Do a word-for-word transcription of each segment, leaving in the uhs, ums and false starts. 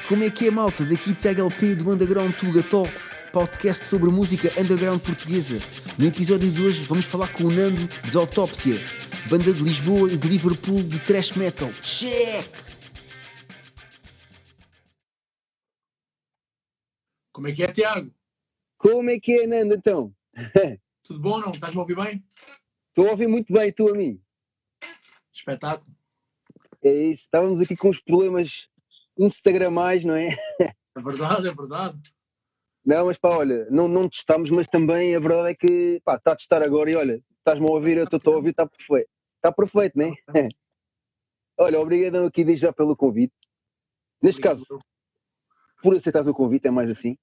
Como é que é, malta? Daqui Tiago L P do Underground Tuga Talks, podcast sobre música underground portuguesa. No episódio de hoje vamos falar com o Nando dos Autópsia, banda de Lisboa e de Liverpool de thrash metal. Check! Como é que é, Tiago? Como é que é, Nando, então? Tudo bom, não? Estás-me a ouvir bem? Estou a ouvir muito bem, tu a mim. Espetáculo. É isso, estávamos aqui com os problemas instagramais, não é? É verdade, é verdade. Não, mas pá, olha, não, não testámos, mas também a verdade é que, pá, está a testar agora e olha, estás-me a ouvir, eu estou a ouvir, está perfeito. Está perfeito, não é? Olha, obrigadão aqui desde já pelo convite. Neste Obrigado. caso, por aceitares o convite, é mais assim.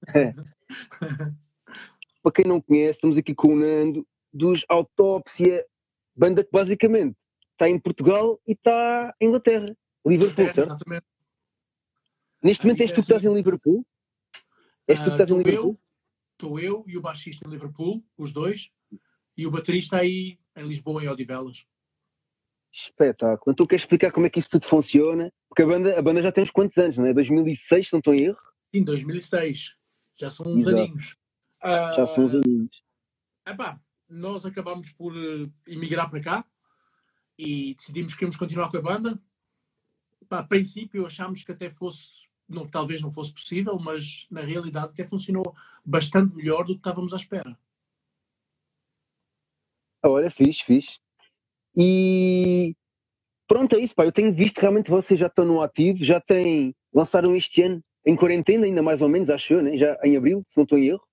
Para quem não conhece, estamos aqui com o Nando dos Autópsia, banda que basicamente está em Portugal e está em Inglaterra, Liverpool, É, certo? exatamente. Neste momento és tu que estás em Liverpool? És tu que estás em Estou Liverpool? eu, estou eu e o baixista em Liverpool, os dois, e o baterista aí em Lisboa, em Odivelas. Espetáculo. Então queres explicar como é que isso tudo funciona? Porque a banda, a banda já tem uns quantos anos, não é? dois mil e seis, se não estou em erro? Sim, dois mil e seis. Já são uns Exato. aninhos. Já são uns Ah, aninhos. epá, nós acabámos por eh, emigrar para cá e decidimos que íamos continuar com a banda. Pá, a princípio achámos que até fosse, não, talvez não fosse possível, mas na realidade até funcionou bastante melhor do que estávamos à espera. Olha, fixe, fixe. E pronto, é isso, pá. Eu tenho visto realmente vocês já estão no ativo, já têm, lançaram este ano em quarentena, ainda mais ou menos, acho eu, né? Já em abril, se não estou em erro.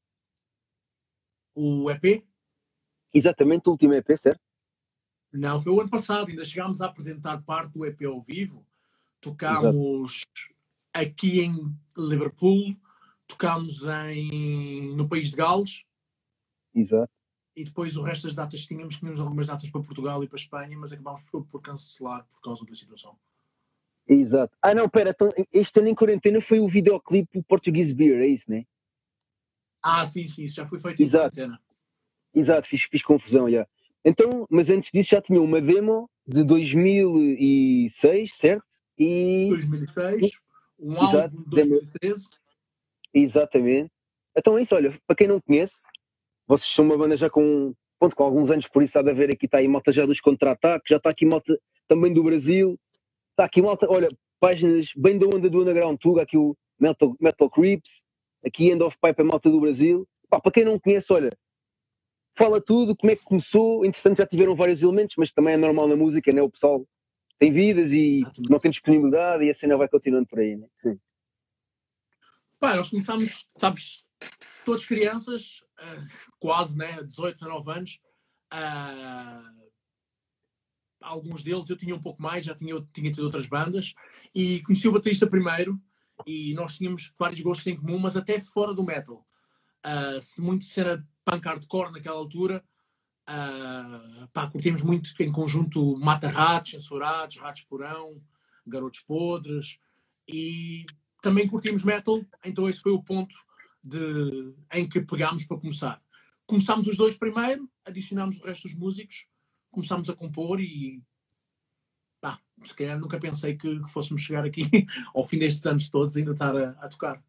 O E P? Exatamente, o último E P, certo? Não, foi o ano passado. Ainda chegámos a apresentar parte do E P ao vivo. Tocámos aqui em Liverpool, tocámos em, no País de Gales. Exato. E depois o resto das datas tínhamos, tínhamos algumas datas para Portugal e para Espanha, mas acabámos por, por cancelar por causa da situação. Exato. Ah, não, pera, então, este ano em quarentena foi o videoclipe Portuguese Beer, é isso, né? Ah, sim, sim, isso já foi feito em Exato. quarentena. Exato, fiz, fiz confusão, já. Então, mas antes disso já tinha uma demo de dois mil e seis, certo? E... dois mil e seis, um Exato, álbum de dois mil e treze. Exatamente. Então é isso, olha, para quem não conhece, vocês são uma banda já com, pronto, com alguns anos, por isso há de haver aqui, está aí malta já dos contra-ataques, já está aqui malta também do Brasil, está aqui malta, olha, páginas bem da onda do Underground Tuga, aqui o Metal, Metal Creeps, aqui End of Pipe, a malta do Brasil. Pá, para quem não conhece, olha, fala tudo, como é que começou, entretanto já tiveram vários elementos, mas também é normal na música, né? O pessoal tem vidas e Exatamente. não tem disponibilidade e a cena vai continuando por aí, né? Pá, nós começámos, sabes, todas crianças, uh, quase, né, dezoito, dezanove anos, uh, alguns deles eu tinha um pouco mais, já tinha, tinha tido outras bandas, e conheci o baterista primeiro, e nós tínhamos vários gostos em comum, mas até fora do metal. Uh, muito cena punk hardcore naquela altura, uh, pá, curtimos muito em conjunto Mata-Ratos, Censurados, Ratos Porão, Garotos Podres, e também curtimos metal, então esse foi o ponto de, em que pegámos para começar. Começámos os dois primeiro, adicionámos o resto dos músicos, começámos a compor e pá, se calhar nunca pensei que, que fôssemos chegar aqui ao fim destes anos todos ainda estar a, a tocar.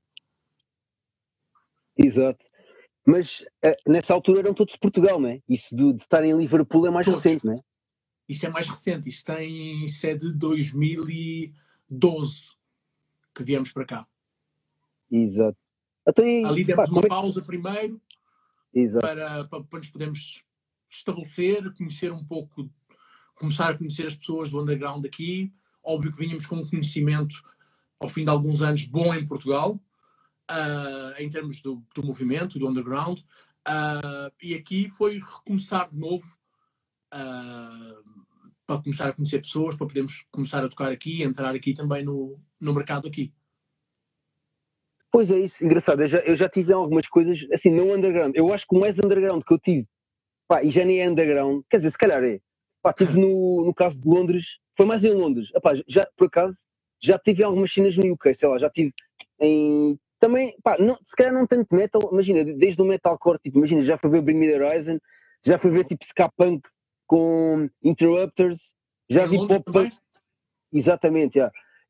Exato. Mas eh, nessa altura eram todos de Portugal, não é? Isso de, de estar em Liverpool é mais Todos. recente, não é? Isso é mais recente, isso, tem, isso é de dois mil e doze que viemos para cá. Exato. Até aí, Ali pá, demos uma como é que- pausa primeiro Exato. para, para, para nos podermos estabelecer, conhecer um pouco, começar a conhecer as pessoas do underground aqui. Óbvio que vínhamos com um conhecimento, ao fim de alguns anos, bom em Portugal, uh, em termos do, do movimento, do underground. Uh, e aqui foi recomeçar de novo, uh, para começar a conhecer pessoas, para podermos começar a tocar aqui, entrar aqui também no, no mercado aqui. Pois é isso, engraçado, eu já, eu já tive algumas coisas, assim, não underground. Eu acho que o mais underground que eu tive, pá, e já nem é underground, quer dizer, se calhar é, pá, tive no, no caso de Londres, foi mais em Londres, epá, já, por acaso, já tive algumas cenas no U K, sei lá, já tive em, também, pá, não, se calhar não tanto metal, imagina, desde o metalcore, tipo, imagina, já fui ver Bring Me The Horizon, já fui ver, tipo, ska punk com Interrupters, já Em vi Londres pop também? punk, exatamente, já.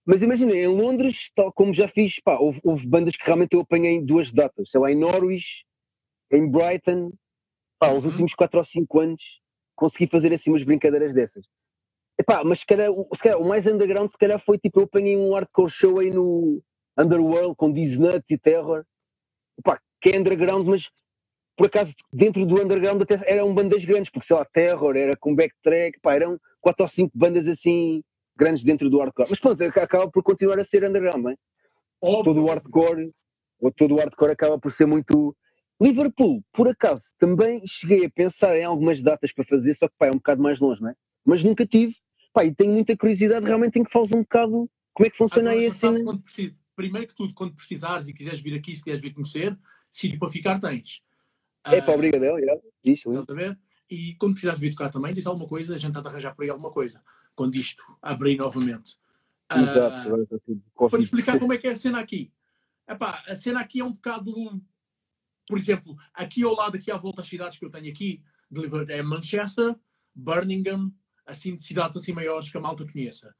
Mas imagina, em Londres, tal como já fiz, pá, houve, houve bandas que realmente eu apanhei em duas datas, sei lá, em Norwich, em Brighton, pá, os Uhum. últimos quatro ou cinco anos consegui fazer assim umas brincadeiras dessas. Epá, mas se calhar, o, se calhar o mais underground se calhar foi tipo, eu apanhei um hardcore show aí no Underworld com These Nuts e Terror, epá, que é underground, mas por acaso dentro do underground até eram bandas grandes, porque sei lá, Terror era com backtrack, pá, eram quatro ou cinco bandas assim grandes dentro do hardcore. Mas pronto, acaba por continuar a ser underground, não é? Óbvio, Todo o óbvio. hardcore, ou todo o hardcore acaba por ser muito. Liverpool, por acaso, também cheguei a pensar em algumas datas para fazer, só que pá, é um bocado mais longe, não é? Mas nunca tive, pá, e tenho muita curiosidade realmente em que fales um bocado como é que funciona Agora aí já a sabes cena. quando precisas. Primeiro que tudo, quando precisares e quiseres vir aqui, se quiseres vir conhecer, sítio para ficar tens. É pá, Ah, obrigadão, já, diz, estás a ver? E quando precisares vir tocar também, diz alguma coisa, a gente está a arranjar por aí alguma coisa. Quando isto abrir novamente. exato, Ah, agora está tudo para Covid. explicar como é que é a cena aqui. Epá, a cena aqui é um bocado. Por exemplo, aqui ao lado, aqui à volta das cidades que eu tenho aqui, de Liverpool, é Manchester, Birmingham, assim, de cidades assim maiores que a malta conheça.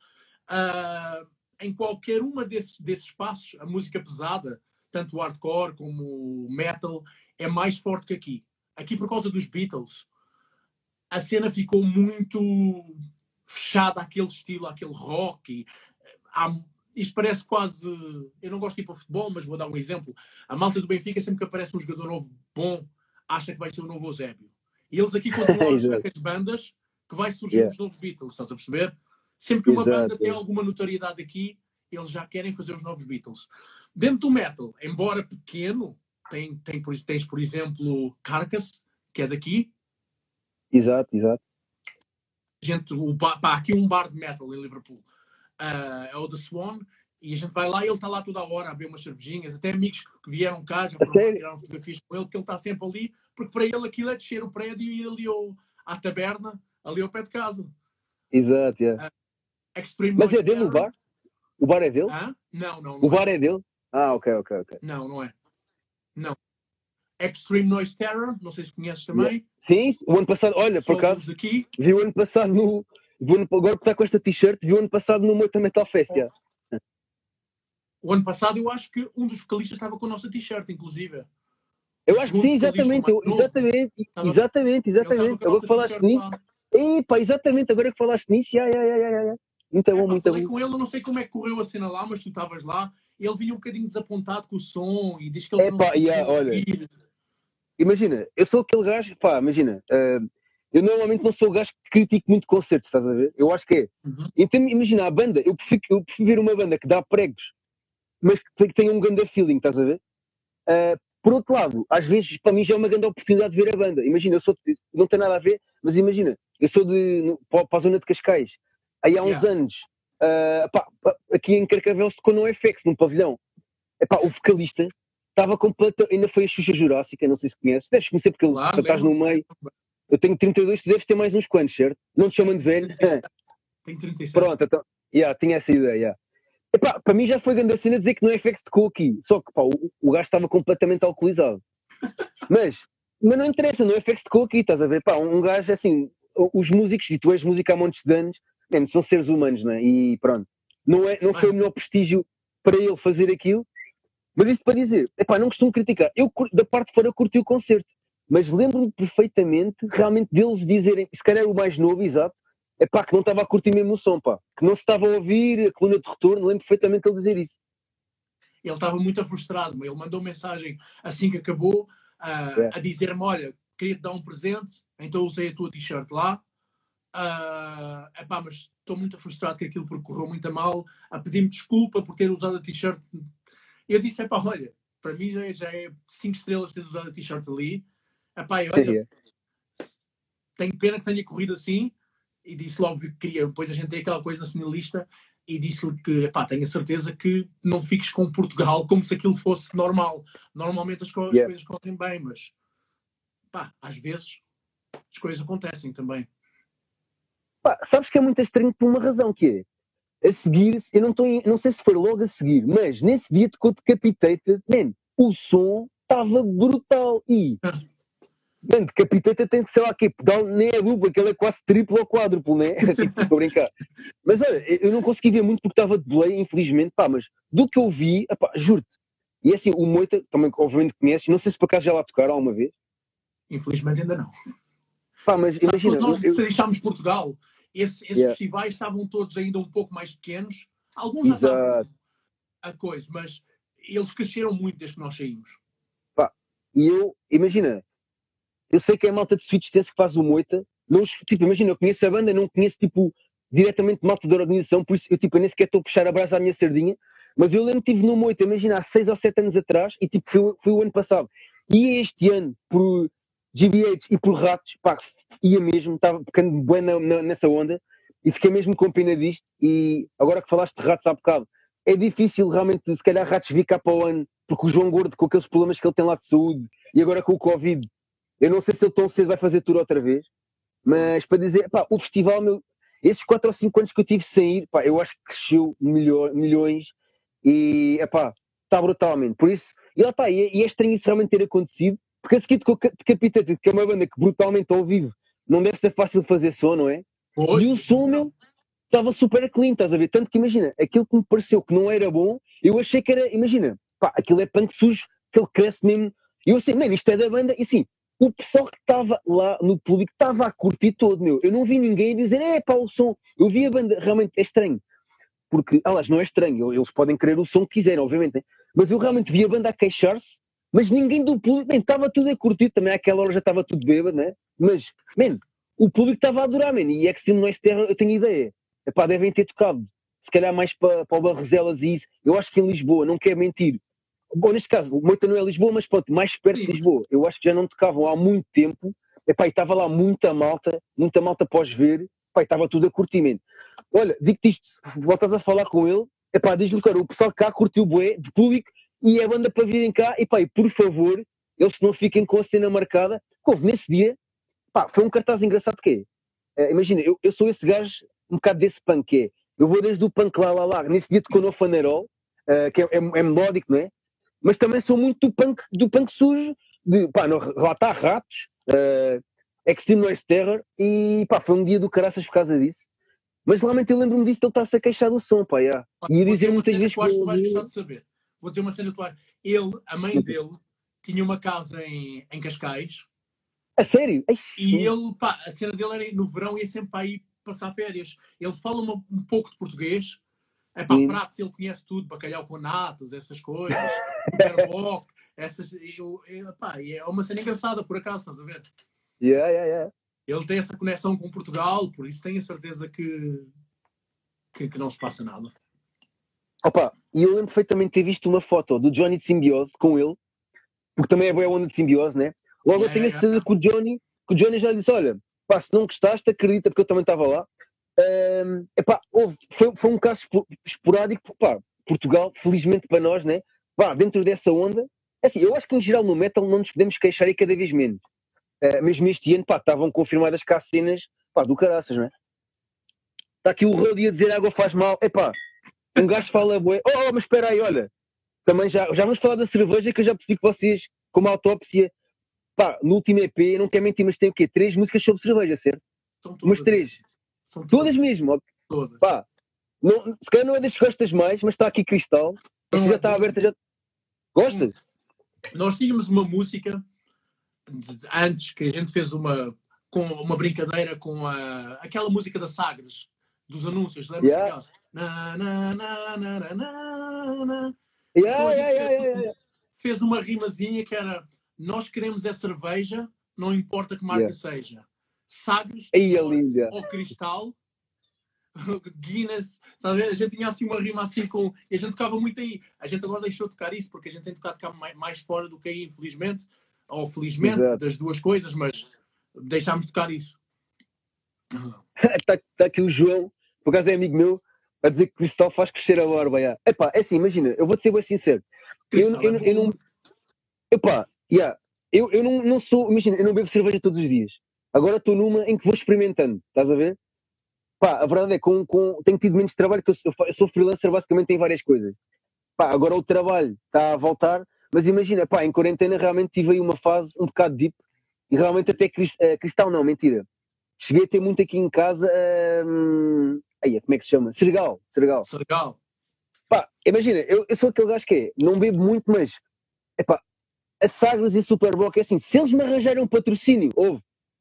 Ah, em qualquer uma desses, desses espaços, a música pesada, tanto o hardcore como o metal, é mais forte que aqui. Aqui, por causa dos Beatles, a cena ficou muito fechada àquele estilo, àquele rock. E, há, isto parece quase... Eu não gosto de ir para o futebol, mas vou dar um exemplo. A malta do Benfica, sempre que aparece um jogador novo bom, acha que vai ser o novo Eusébio. E eles aqui continuam a achar que as bandas que vai surgir Yeah. os novos Beatles, estás a perceber? Sempre que uma Exato, banda tem é. alguma notoriedade aqui, eles já querem fazer os novos Beatles. Dentro do metal, embora pequeno, tem, tem, por- tens, por exemplo, Carcass, que é daqui. Exato, exato. Gente, o, ba- pá, aqui um bar de metal em Liverpool. Ah, é o The Swan. E a gente vai lá e ele está lá toda a hora a beber umas cervejinhas. Até amigos que, que vieram cá já A foram lá sério? tirar fotografias com ele, que ele está sempre ali, porque para ele aquilo é descer o prédio e ir ali ao, à taberna, ali ao pé de casa. Exato, yeah. Extreme Mas Noise é dele o Terror. bar? O bar é dele? Hã? Não, não, O não bar é. é dele? Ah, ok, ok, ok. Não, não é. Não. Extreme Noise Terror, não sei se conheces Yeah. também. Sim, o ano passado, olha, por Só acaso, dos aqui. vi o ano passado no. Vi o ano, agora que está com esta t-shirt, vi o ano passado no Moita Metal Fest. Oh. Yeah. O ano passado eu acho que um dos vocalistas estava com a nossa t-shirt, inclusive. Eu O acho que segundo sim, vocalista, o exatamente, mais eu, novo, exatamente, estava- exatamente, ele estava exatamente. com a Agora que nossa falaste t-shirt nisso, lá. epá, exatamente, agora que falaste nisso, yeah, yeah, yeah, yeah, yeah. Muito É, bom, pá, muito falei bom. com ele, eu não sei como é que correu a cena lá, mas tu estavas lá. Ele vinha um bocadinho desapontado com o som e diz que ele não Epá, conseguia yeah, olha, ouvir. imagina, eu sou aquele gajo, pá, imagina, uh, eu normalmente não sou o gajo que critico muito concertos, estás a ver? Eu acho que é. Uhum. Então, imagina, a banda, eu prefiro, eu prefiro ver uma banda que dá pregos, mas que, tem- que tenha um grande feeling, estás a ver? Uh, por outro lado, às vezes, para mim já é uma grande oportunidade de ver a banda. Imagina, eu sou, não tem nada a ver, mas imagina, eu sou de, no, para a zona de Cascais. Aí há uns Yeah. anos, uh, pá, pá, aqui em Carcavelos tocou no F X, num pavilhão. Epá, o vocalista estava completo, ainda foi a Xuxa Jurássica, não sei se conheces, deves conhecer porque eles, Claro, estás no lembro-me, meio. lembro-me. Eu tenho trinta e dois, tu deves ter mais uns quantos, certo? Não te chamam de velho? Tem trinta e sete. Pronto, então, yeah, tinha essa ideia. Yeah. Epá, para mim já foi grande a cena dizer que no F X tocou aqui, só que pá, o, o gajo estava completamente alcoolizado. Mas, mas não interessa, no F X tocou aqui, estás a ver? Pá, um gajo assim, os músicos, e tu és músico há montes de anos, mesmo, são seres humanos, né? E pronto, não, é, não foi o melhor prestígio para ele fazer aquilo, mas isso para dizer, epá, não costumo criticar. Eu, da parte de fora, curti o concerto, mas lembro-me perfeitamente, realmente, deles dizerem, se calhar o mais novo, exato, epá, que não estava a curtir mesmo o som, pá, que não se estava a ouvir a coluna de retorno, lembro perfeitamente ele dizer isso. Ele estava muito frustrado, mas ele mandou mensagem assim que acabou, uh, Yeah. a dizer-me, olha, queria-te dar um presente, então usei a tua t-shirt lá. Uh, epá, mas estou muito frustrado que aquilo correu muito a mal, a pedir-me desculpa por ter usado a t-shirt. Eu disse, epá, olha, para mim já é, já é cinco estrelas ter usado a t-shirt ali. Epá, e olha, Yeah. tenho pena que tenha corrido assim. E disse logo que queria. Depois a gente tem aquela coisa na sinalista e disse-lhe que, epá, tenho a certeza que não fiques com Portugal como se aquilo fosse normal. Normalmente as, co as Yeah. coisas correm bem, mas pá, às vezes as coisas acontecem também. Pá, sabes que é muito estranho por uma razão, que é, a seguir, eu não, tô em, não sei se foi logo a seguir, mas nesse dia tocou Decapitated, man, o som estava brutal e Mano, Decapitated tem que ser lá aqui, pedal nem é duplo, aquele é quase triplo ou quádruplo, né? Tipo, estou a brincar. Mas olha, eu não consegui ver muito porque estava de delay, infelizmente, pá, mas do que eu vi, epá, juro-te. E assim, o Moita, também obviamente conheces, não sei se por acaso já lá tocaram alguma vez. Infelizmente ainda não. Pá, mas Sabes, imagina... quando nós eu- deixámos Portugal, esse- esses Yeah. festivais estavam todos ainda um pouco mais pequenos. Alguns já Exato. estavam a coisa, mas eles cresceram muito desde que nós saímos. E eu, imagina, eu sei que é a malta de Switch Dance que faz o Moita, não, os- tipo, imagina, eu conheço a banda, não conheço, tipo, diretamente malta da organização, por isso eu, tipo, eu nem sequer estou a puxar a brasa à minha sardinha, mas eu lembro que estive no Moita, imagina, há seis ou sete anos atrás, e tipo, foi, o- foi o ano passado. E este ano, por G B H e por Ratos, pá, ia mesmo, estava ficando bem na- na- nessa onda, e fiquei mesmo com pena disto, e agora que falaste de Ratos há bocado, é difícil realmente, se calhar, Ratos vir cá para o ano, porque o João Gordo, com aqueles problemas que ele tem lá de saúde, e agora com o Covid, eu não sei se ele tão cedo vai fazer tour outra vez, mas para dizer, pá, o festival, meu, esses quatro ou cinco anos que eu tive sem ir, pá, eu acho que cresceu milho- milhões e, epá, está brutalmente. Por isso, e lá está, e, é- e é estranho isso realmente ter acontecido, porque a seguir de Decapitated, que é uma banda que brutalmente ao vivo não deve ser fácil fazer som, não é? Pois, E o som, meu, estava super clean, estás a ver? Tanto que imagina, aquilo que me pareceu que não era bom, eu achei que era, imagina, pá, aquilo é punk sujo, que ele cresce mesmo. E eu assim, mano, isto é da banda, e assim, o pessoal que estava lá no público estava a curtir todo, meu. Eu não vi ninguém dizer, é pá, o som. Eu vi a banda, realmente é estranho. Porque, aliás, não é estranho, eles podem querer o som que quiserem, obviamente, né? Mas eu realmente vi a banda a queixar-se, mas ninguém do público, nem estava tudo a curtir, também àquela hora já estava tudo bêbado, né? Mas, man, o público estava a adorar, man, e Extreme Noise Terror, eu tenho ideia, epá, devem ter tocado, se calhar mais para, para o Barroselas e isso, eu acho que em Lisboa, não quero mentir. Bom, neste caso, o Moita não é Lisboa, mas pronto, mais perto Sim. de Lisboa, eu acho que já não tocavam há muito tempo, epá, e estava lá muita malta, muita malta pós ver, epá, e estava tudo a curtir, man. Olha, digo-te isto, se voltas a falar com ele, epá, diz-lhe, cara, o pessoal cá curtiu o bué, de público, e é banda para virem cá, e pá, e por favor, eles não fiquem com a cena marcada, houve nesse dia, pá, foi um cartaz engraçado que é, imagina, eu, eu sou esse gajo, um bocado desse punk que é, eu vou desde o punk lá, lá, lá, nesse dia tocou no Fanerol, uh, que é, é, é melódico, não é? Mas também sou muito do punk, do punk sujo, de, pá, não, lá está Ratos, uh, Extreme Noise Terror, e pá, foi um dia do caraças por causa disso. Mas realmente eu lembro-me disso, ele está-se a queixar do som, pá, yeah. E ia Vou dizer dizer uma muitas cena vezes que eu acho que tu vais que... gostar de saber. Vou dizer uma cena que tu vais... Ele, a mãe dele, tinha uma casa em, em Cascais. A sério? Ai, E ele, pá, a cena dele era no verão ia sempre para ir passar férias. Ele fala uma, um pouco de português. É pá, Sim. pratos, ele conhece tudo, bacalhau com natas, essas coisas, superboc, essas. Eu, eu, pá, e é uma cena engraçada, por acaso, estás a ver? Yeah, yeah, yeah. Ele tem essa conexão com Portugal, por isso tenho a certeza que, que, que não se passa nada. Opa, e eu lembro perfeitamente de ter visto uma foto do Johnny de Simbiose com ele, porque também é boa onda de Simbiose, né? Logo Yeah, eu tenho a yeah, certeza que o Johnny, que o Johnny já lhe disse, olha, pá, se não gostaste, acredita, porque eu também estava lá. Um, epá, houve, foi, foi um caso espo- esporádico, pá, Portugal, felizmente para nós, né? Pá, dentro dessa onda, assim, eu acho que em geral no metal não nos podemos queixar e cada vez menos. Uh, mesmo este ano, pá, estavam confirmadas cá cenas, pá, do caraças, não é? Está aqui o Rodi a dizer água faz mal, epá, um gajo fala, bué, oh, oh, mas espera aí, olha, também já, já vamos falar da cerveja, que eu já percebi que vocês, como autópsia, pá, no último E P, não quero mentir, mas tem o quê? Três músicas sobre cerveja, certo? São todas. Umas três. São Todas, todas mesmo, ó. Todas. Pá, não, se calhar não é das que gostas mais, mas está aqui Cristal. Esta Não, já está aberta, já. Gostas? Nós tínhamos uma música de- de- antes que a gente fez uma, com uma brincadeira com a, aquela música da Sagres, dos anúncios, lembra-se Yeah. daquela? Na, na, na, na, na, na, na. Yeah, Então a gente yeah, yeah, fez, yeah, yeah. fez uma rimazinha que era: nós queremos é cerveja, não importa que marca Yeah. seja. Sagres Aí é ou, linda. ou Cristal, Guinness, sabe? A gente tinha assim uma rima assim com. E a gente tocava muito aí. A gente agora deixou de tocar isso porque a gente tem tocado cá mais, mais fora do que aí, infelizmente, ou felizmente, Exato. das duas coisas, mas deixámos de tocar isso. Está tá aqui o João, por acaso é amigo meu, a dizer que Cristal faz crescer a barba. Yeah. Epá, é assim, imagina, eu vou-te ser bem sincero. Eu, Cristal eu, é eu bom. não. Epá, yeah, eu, eu não, não sou. Imagina, eu não bebo cerveja todos os dias. Agora estou numa em que vou experimentando, estás a ver? Pá, a verdade é que com, com, tenho tido menos trabalho, que eu sou, eu sou freelancer basicamente em várias coisas. Pá, agora o trabalho está a voltar, mas imagina, pá, em quarentena realmente tive aí uma fase um bocado deep e realmente até cris- eh, cristal não, mentira. Cheguei a ter muito aqui em casa. hum, aí, como é que se chama? Sergal. Sergal. Sergal. Pá, imagina, eu, eu sou aquele gajo que é, não bebo muito, mas epá, a Sagres e Superboc é assim, se eles me arranjarem um patrocínio, ouve.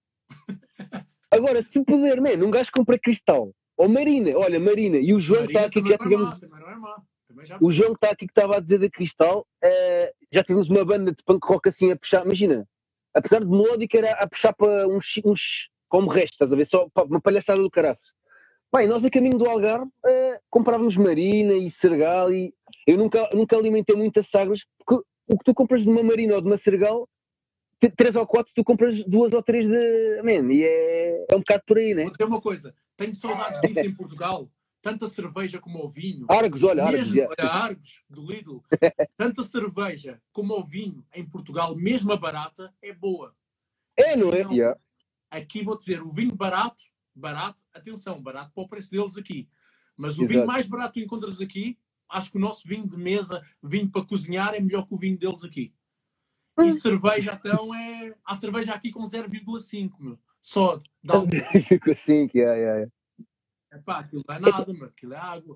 Agora, se puder, man, um gajo compra cristal. Ou Marina, olha, Marina, e o João que está Marina aqui, que também já não é tivemos. má, também não é má. Também já O João que está aqui que estava a dizer da Cristal, eh, já tivemos uma banda de punk rock assim a puxar, imagina, apesar de melódica era a puxar para uns, uns como resto, estás a ver, só pá, uma palhaçada do caraças. Bem, nós a caminho do Algarve eh, comprávamos Marina e Sergal e eu nunca, nunca alimentei muitas Sagres, porque o que tu compras de uma Marina ou de uma Sergal, t- três ou quatro, tu compras duas ou três de. Man, e é, é um bocado por aí, né? Vou dizer uma coisa, tenho saudades disso em Portugal, tanto a cerveja como o vinho, Argos, olha, Argos, mesmo, já. olha, Argos, do Lidl, tanto a cerveja como o vinho em Portugal, mesmo a barata, é boa. É, não Aqui é? não. Yeah. Aqui vou dizer, o vinho barato, barato, atenção, barato para o preço deles aqui, mas o vinho Exato. mais barato que tu encontras aqui, acho que o nosso vinho de mesa, vinho para cozinhar, é melhor que o vinho deles aqui. E cerveja, então, é. Há cerveja aqui com zero vírgula cinco, meu. Só de álcool. Assim, que é, é, é. Epá, aquilo não é nada, meu. Aquilo é água.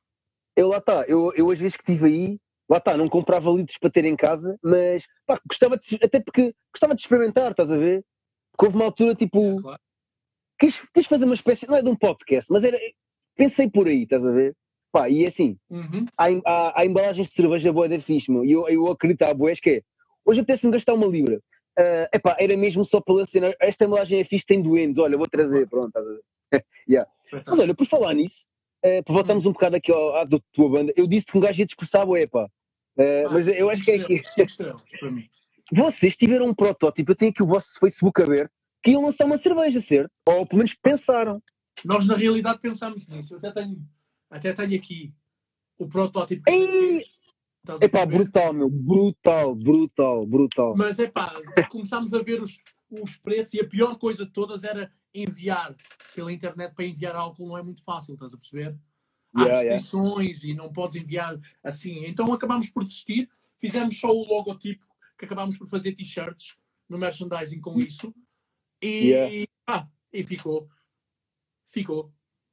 Eu lá está, eu, eu às vezes que estive aí, lá está, não comprava litros para ter em casa, mas pá, gostava de, até porque gostava de experimentar, estás a ver? Porque houve uma altura tipo, É, claro. quis, quis fazer uma espécie, não é de um podcast, mas era, pensei por aí, estás a ver? Pá, e é assim, Uhum. há, em- há, há embalagens de cerveja boa da fixe, meu, e eu, eu acredito à boés que é, hoje apetece-me gastar uma libra. Ah, epá, era mesmo só pela cena, esta embalagem é fixe, tem doentes, olha, vou trazer, pronto, estás a ver? Yeah. Mas olha, por falar nisso, uh, voltamos Hum. um bocado aqui ao, à da tua banda. Eu disse que um gajo ia dispersar bué, pá. Uh, Pá, mas eu acho que é cinco aqui. estrelas, cinco estrelas para mim. Vocês tiveram um protótipo, eu tenho aqui o vosso Facebook aberto, que iam lançar uma cerveja, certo? Ou pelo menos pensaram. Nós, na realidade, pensámos nisso. Eu até tenho, até tenho aqui o protótipo que a gente Ei! fez. Estás a Epá, perceber? brutal, meu. Brutal, brutal, brutal. Mas é pá, começámos a ver os, os preços e a pior coisa de todas era enviar pela internet. Para enviar álcool não é muito fácil, estás a perceber? Há Yeah, yeah. restrições e não podes enviar assim. Então acabámos por desistir, fizemos só o logotipo, que acabámos por fazer t-shirts no merchandising com isso e, Yeah. ah, e ficou. Ficou.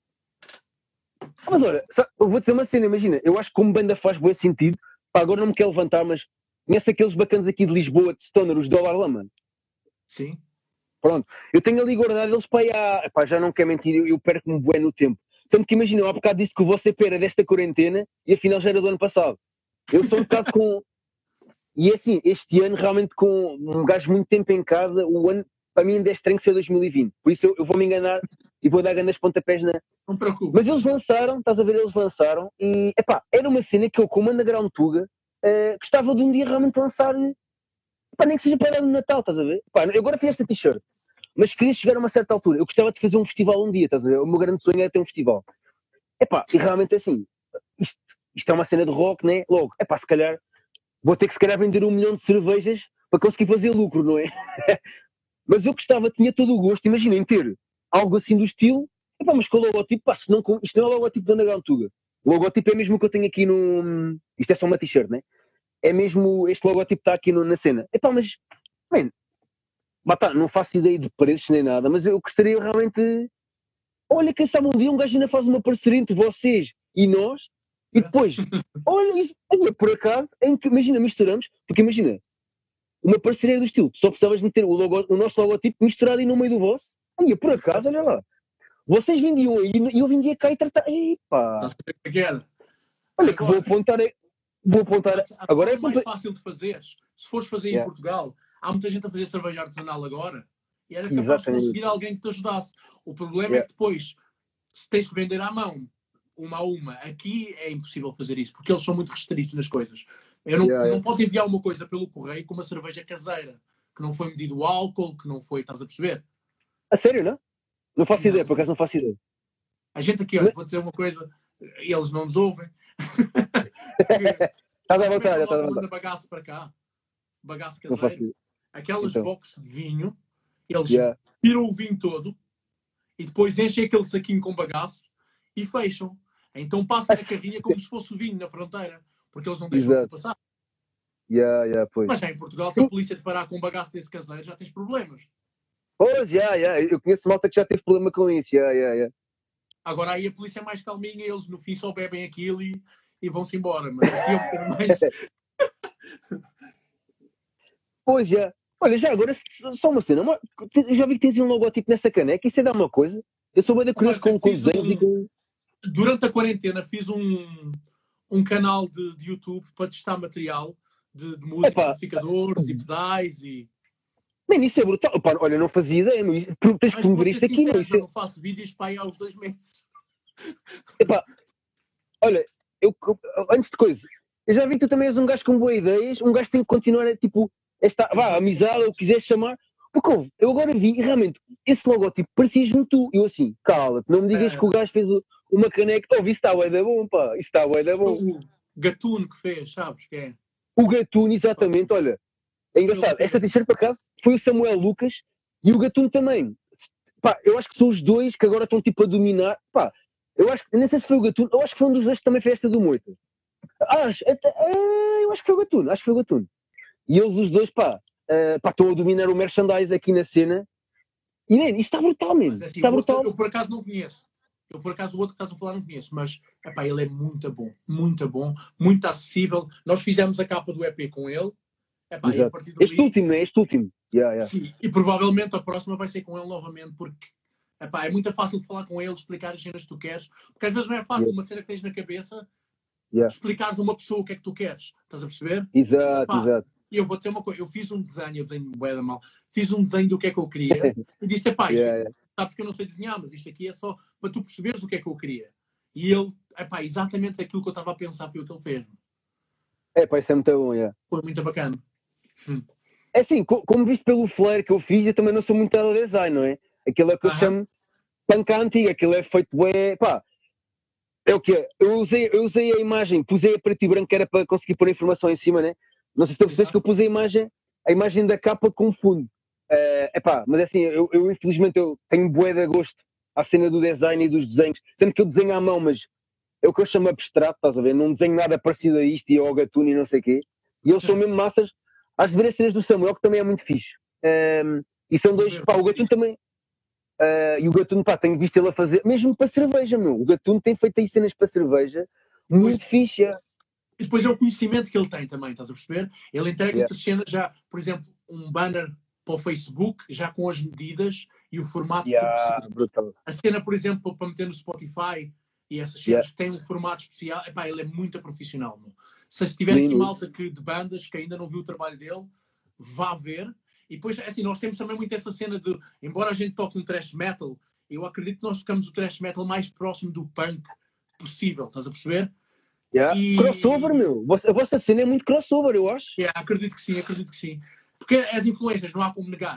Ah, mas olha, só- eu vou dizer uma cena, imagina, eu acho que como banda faz bom sentido, pá, agora não me quero levantar, mas conhece aqueles bacanas aqui de Lisboa, de Stoner, os Dólar lá, mano? Sim. Pronto, eu tenho ali guardado eles para aí há, pá, já não quero mentir, eu, eu perco-me bué no tempo. Tanto que imagina, eu há bocado disse que o vosso E P era desta quarentena e afinal já era do ano passado. Eu sou um bocado com. E é assim, este ano realmente com um gajo muito tempo em casa, o ano para mim ainda é estranho ser dois mil e vinte. Por isso eu, eu vou me enganar e vou dar grandes pontapés na. Não me preocupes. Mas eles lançaram, estás a ver, eles lançaram e epá, era uma cena que eu, como underground Tuga, eh, gostava de um dia realmente lançar, epá, nem que seja para dar no Natal, estás a ver? Epá, eu agora fiz esta t-shirt. Mas queria chegar a uma certa altura. Eu gostava de fazer um festival um dia, estás a ver? O meu grande sonho era ter um festival. Epá, e realmente é assim, isto, isto é uma cena de rock, né? Logo, epá, se calhar vou ter que se calhar vender um milhão de cervejas para conseguir fazer lucro, não é? Mas eu gostava, tinha todo o gosto, imaginem ter algo assim do estilo, epá, mas com o logotipo, pá, se não, com- isto não é o logotipo da Underground Tuga. O logotipo é mesmo o que eu tenho aqui no. Isto é só uma t-shirt, né? É mesmo, este logotipo está aqui no- na cena. Epá, mas, man, Bah, tá, não faço ideia de preços nem nada, mas eu gostaria realmente. Olha, quem sabe um dia um gajo ainda faz uma parceria entre vocês e nós, e depois, olha, isso, olha, por acaso, em que, imagina, misturamos, porque imagina, uma parceria do estilo, tu só precisavas de meter o, logo, o nosso logotipo misturado aí no meio do vosso, olha, por acaso, olha lá, vocês vendiam aí e eu vendia cá e tratava. Epá, Estás a ver o que era? olha, que vou Agora, apontar. Vou apontar. a Agora é forma mais comple- fácil de fazer, se fores fazer Yeah. em Portugal, há muita gente a fazer cerveja artesanal agora e era capaz Exatamente. de conseguir alguém que te ajudasse. O problema Yeah. é que depois, se tens que vender à mão, uma a uma, aqui é impossível fazer isso, porque eles são muito restritos nas coisas. Eu não, Yeah, não yeah. podes enviar uma coisa pelo correio com uma cerveja caseira, que não foi medido o álcool, que não foi, estás a perceber? A sério, não? Não faço Não. ideia, por acaso não faço ideia. A gente aqui, olha, Mas- vou dizer uma coisa, eles não nos ouvem. Estás à vontade, Logo estás à vontade. manda bagaço para cá, bagaço Não faço caseiro, ideia. aquelas Então. boxes de vinho, eles Yeah. tiram o vinho todo e depois enchem aquele saquinho com bagaço e fecham. Então passam na carrinha como se fosse o vinho na fronteira, porque eles não deixam Exato. passar. Yeah, yeah, pois. Mas já em Portugal, se a polícia te parar com um bagaço desse caseiro, já tens problemas. Pois, yeah, yeah. Eu conheço malta que já teve problema com isso. Yeah, yeah, yeah. Agora aí a polícia é mais calminha, eles no fim só bebem aquilo e, e vão-se embora. Mas aqui é um bocadinho mais... Pois, já. Yeah. Olha, já agora, só uma cena. Uma, já vi que tens um logotipo nessa caneca. Isso é dar uma coisa? Eu sou bem da curioso com, com desenhos um... e com... Durante a quarentena fiz um, um canal de, de YouTube para testar material de, de música, Epá. amplificadores e pedais e... Mano, isso é brutal. Epá, olha, não fazia ideia. Mas tens que promover isto aqui. Sincero, não, isso é... não faço vídeos para aí há uns dois meses. Epá, olha, eu, antes de coisa, eu já vi que tu também és um gajo com boas ideias. Um gajo tem que continuar a, tipo, esta, vá, amizade, ou o que quiseres chamar. Porque eu agora vi, e realmente, esse logotipo parecias-me tu. Eu assim, cala-te, não me digas é. que o gajo fez uma caneca. Oh, isso está bué da bom, pá. Isso está bué da bom. O Gatuno que fez, sabes que é? O Gatuno, exatamente. Olha, é engraçado. Esta t-shirt, por acaso, foi o Samuel Lucas e o Gatuno também. Pá, eu acho que são os dois que agora estão tipo a dominar. Pá, eu acho que, não sei se foi o Gatuno, eu acho que foi um dos dois que também fez esta do Moita. Ah, eu acho que foi o Gatuno, acho que foi o Gatuno. E eles, os dois, pá, uh, pá, estão a dominar o merchandise aqui na cena. E, man, isto está brutal, mesmo. É assim, está brutal. Outro, eu, por acaso, não conheço. Eu, por acaso, o outro que estás a falar não conheço. Mas, epá, ele é muito bom. Muito bom. Muito acessível. Nós fizemos a capa do E P com ele. Epá, e a partir do este ali, último, não é? Este último. Yeah, yeah. Sim. E, provavelmente, a próxima vai ser com ele novamente. Porque, epá, é muito fácil de falar com ele, explicar as cenas que tu queres. Porque, às vezes, não é fácil yeah. uma cena que tens na cabeça... Yeah. Explicares a uma pessoa o que é que tu queres, estás a perceber? Exato, Pá, exato. E eu vou ter uma coisa, eu fiz um desenho, eu desenho bué da mal, fiz um desenho do que é que eu queria e disse, epá, isto, yeah, yeah. sabes que eu não sei desenhar, mas isto aqui é só para tu perceberes o que é que eu queria. E ele, epá, exatamente aquilo que eu estava a pensar foi o que ele fez. É, pá, isso é muito bom, yeah. Foi muito bacana. Hum. É assim, co como visto pelo flare que eu fiz, eu também não sou muito de design, não é? Aquilo é que eu uh-huh. chamo panca antiga, aquilo é feito bué, pá. É o que é. Eu usei, eu usei a imagem, pusei a preto e branco, que era para conseguir pôr a informação em cima, né? Não sei se tu percebes que eu pus a imagem, a imagem da capa com fundo. Uh, epá, mas é assim, eu, eu infelizmente eu tenho bué de gosto à cena do design e dos desenhos. Tanto que eu desenho à mão, mas é o que eu chamo abstrato, estás a ver? Não desenho nada parecido a isto e ao Gatuno e não sei o quê. E eles são mesmo massas. Às de ver as cenas do Samuel, que também é muito fixe. Um, e são dois, pá, o Gatuno também... Uh, e o Gatuno, pá, tenho visto ele a fazer, mesmo para cerveja, meu. O Gatuno tem feito aí cenas para cerveja muito depois, fixe. É. E depois é o conhecimento que ele tem também, estás a perceber? Ele entrega yeah. cenas já, por exemplo, um banner para o Facebook, já com as medidas e o formato yeah, que tu precisas. A cena, por exemplo, para meter no Spotify e essas cenas yeah. que têm um formato especial, epá, ele é muito profissional, meu. Se, se tiver aqui malta que, de bandas que ainda não viu o trabalho dele, vá ver. E depois, assim, nós temos também muito essa cena de, embora a gente toque um thrash metal, eu acredito que nós tocamos o thrash metal mais próximo do punk possível, estás a perceber? Yeah. E... Crossover, meu. A vossa cena é muito crossover, eu acho. Yeah, acredito que sim, acredito que sim. Porque as influências não há como negar.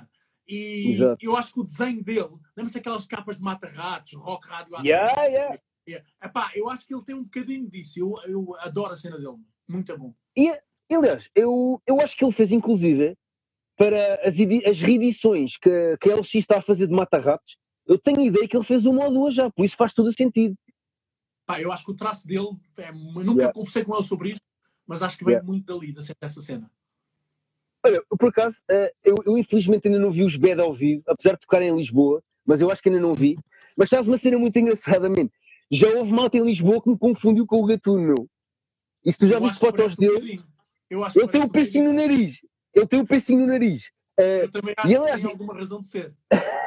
E Exato. Eu acho que o desenho dele, lembra-se aquelas capas de mata-ratos, rock rádio. Yeah, yeah. Yeah. Epá, eu acho que ele tem um bocadinho disso. Eu, eu adoro a cena dele. Muito bom. E, aliás, eu, eu acho que ele fez, inclusive... para as, as reedições que, que a L X está a fazer de Mata-Ratos, eu tenho a ideia que ele fez uma ou duas já, por isso faz todo o sentido. Pá, eu acho que o traço dele, é, eu nunca yeah. conversei com ele sobre isso, mas acho que vem yeah. muito dali, dessa cena. Olha, por acaso, eu, eu infelizmente ainda não vi os Bad ao vivo, apesar de tocarem em Lisboa, mas eu acho que ainda não vi. Mas sabes uma cena muito engraçada, man. Já houve malta em Lisboa que me confundiu com o Gatuno, meu. E se tu já eu viste fotos dele, um ele tem um pecinho no nariz. Ele tem o um pecinho no nariz. Uh, eu também acho que tem alguma razão de ser.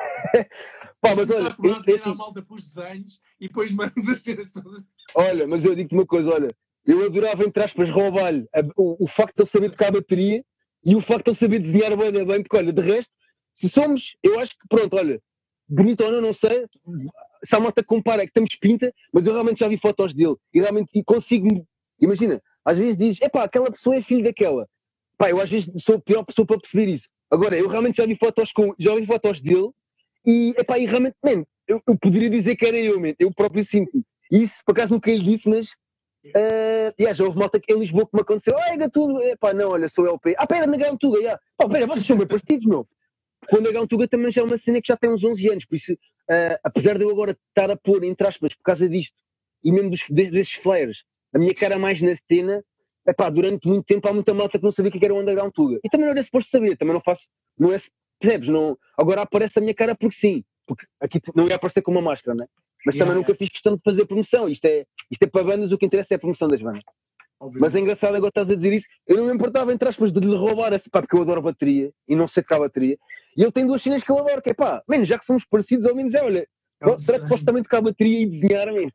Pá, mas olha, eu, eu, assim... a malta para os desenhos e depois mandas as cenas todas. Olha, mas eu digo-te uma coisa, olha, eu adorava, entre aspas, roubar-lhe o, o facto de ele saber tocar a bateria e o facto de ele saber desenhar bem, bem, porque olha, de resto, se somos, eu acho que pronto, olha, bonito ou não, não sei, se a malta compara é que temos pinta, mas eu realmente já vi fotos dele e realmente consigo, imagina, às vezes dizes, epá, aquela pessoa é filho daquela. Pá, eu às vezes sou a pior pessoa para perceber isso. Agora, eu realmente já vi fotos, com, já vi fotos dele e, epá, e realmente, man, eu, eu poderia dizer que era eu, man, eu próprio sinto-me. Isso, por acaso, nunca lhe disse, mas uh, yeah, já houve malta em Lisboa que me aconteceu. Ah, é Gatuno. Epá, não, olha, sou L P. Ah, pera, na Gatuga, yeah. Pá, pera, vocês são bem parecidos, meu. Quando a Gatuga também já é uma cena que já tem uns onze anos, por isso, uh, apesar de eu agora estar a pôr, entre aspas, por causa disto, e mesmo dos, desses flares, a minha cara mais na cena, epá, durante muito tempo há muita malta que não sabia o que era o Underground Tuga. E também não era suposto saber, também não faço, não é, percebes? Não, agora aparece a minha cara porque sim, porque aqui não ia aparecer com uma máscara, né? Mas Yeah, também nunca yeah. fiz questão de fazer promoção. Isto é, isto é para bandas, o que interessa é a promoção das bandas. Obviamente. Mas é engraçado agora estás a dizer isso. Eu não me importava, entre aspas, de lhe roubar esse pá, porque eu adoro bateria e não sei tocar bateria. E ele tem duas cenas que eu adoro, que é pá, menos já que somos parecidos, ao menos é, olha, Eu será que posso também tocar bateria e desenhar, mesmo?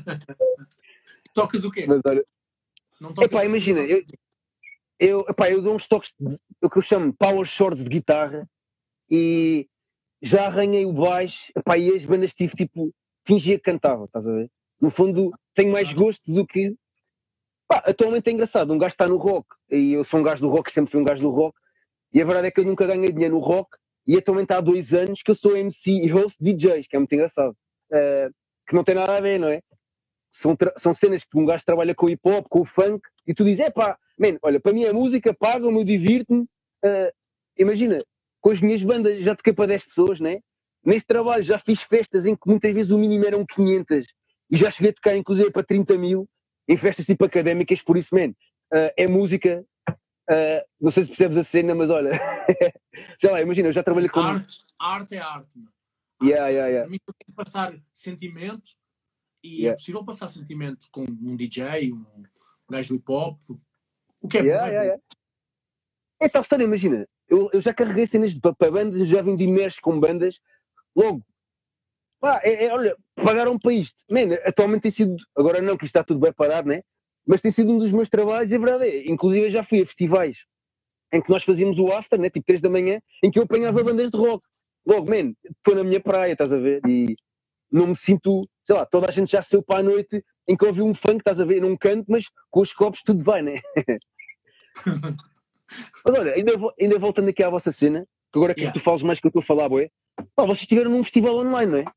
Tocas o quê? Mas olha, Não tocas epá, imagina, eu, eu, epá, eu dou uns toques, de, o que eu chamo power chords de guitarra e já arranhei o baixo, epá, e as bandas tive tipo, fingia que cantava, estás a ver? No fundo, tenho mais gosto do que. Pá, atualmente é engraçado, um gajo está no rock, e eu sou um gajo do rock, sempre fui um gajo do rock, e a verdade é que eu nunca ganhei dinheiro no rock, e atualmente há dois anos que eu sou M C e host de D Js, que é muito engraçado. Uh, que não tem nada a ver, não é? São, são cenas que um gajo trabalha com o hip hop, com o funk, e tu dizes, é pá, man, olha, para mim a música paga-me, eu divirto-me. Uh, imagina, com as minhas bandas já toquei para dez pessoas, né? Neste trabalho já fiz festas em que muitas vezes o mínimo eram quinhentas, e já cheguei a tocar inclusive para trinta mil, em festas tipo académicas, por isso, man, uh, é música, uh, não sei se percebes a cena, mas olha, sei lá, imagina, eu já trabalhei com... Arte, arte é arte, meu. Yeah, yeah, yeah. Para mim, eu tenho que passar sentimento, e Yeah. é possível passar sentimento com um D J, um gajo do hip hop, o que é Yeah, bom, é yeah, bom. yeah. É tal história, imagina, eu, eu já carreguei cenas de, para bandas, eu já vim de imerso com bandas, logo, pá, é, é, olha, pagaram para isto. Man, atualmente tem sido, agora não, que isto está tudo bem parado, né? Mas tem sido um dos meus trabalhos, e a verdade é, inclusive eu já fui a festivais em que nós fazíamos o after, né, tipo três da manhã, em que eu apanhava bandas de rock. Logo, man, estou na minha praia, estás a ver? E não me sinto, sei lá, toda a gente já saiu para a noite em que ouvi um funk, estás a ver, num canto, mas com os copos tudo vai, né? Mas olha, ainda, ainda voltando aqui à vossa cena, que agora quero Yeah. que tu fales mais que eu estou a falar, boé. Pá, vocês estiveram num festival online, não é?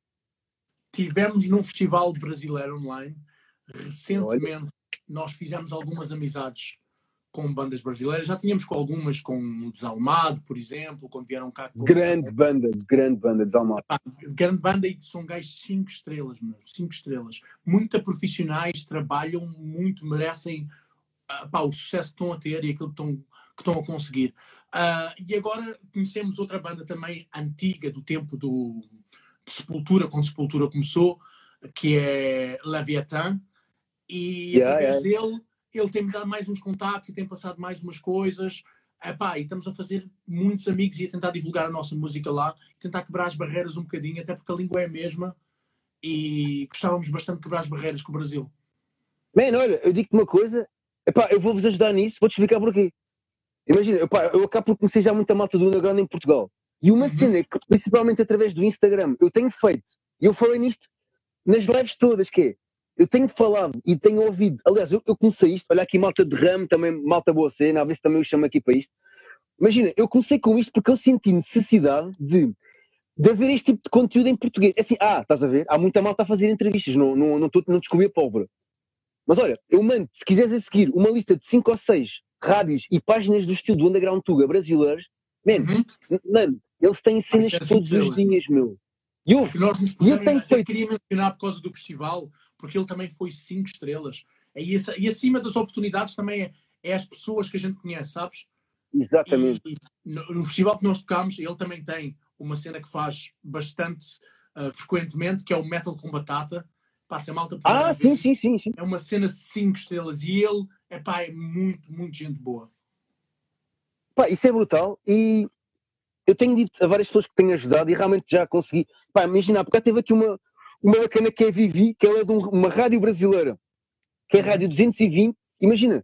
Tivemos num festival brasileiro online. Recentemente, nós fizemos algumas amizades com bandas brasileiras. Já tínhamos com algumas, com o Desalmado, por exemplo, quando vieram cá. Com... Grande banda, grande banda, Desalmado. Ah, grande banda e são gajos cinco estrelas, meu, cinco estrelas. Muito profissionais, trabalham muito, merecem uh, pá, o sucesso que estão a ter e aquilo que estão, que estão a conseguir. Uh, e agora conhecemos outra banda também antiga, do tempo do, de Sepultura, quando Sepultura começou, que é Leviathan. E Yeah, através yeah. dele, ele tem-me dado mais uns contactos e tem passado mais umas coisas. Epá, e estamos a fazer muitos amigos e a tentar divulgar a nossa música lá, tentar quebrar as barreiras um bocadinho, até porque a língua é a mesma e gostávamos bastante de quebrar as barreiras com o Brasil. Man, olha, eu digo-te uma coisa, epá, eu vou-vos ajudar nisso, vou-te explicar porquê. Imagina, epá, eu acabo por conhecer já muita malta do underground em Portugal. E uma Uhum. cena que, principalmente através do Instagram, eu tenho feito, e eu falei nisto nas lives todas, que é, eu tenho falado e tenho ouvido, aliás, eu, eu comecei isto, olha aqui malta de ramo, também malta boa cena, a ver se também eu chamo aqui para isto. Imagina, eu comecei com isto porque eu senti necessidade de, de haver este tipo de conteúdo em português. É assim, ah, estás a ver? Há muita malta a fazer entrevistas, não, não, não, tô, não descobri a pólvora. Mas olha, eu mando, se quiseres a seguir, uma lista de cinco ou seis rádios e páginas do estilo do Underground Tuga brasileiros, man, Uhum. mano, eles têm cenas ser todos cinco os estrelas, dias, meu. E eu, Que nós nos e eu pusemos, tenho eu feito... queria mencionar por causa do festival, porque ele também foi cinco estrelas. E, essa, e acima das oportunidades também é, é as pessoas que a gente conhece, sabes? Exatamente. E, e no, no festival que nós tocámos, ele também tem uma cena que faz bastante uh, frequentemente, que é o Metal com Batata. Passa a malta. Ah, sim, sim, sim, sim. É uma cena cinco estrelas. E ele, epá, é muito, muito gente boa. Pá, isso é brutal. E eu tenho dito a várias pessoas que tenho ajudado e realmente já consegui. Pá, imagina, porque teve aqui uma, uma bacana que é a Vivi, que ela é de um, uma rádio brasileira, que é a Rádio duzentos e vinte. Imagina,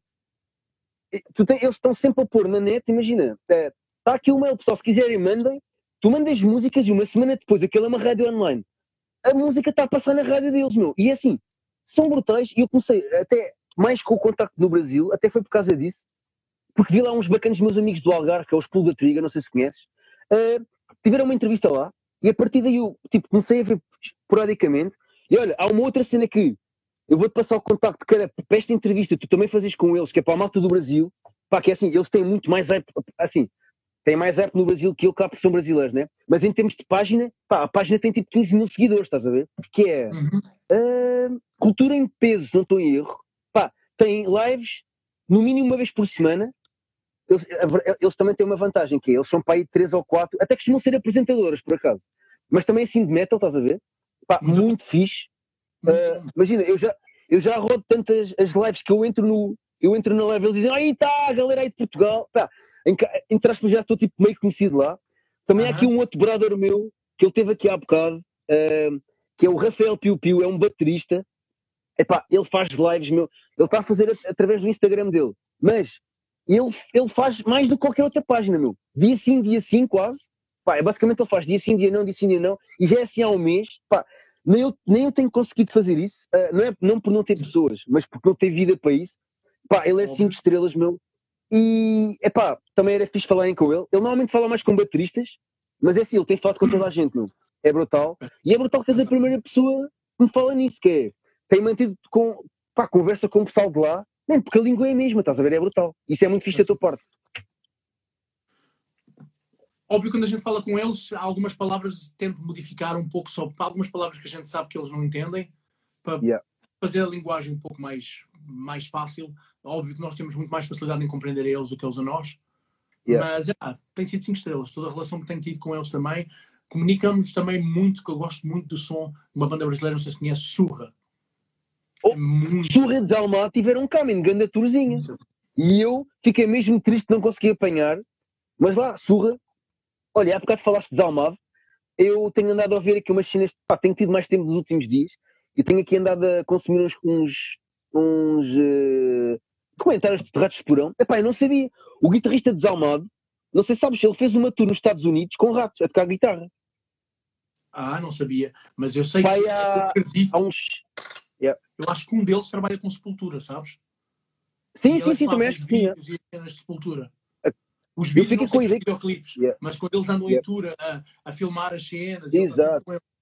tu tem, eles estão sempre a pôr na net. Imagina, está é, aqui o mail, pessoal, se quiserem, mandem. Tu mandas músicas e uma semana depois, aquilo é uma rádio online. A música está a passar na rádio deles, meu. E é assim, são brutais. E eu comecei até mais com o contacto no Brasil, até foi por causa disso, porque vi lá uns bacanas meus amigos do Algarve, que é os Pulo da Triga, não sei se conheces, uh, tiveram uma entrevista lá, e a partir daí eu tipo, comecei a ver esporadicamente. E olha, há uma outra cena que eu vou-te passar o contacto, que era para esta entrevista, tu também fazes com eles, que é para a malta do Brasil, pá, que é assim, eles têm muito mais hype, assim, têm mais hype no Brasil que eu, claro, porque são brasileiros, né? Mas em termos de página, pá, a página tem tipo quinze mil seguidores, estás a ver? Que é uhum. uh, Cultura em Peso, se não estou em erro. Pá, tem lives no mínimo uma vez por semana, eles, eles também têm uma vantagem, que é, eles são para aí três ou quatro, até costumam ser apresentadoras, por acaso. Mas também assim de metal, estás a ver? Pá, Muito muito fixe. Muito Uh, bom. imagina, eu já, eu já rodo tantas as lives que eu entro no, eu entro na live e eles dizem, aí está a galera aí de Portugal. Pá, em, entre aspas, já estou tipo meio conhecido lá. Também há aqui Aham. um outro brother meu, que ele teve aqui há bocado, uh, que é o Rafael Piu Piu, é um baterista. Epá, ele faz lives, meu, ele está a fazer a- através do Instagram dele, mas ele, ele faz mais do que qualquer outra página, meu. Dia sim, dia sim, quase. Pá, é basicamente ele faz dia sim, dia não, dia sim, dia não, e já é assim há um mês. Pá, nem eu, nem eu tenho conseguido fazer isso, uh, não é não por não ter pessoas, mas porque não ter vida para isso. Pá, ele é Óbvio. cinco estrelas, meu. E, epá, também era fixe falarem com ele. Ele normalmente fala mais com bateristas, mas é assim, ele tem falado com toda a gente, meu. É brutal. E é brutal que és a primeira pessoa que me fala nisso, que é, tem mantido com, pá, conversa com o pessoal de lá, mesmo, porque a língua é a mesma, estás a ver? É brutal. Isso é muito fixe da tua parte. Óbvio, quando a gente fala com eles, algumas palavras tento modificar um pouco só, algumas palavras que a gente sabe que eles não entendem, para Yeah. fazer a linguagem um pouco mais, mais fácil. Óbvio que nós temos muito mais facilidade em compreender a eles do que eles a nós, Yeah. mas ah, tem sido cinco estrelas. Toda a relação que tenho tido com eles também. Comunicamos também muito, que eu gosto muito do som de uma banda brasileira, não sei se conhece, Surra. Oh, É muito, Surra de Almada tiveram um caminho, ganda tourzinha. muito. E eu fiquei mesmo triste de não conseguir apanhar, mas lá, Surra, olha, há bocado falaste de Almada, eu tenho andado a ouvir aqui umas cenas, pá, tenho tido mais tempo nos últimos dias, e tenho aqui andado a consumir uns, uns, uns uh, comentários de Ratos de Porão. Epá, eu não sabia. O guitarrista Desalmado, não sei se sabes, ele fez uma tour nos Estados Unidos com ratos, a tocar guitarra. Ah, não sabia. Mas eu sei Pai, que, há, eu acredito, há uns... Yeah. eu acho que um deles trabalha com Sepultura, sabes? Sim, E sim, ele sim, faz também os acho que tinha. vídeos e cenas de Sepultura. Os Eu vídeos fiquei não com sei a se os ideia. videoclipes, Yeah. mas quando eles andam Yeah. em tour a, a filmar as cenas, ele está sempre Exato. com ele.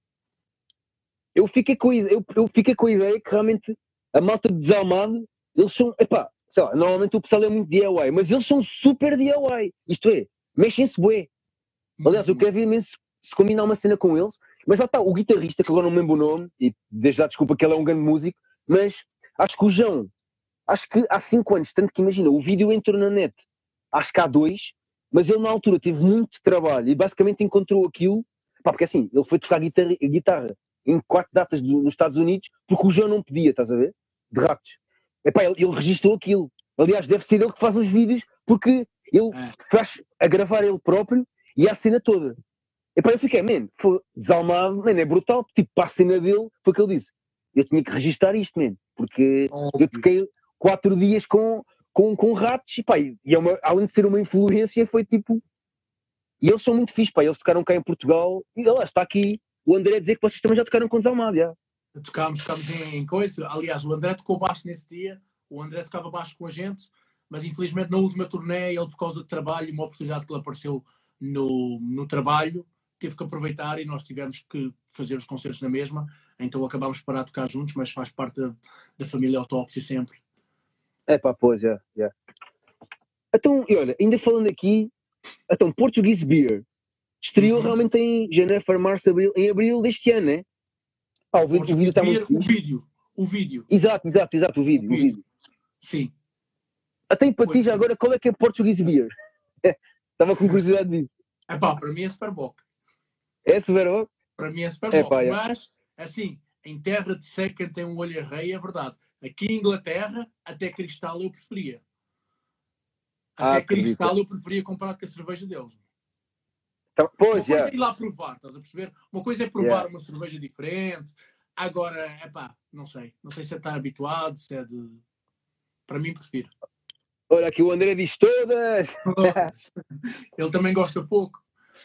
Eu fiquei, com a ideia, eu, eu fiquei com a ideia que realmente a malta de Desalmado, eles são, epá, sei lá, normalmente o pessoal é muito D I Y, mas eles são super D I Y. Isto é, mexem-se bué. Aliás, eu quero ver imenso se combinar uma cena com eles, mas lá está, o guitarrista, que agora não me lembro o nome, e desde já desculpa que ele é um grande músico, mas acho que o João, acho que há cinco anos, tanto que imagina, o vídeo entrou na net, acho que há dois, mas ele na altura teve muito trabalho e basicamente encontrou aquilo, pá, porque assim, ele foi tocar guitarra, guitarra em quatro datas do, nos Estados Unidos, porque o João não podia, estás a ver? De ratos. Epá, ele, ele registrou aquilo. Aliás, deve ser ele que faz os vídeos, porque ele É. faz a gravar ele próprio e a cena toda. Epá, eu fiquei, man, foi Desalmado, man, é brutal, tipo, para a cena dele, foi o que ele disse. Eu tinha que registrar isto, man, porque Óbvio. eu toquei quatro dias com, com, com ratos, e pá, e é uma, além de ser uma influência, foi tipo... E eles são muito fixos, pá, eles tocaram cá em Portugal, e lá está aqui o André a dizer que vocês também já tocaram com Desalmado, já. Tocámos, tocámos em, em coisa. Aliás, o André tocou baixo nesse dia. O André tocava baixo com a gente, mas infelizmente na última turnê, ele por causa de trabalho, uma oportunidade que lhe apareceu no, no trabalho, teve que aproveitar e nós tivemos que fazer os concertos na mesma. Então acabámos de parar a tocar juntos, mas faz parte da, da família Autópsia sempre. É pá, pois, já, já. Então, e olha, ainda falando aqui, então, Portuguese Beer estreou Uhum. realmente em janeiro, fevereiro, março, abril, em abril deste ano, né? Ah, o, vi- o vídeo está muito O fixe. vídeo. O vídeo. Exato, exato, exato, o vídeo, O o vídeo. vídeo. Sim. Até para Foi ti já tudo. agora, qual é que é Portuguese Beer? Estava com curiosidade disso. Epá, para mim é Superboc. É severo? Para mim é Superboc. Epá, é. Mas, assim, em terra de seca tem um olho a rei, é verdade. Aqui em Inglaterra, até Cristal eu preferia. Ah, Até acredito. Cristal eu preferia comprar com a cerveja deles. Tá- Uma Pois, coisa já. é ir lá provar, estás a perceber? Uma coisa é provar Yeah. uma cerveja diferente. Agora, epá, não sei. Não sei se é estar habituado, se é de... Para mim, prefiro. Olha, aqui o André diz todas. Ele também gosta pouco.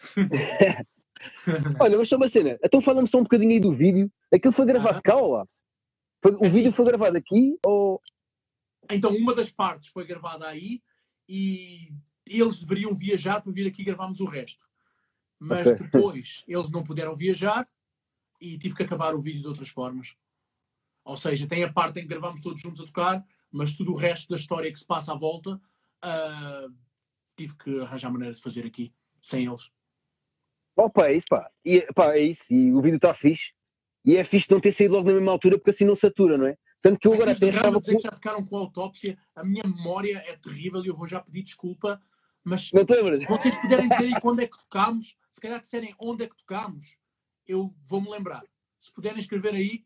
Olha, mas só uma cena. Então fala-me só um bocadinho aí do vídeo. Aquilo foi gravado Aham. cá ou lá? Foi- o Assim. vídeo foi gravado aqui ou... Então, uma das partes foi gravada aí e eles deveriam viajar para vir aqui e gravarmos o resto. Mas Ok. depois eles não puderam viajar e tive que acabar o vídeo de outras formas. Ou seja, tem a parte em que gravamos todos juntos a tocar, mas tudo o resto da história que se passa à volta ah, tive que arranjar maneira de fazer aqui, sem eles. Opa, é isso, pá. E, pá, é isso. E o vídeo está fixe. E é fixe não ter saído logo na mesma altura, porque assim não satura, não é? Tanto que eu agora Os de até Rama achava dizer que. que já tocaram com a Autópsia, a minha memória é terrível e eu vou já pedir desculpa, mas Não te lembras? se vocês puderem dizer aí quando é que tocámos, se calhar disserem onde é que tocámos, eu vou-me lembrar. Se puderem escrever aí.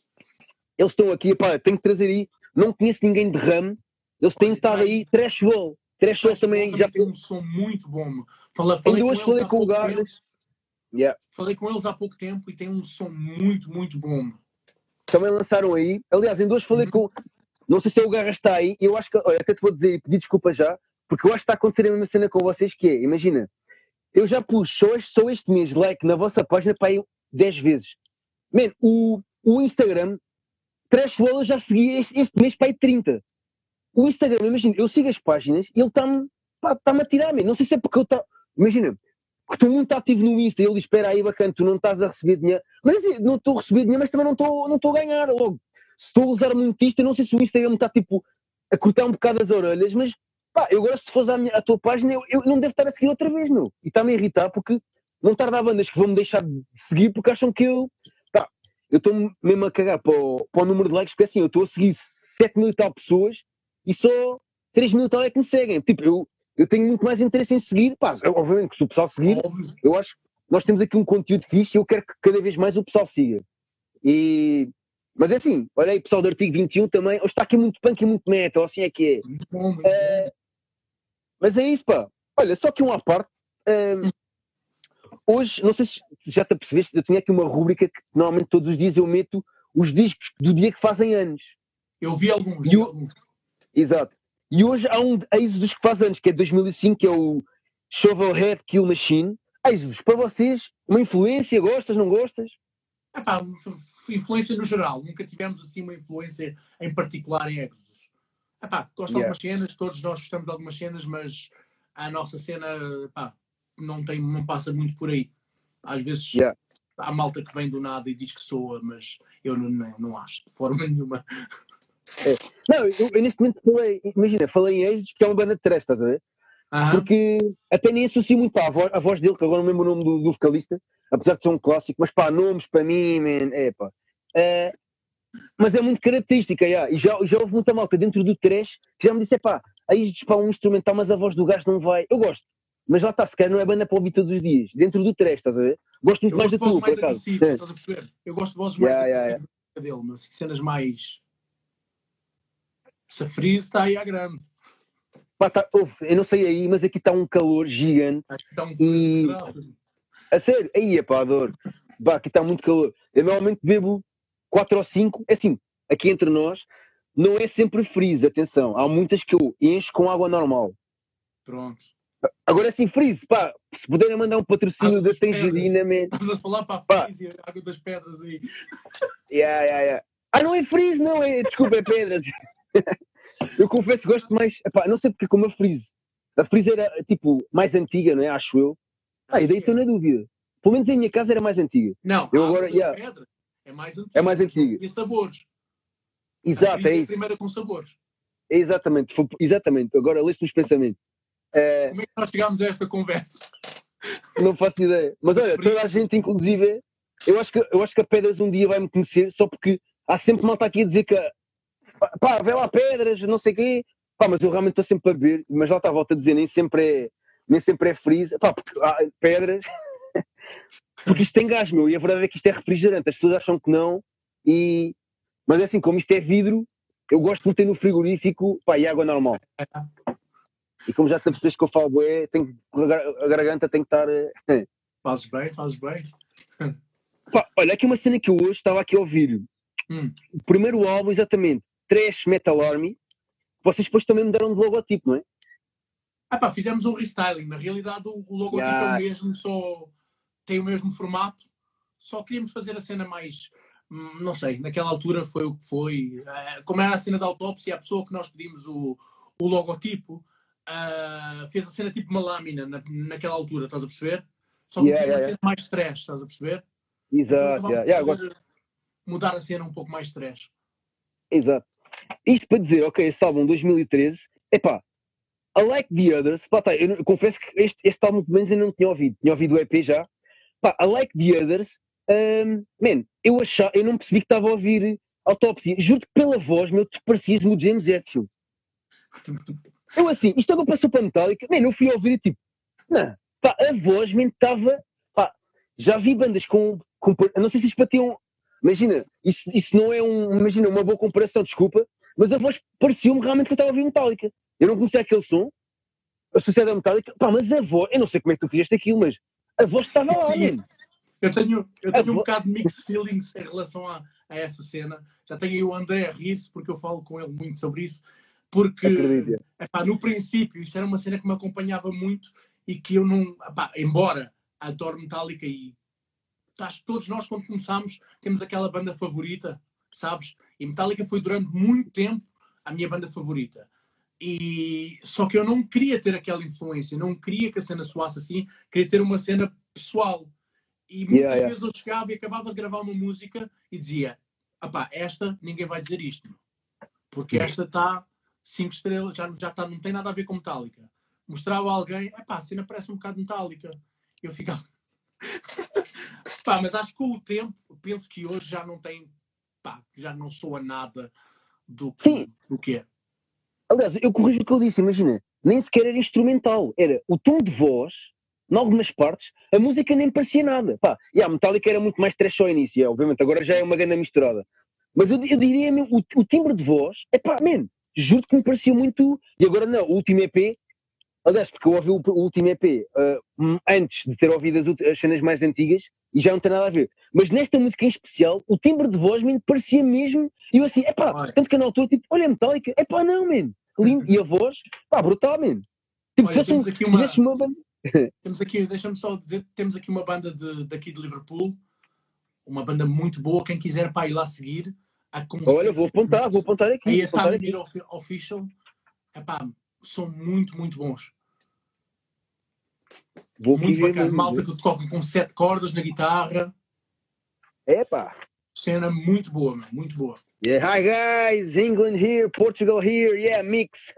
Eles estão aqui, pá, tenho que trazer aí. Não conheço ninguém de Ram. Eles têm Olha, estado tá aí. aí. Trash Wall. Trash Wall também já. tem um som muito bom. Falei, falei Ainda com hoje eles falei há com o pouco tempo. Gardas. Yeah. Falei com eles há pouco tempo e tem um som muito, muito bom. Também lançaram aí. Aliás, ainda hoje falei Uhum. com. Não sei se é o Garras está aí. Eu acho que. Olha, até te vou dizer e pedir desculpa já. Porque eu acho que está a acontecer a mesma cena com vocês, que é, imagina, eu já pus só este, só este mês like na vossa página para aí dez vezes. Man, o, o Instagram, Trash Wall, eu já segui este, este mês para aí trinta. O Instagram, imagina, eu sigo as páginas e ele está-me está-me a tirar, man. Não sei se é porque eu estou. Imagina, que estou muito ativo no Insta e ele diz, espera aí, bacana, tu não estás a receber dinheiro. Mas eu não estou a receber dinheiro, mas também não estou, não estou a ganhar logo. Se estou a usar muito isto, eu não sei se o Instagram está tipo a cortar um bocado as orelhas, mas pá, eu agora se fores à, minha, à tua página, eu, eu não devo estar a seguir outra vez, meu. E está-me a irritar porque não tarda a bandas que vão me deixar de seguir porque acham que eu. Pá, eu estou mesmo a cagar para o, para o número de likes, porque assim, eu estou a seguir sete mil e tal pessoas e só três mil e tal é que me seguem. Tipo, eu, eu tenho muito mais interesse em seguir, pá, obviamente que se o pessoal seguir, Óbvio. eu acho que nós temos aqui um conteúdo fixe e eu quero que cada vez mais o pessoal siga. E. Mas é assim, olha aí, pessoal do Artigo vinte e um também, hoje está aqui muito punk e muito metal, assim é que é. Muito bom, muito Uh, bom. mas é isso, pá. Olha, só que um à parte. Um, hoje, não sei se já te apercebeste, eu tinha aqui uma rúbrica que normalmente todos os dias eu meto os discos do dia que fazem anos. Eu vi alguns. E Vi o- alguns. Exato. E hoje há um Exodus que faz anos, que é de dois mil e cinco, que é o Shovelhead Kill Machine. Exodus, para vocês, uma influência, gostas, não gostas? Epá, f- influência no geral. Nunca tivemos assim uma influência em particular em Exodus. Epá, gosto Yeah. de algumas cenas, todos nós gostamos de algumas cenas, mas a nossa cena epá, não, tem, não passa muito por aí. Às vezes Yeah. há malta que vem do nada e diz que soa, mas eu não, não, não acho de forma nenhuma. Não, eu, eu neste momento falei, imagina, falei em Exodus porque é uma banda de trash, estás a ver? Aham. Porque até nem associo muito pá, a, voz, a voz dele, que agora não lembro o nome do, do vocalista, apesar de ser um clássico, mas pá, nomes para mim, man, é pá. Eh, mas é muito característica, yeah. E já, já houve muita malta dentro do trash que já me disse, é pá, aí dispara um instrumental, mas a voz do gajo não vai. Eu gosto, mas lá está, se calhar não é banda para ouvir todos os dias, dentro do trash, estás a ver? Gosto muito Eu mais gosto da de vozes tua, por mais acaso. agressivas, É. estás a perceber? Eu gosto de vozes Yeah, mais yeah, agressivas dele, mas cenas mais. Essa freeze está aí à grande. Pá, tá, ouve, eu não sei aí, mas aqui está um calor gigante. Acho que está um E- frio de graça. A sério, aí é pá, adoro. Bah, aqui está muito calor. Eu normalmente bebo quatro ou cinco, é assim, aqui entre nós, não é sempre freeze, atenção. Há muitas que eu encho com água normal. Pronto. Agora é assim, freeze, pá, se puderem mandar um patrocínio Água da das pedras. Tangerina, man. Estás a falar para a Pá. freeze e a água das pedras aí. Yeah, yeah, yeah. Ah, não é freeze, não, é, desculpa, é pedras. Eu confesso que gosto mais, epá, não sei porque como a freeze. A freeze era, tipo, mais antiga, não é? Acho eu. Ah, e daí estou na dúvida. Pelo menos em minha casa era mais antiga. Não, Eu a agora- água das yeah. pedras é mais antiga. É mais antiga. E sabores. A Exato, freeze é a isso. primeira com sabores. É exatamente, foi- exatamente. Agora leste os pensamentos. Eh, Como é que nós chegámos a esta conversa? não faço ideia. Mas olha, toda a gente, inclusive, eu acho que, eu acho que a Pedras um dia vai me conhecer, só porque há sempre malta aqui a dizer que pá, vê lá Pedras, não sei o quê. Pá, mas eu realmente estou sempre a beber, mas lá está a volta a dizer, nem sempre é, nem sempre é freeze. Pá, porque há Pedras. Porque isto tem gás, meu, e a verdade é que isto é refrigerante. As pessoas acham que não, e... mas é assim, como isto é vidro, eu gosto de meter no frigorífico, pá, e água normal. E como já te percebes que eu falo bué, tenho, a gar- a garganta tem que estar... eh, Fazes bem, fazes bem. Pá, olha, aqui uma cena que eu hoje estava aqui a ouvir. Hum. O primeiro álbum, exatamente, Trash Metal Army. Vocês depois também mudaram de logotipo, não é? Ah pá, fizemos um restyling. Na realidade o, o logotipo Yeah. é o mesmo, só tem o mesmo formato. Só queríamos fazer a cena mais... hum, Não sei, naquela altura foi o que foi. Ah, como era a cena da autópsia, a pessoa que nós pedimos o, o logotipo ah, fez a cena tipo uma lâmina na, naquela altura, estás a perceber? Só que Yeah, queria yeah, uma cena mais trash, estás a perceber? Exato, Então, yeah, vamos yeah, fazer- agora- mudar a cena um pouco mais trash. exato. Isto para dizer, ok, esse álbum dois mil e treze, epá, I Like the Others, pá, tá, eu, não- eu confesso que este, este álbum pelo menos eu não tinha ouvido, tinha ouvido o E P já, pá, I Like the Others, um, man, eu, achava, eu não percebi que estava a ouvir Autópsia, juro-te que pela voz, meu, tu parecias-me o James Hetfield. Eu assim, isto agora passou para a Metallica, man, eu fui ouvir e tipo, não, pá, a voz, man, estava, pá, já vi bandas com, com eu não sei se isto batiam, imagina, isso, isso não é um, imagina, uma boa comparação, desculpa, mas a voz parecia-me realmente que eu estava a ouvir Metallica. Eu não conhecia aquele som, associado a Metallica, pá, mas a voz, eu não sei como é que tu fizeste aquilo, mas a voz estava lá, man. Eu tenho, eu tenho um vo... bocado de mixed feelings em relação a, a essa cena. Já tenho aí o André a rir-se, porque eu falo com ele muito sobre isso. Porque, epá, no princípio, isto era uma cena que me acompanhava muito e que eu não... Epá, embora adoro Metallica e acho que todos nós, quando começámos, temos aquela banda favorita, sabes? E Metallica foi durante muito tempo a minha banda favorita. E só que eu não queria ter aquela influência, não queria que a cena soasse assim, queria ter uma cena pessoal. E muitas Yeah, yeah. vezes eu chegava e acabava de gravar uma música e dizia, apá, esta ninguém vai dizer isto, porque esta está cinco estrelas, já, já tá, não tem nada a ver com Metallica. Mostrava a alguém, epá, a cena parece um bocado Metallica. Eu ficava... pá, mas acho que com o tempo, penso que hoje já não tem, pá, já não soa nada do que, Sim. do que é. Aliás, eu corrijo o que eu disse, imagina, nem sequer era instrumental, era o tom de voz, em algumas partes, a música nem parecia nada. Pá, e a Metallica era muito mais trash ao início, é, obviamente, agora já é uma grande misturada. Mas eu, eu diria mesmo, o, o timbre de voz, é pá, man, juro que me parecia muito. E agora não, o último E P, aliás, porque eu ouvi o, o último E P uh, antes de ter ouvido as, as cenas mais antigas e já não tem nada a ver. Mas nesta música em especial, o timbre de voz, man, parecia mesmo. E eu assim, é pá, tanto que na altura, tipo, olha, Metallica, é pá, não, man, lindo. E a voz, pá, brutal, man. Tipo, olha, temos um, aqui uma. uma banda. Temos aqui, deixa-me só dizer, temos aqui uma banda de, daqui de Liverpool, uma banda muito boa, quem quiser para ir lá seguir. Olha, vou apontar, vou apontar aqui. Aí a Tiny Official, epá, são muito, muito bons. Vou muito bacana, mesmo, malta que toca com sete cordas na guitarra. Epá. Cena muito boa, meu, muito boa. Yeah, hi guys, England here, Portugal here, yeah, mix.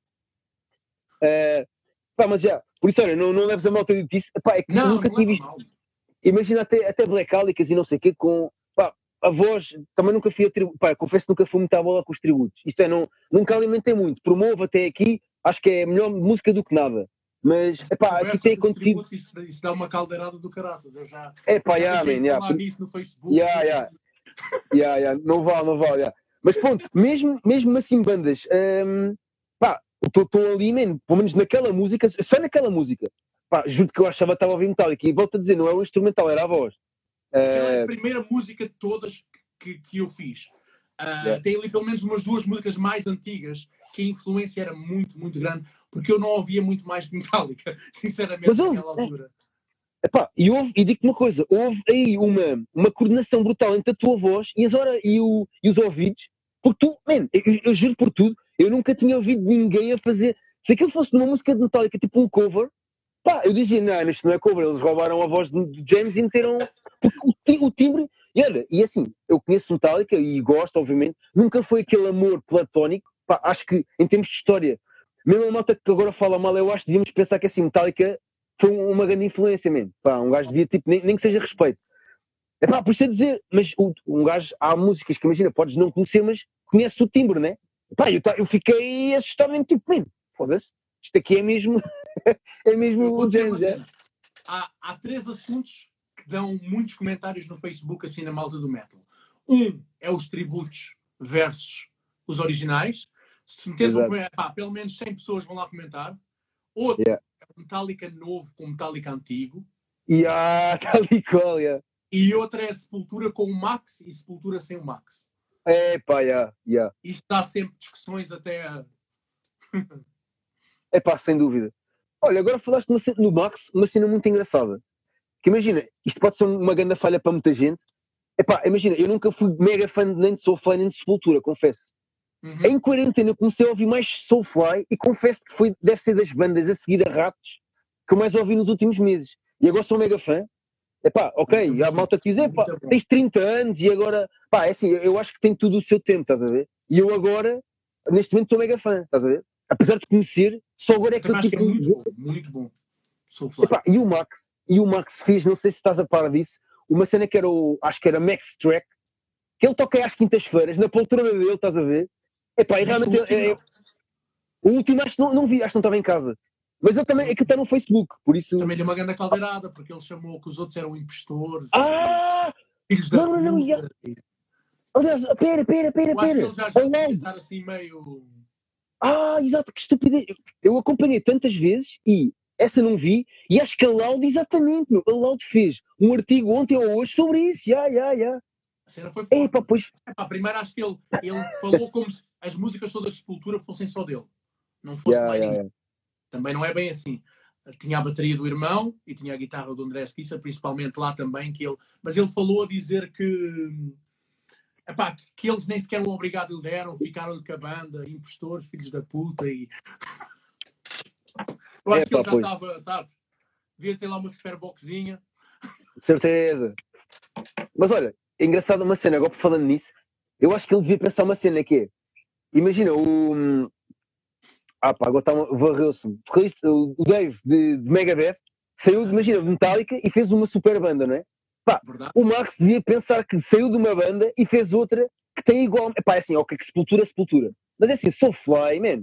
uh, pá, mas já, por isso, olha, não, não leves a malta disso. Pá, é que não, nunca não tinha é visto. Mal. Imagina até, até Black Alicas e não sei o quê, com pá, a voz, também nunca fui a tributo, pá, confesso que nunca fui muito à bola com os tributos. Isto é, não, nunca alimentei muito. Promovo até aqui, acho que é melhor música do que nada. Mas, epá, aqui tem contigo. Isso, isso dá uma caldeirada do caraças. Eu já. É pá, já yeah, man, yeah. falar nisso no Facebook. Yeah, yeah. yeah, yeah. Não vale, não vale. Yeah. Mas pronto, mesmo, mesmo assim, bandas, um, pá, estou ali, man, pelo menos naquela música, só naquela música, pá, juro que eu achava que estava a ouvir Metallica. E volto a dizer, não é o instrumental, era a voz. Aquela é a primeira música de todas que, que eu fiz. Uh, yeah. Tem ali pelo menos umas duas músicas mais antigas que a influência era muito, muito grande, porque eu não ouvia muito mais de Metallica, sinceramente, mas, naquela altura. Epá, e, houve, e digo-te uma coisa, houve aí uma, uma coordenação brutal entre a tua voz e, as horas, e, o, e os ouvidos, porque tu, man, eu, eu juro por tudo, eu nunca tinha ouvido ninguém a fazer, se aquilo fosse numa música de Metallica, tipo um cover, pá, eu dizia, não, isto não é cover, eles roubaram a voz de James e meteram, porque o, o timbre, e olha, e assim, eu conheço Metallica e gosto, obviamente, nunca foi aquele amor platónico, pá, acho que em termos de história, mesmo a malta que agora fala mal, eu acho que devíamos pensar que assim, Metallica foi uma grande influência mesmo, pá, um gajo devia, tipo, nem, nem que seja respeito. É pá, por isso é dizer, mas o, um gajo, há músicas que imagina, podes não conhecer, mas conheces o timbre, né? Pá, eu, eu fiquei assustado mesmo, tipo, man, foda-se, isto aqui é mesmo, é mesmo o James, é? Há, há três assuntos que dão muitos comentários no Facebook, assim, na malta do metal. Um é os tributos versus os originais. Se meteres um, pá, pelo menos cem pessoas vão lá comentar. Outro yeah. é o Metallica novo com Metallica antigo. Yeah, tal e qual, yeah. E outra é a Sepultura com o Max e Sepultura sem o Max. É pá, yeah, yeah. Isto dá sempre discussões até a... É pá, sem dúvida. Olha, agora falaste uma cena, no Max, uma cena muito engraçada. Que imagina, isto pode ser uma grande falha para muita gente. É pá, imagina, eu nunca fui mega fã nem de Soulfly nem de Sepultura, confesso. Uhum. Em quarentena eu comecei a ouvir mais Soulfly e confesso que foi, deve ser das bandas a seguir a Ratos que eu mais ouvi nos últimos meses. E agora sou mega fã. Epá, ok, muito a malta te diz, epá, tens trinta anos e agora, pá, é assim, eu acho que tem tudo o seu tempo, estás a ver? E eu agora, neste momento, estou mega fã, estás a ver? Apesar de conhecer, só agora é que eu acho tipo, que é muito bom, muito bom. Soulfly. Epá, e o Max, e o Max fez, não sei se estás a par disso, uma cena que era o, acho que era Max Track, que ele toca às quintas-feiras, na poltrona dele, estás a ver? Epá, e Viste o realmente, último, é, é, não? o último acho que não, não vi, acho que não estava em casa. Mas ele também, é que está no Facebook, por isso... Também deu uma grande caldeirada, porque ele chamou que os outros eram impostores Ah! e filhos da Não, não, não, ia... puta. e- Aliás, pera, pera, pera, Eu acho que pera. ele já, já Ao devia lado. estar assim meio. Ah, exato, que estupidez. Eu, eu acompanhei tantas vezes e essa não vi, e acho que a Loud, exatamente, meu, a Loud fez um artigo ontem ou hoje sobre isso, já, já, já. A cena foi forte. Epá, pois, Epá, primeiro acho que ele, ele falou como se as músicas todas de Sepultura fossem só dele. Não fosse já, mais já, ninguém. já. Também não é bem assim. Tinha a bateria do irmão e tinha a guitarra do André Esquissa, principalmente lá também, que ele... Mas ele falou a dizer que... Epá, que eles nem sequer o obrigado lhe deram, ficaram com a banda, impostores, filhos da puta e... Eu acho Epá, que ele já pois. estava, sabes? Devia ter lá uma superboxinha. De certeza. Mas olha, é engraçado uma cena, agora por falando nisso, eu acho que ele devia pensar uma cena que é, imagina, o... Ah pá, agora está uma... varreu-se-me. O o Dave de, de Megadeth saiu, de, imagina, de Metallica e fez uma super banda, não é? Pá, Verdade? o Max devia pensar que saiu de uma banda e fez outra que tem igual... Epá, é assim, ok, que Sepultura é Sepultura. Mas é assim, Soulfly, man.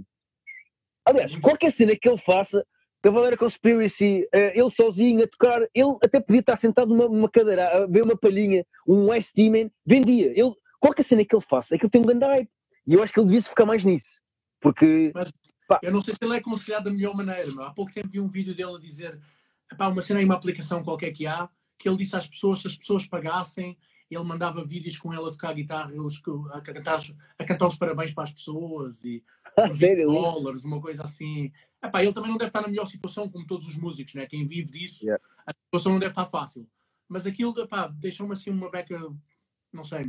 Aliás, Muito. qualquer cena que ele faça, Cavaleira Conspiracy, eh, ele sozinho a tocar, ele até podia estar sentado numa, numa cadeira, a ver uma palhinha, um Ice Tea, man, vendia. Ele, qualquer cena que ele faça, é que ele tem um grande hype. E eu acho que ele devia-se ficar mais nisso. Porque, Mas pá, eu não sei se ele é aconselhado da melhor maneira. Meu. Há pouco tempo vi um vídeo dele a dizer epá, uma cena em uma aplicação qualquer que há, que ele disse às pessoas, se as pessoas pagassem, ele mandava vídeos com ele a tocar guitarra, eles co- a cantar, a cantar os parabéns para as pessoas e ah, por vinte sério, isso? dólares, uma coisa assim. Epá, ele também não deve estar na melhor situação, como todos os músicos, né? Quem vive disso, Yeah. a situação não deve estar fácil. Mas aquilo, epá, deixou-me assim uma beca, não sei,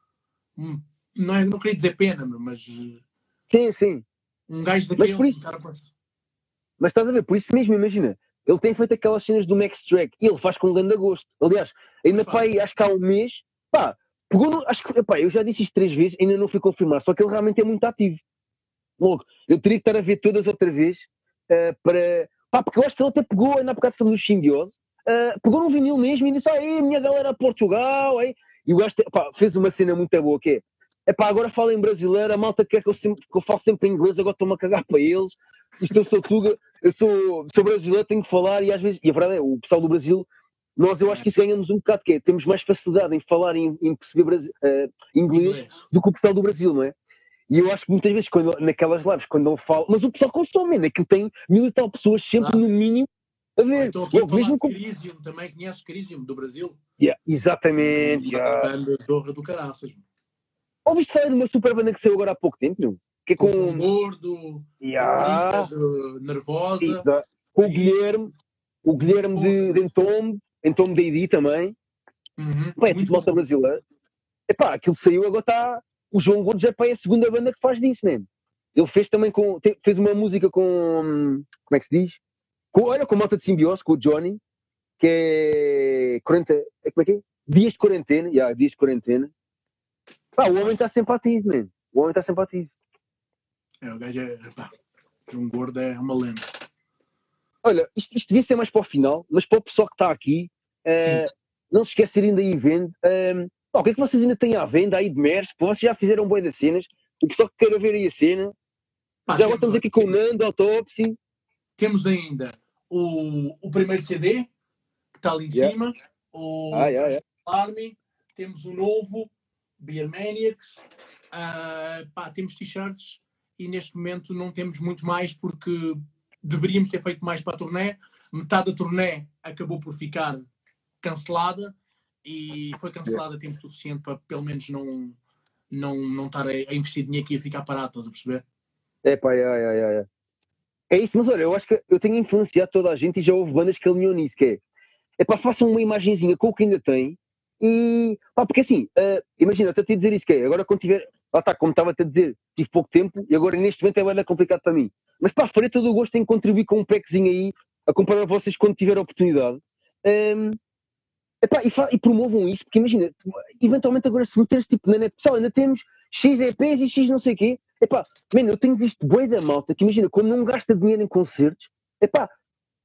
um- não, é, não queria dizer pena, meu, mas Sim, sim. um gajo Mas daquele, por isso- um cara para- Mas estás a ver, por isso mesmo, imagina, ele tem feito aquelas cenas do Max Track e ele faz com grande gosto. Aliás, ainda Faz. pá, aí, acho que há um mês, pá, pegou no, acho que, epá, eu já disse isto três vezes, ainda não fui confirmar, só que ele realmente é muito ativo. Logo, eu teria que estar a ver todas outra vez uh, para. Pá, porque eu acho que ele até pegou, ainda há bocado falando do Simbiose, uh, pegou num vinil mesmo e disse: ah, aí, minha galera a Portugal, aí. E o gajo pá, fez uma cena muito boa que é. Epá, agora falo em brasileiro, a malta quer que eu, sempre, que eu falo sempre em inglês, agora estou-me a cagar para eles. Isto eu sou tuga, eu sou, sou brasileiro, tenho que falar, e às vezes, e a verdade é, o pessoal do Brasil, nós eu acho que isso ganhamos um bocado, que é, temos mais facilidade em falar, em, em perceber brasi- uh, inglês, inglês. do que o pessoal do Brasil, não é? E eu acho que muitas vezes, quando, naquelas lives, quando ele fala, mas o pessoal consome, né? Aquilo tem mil e tal pessoas sempre, Ah. no mínimo, a ver. Estou aqui a Logo, falar mesmo de com... Crisium, também conheces Crisium, do Brasil? Yeah, exatamente, Uma já. banda zorra do caraças. Ouviste falar de uma super banda que saiu agora há pouco tempo, não? Que é Com com... o Gordo, Yeah. a de Nervosa. Exa- com o Guilherme, o Guilherme de, de Entombe, Entombe da I D também. Uhum. Pá, é Muito tudo malta bom. brasileira. Epá, aquilo saiu, agora está... O João Gordo já pá, é a segunda banda que faz disso, mesmo. Ele fez também com... te- fez uma música com... hum, Como é que se diz? Com, olha, com a malta de Simbiose, com o Johnny, que é... quarenta... é como é que é? Dias de quarentena. Yeah, dias de quarentena. Pá, o homem está sempre ativo, mesmo. O homem está sempre ativo. É, o gajo é. Pá, João Gordo é uma lenda. Olha, isto, isto devia ser mais para o final, mas para o pessoal que está aqui, eh, não se esquecerem da venda. Um, o que é que vocês ainda têm à venda aí de Meres? Vocês já fizeram boi das cenas. O pessoal que queira ver aí a cena. Pá, Já agora temos, estamos aqui com o Nando, Autopsy. temos ainda o, o primeiro C D, que está ali em Yeah. cima. O Ah, yeah, yeah. Army. Temos o novo, Beer Maniacs. Ah, pá, temos t-shirts. E neste momento não temos muito mais porque deveríamos ter feito mais para a turnê. Metade da turnê acabou por ficar cancelada e foi cancelada a tempo suficiente para pelo menos não, não, não estar a, a investir dinheiro que ia ficar parado, estás a perceber? É pá, yeah, yeah, yeah, yeah. É isso, mas olha, eu acho que eu tenho influenciado toda a gente e já houve bandas que alinhou nisso, que é, é pá, façam uma imagenzinha com o que ainda tem e, pá, porque assim, uh, imagina, até te dizer isso, que é, agora quando tiver, lá está, como estava-te a dizer, tive pouco tempo e agora neste momento é bem complicado para mim, mas pá, farei todo o gosto em contribuir com um packzinho aí, acompanhar vocês quando tiver a oportunidade, um, epá, e, fa- e promovam isso, porque imagina, tu- eventualmente agora se meteres tipo na net, pessoal, ainda temos X E Ps e X não sei o quê, epá, mano, eu tenho visto bué da malta, que imagina, quando não gasta dinheiro em concertos, epá,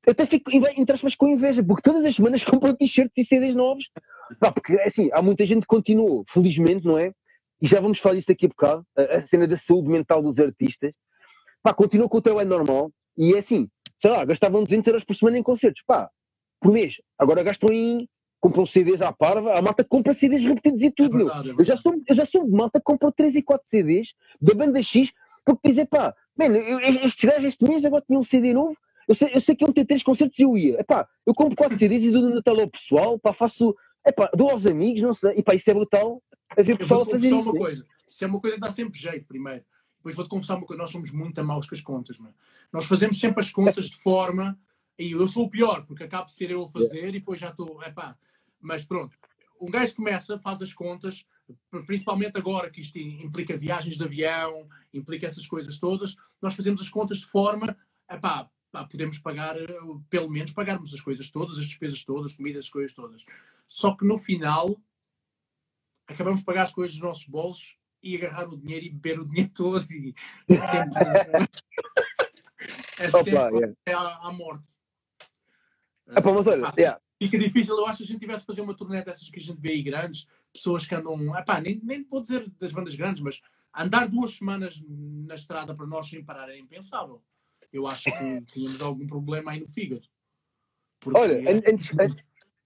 eu até fico, entre aspas, com inveja, porque todas as semanas compram t-shirts e C Ds novos. Pá, porque, assim, há muita gente que continuou, felizmente, não é? E já vamos falar disso daqui a bocado, a, a cena da saúde mental dos artistas. Pá, continuou com o trabalho normal, e é assim, sei lá, gastavam duzentos euros por semana em concertos, pá, por mês. Agora gastam em, compram C Ds à parva, a malta compra C Ds repetidos e tudo, É verdade, meu. é Eu já sou, eu já sou de malta que comprou três e quatro C Ds da banda X, porque dizer, pá, mano, eu, estes gajos este mês agora tinham um C D novo, eu sei, eu sei que iam ter três concertos e eu ia. Epá, eu compro quatro C Ds e dou no Natal ao pessoal, pá, faço, epá, dou aos amigos, não sei, e pá, isso é brutal, a ver o Eu pessoal a vou-te fazer confessar isso. uma Né? coisa. Isso é uma coisa que dá sempre jeito, primeiro. Depois vou-te confessar uma coisa. Nós somos muito maus com as contas, mano. Nós fazemos sempre as contas de forma... E eu sou o pior, porque acabo de ser eu a fazer yeah. e depois já estou... Epá. Mas pronto. Um gajo começa, faz as contas, principalmente agora que isto implica viagens de avião, implica essas coisas todas, nós fazemos as contas de forma... Epá, pá, podemos pagar, pelo menos pagarmos as coisas todas, as despesas todas, comidas, as coisas todas. Só que no final... acabamos de pagar as coisas dos nossos bolsos e agarrar o dinheiro e beber o dinheiro todo e é sempre é sempre Opa, yeah. é à, à morte. Opa, mas olha, uh, yeah. Fica difícil, eu acho que a gente tivesse de fazer uma turnê dessas que a gente vê aí grandes, pessoas que andam, epá, nem, nem vou dizer das bandas grandes, mas andar duas semanas na estrada para nós sem parar é impensável. Eu acho que tínhamos algum problema aí no fígado. Porque olha, é... antes, antes...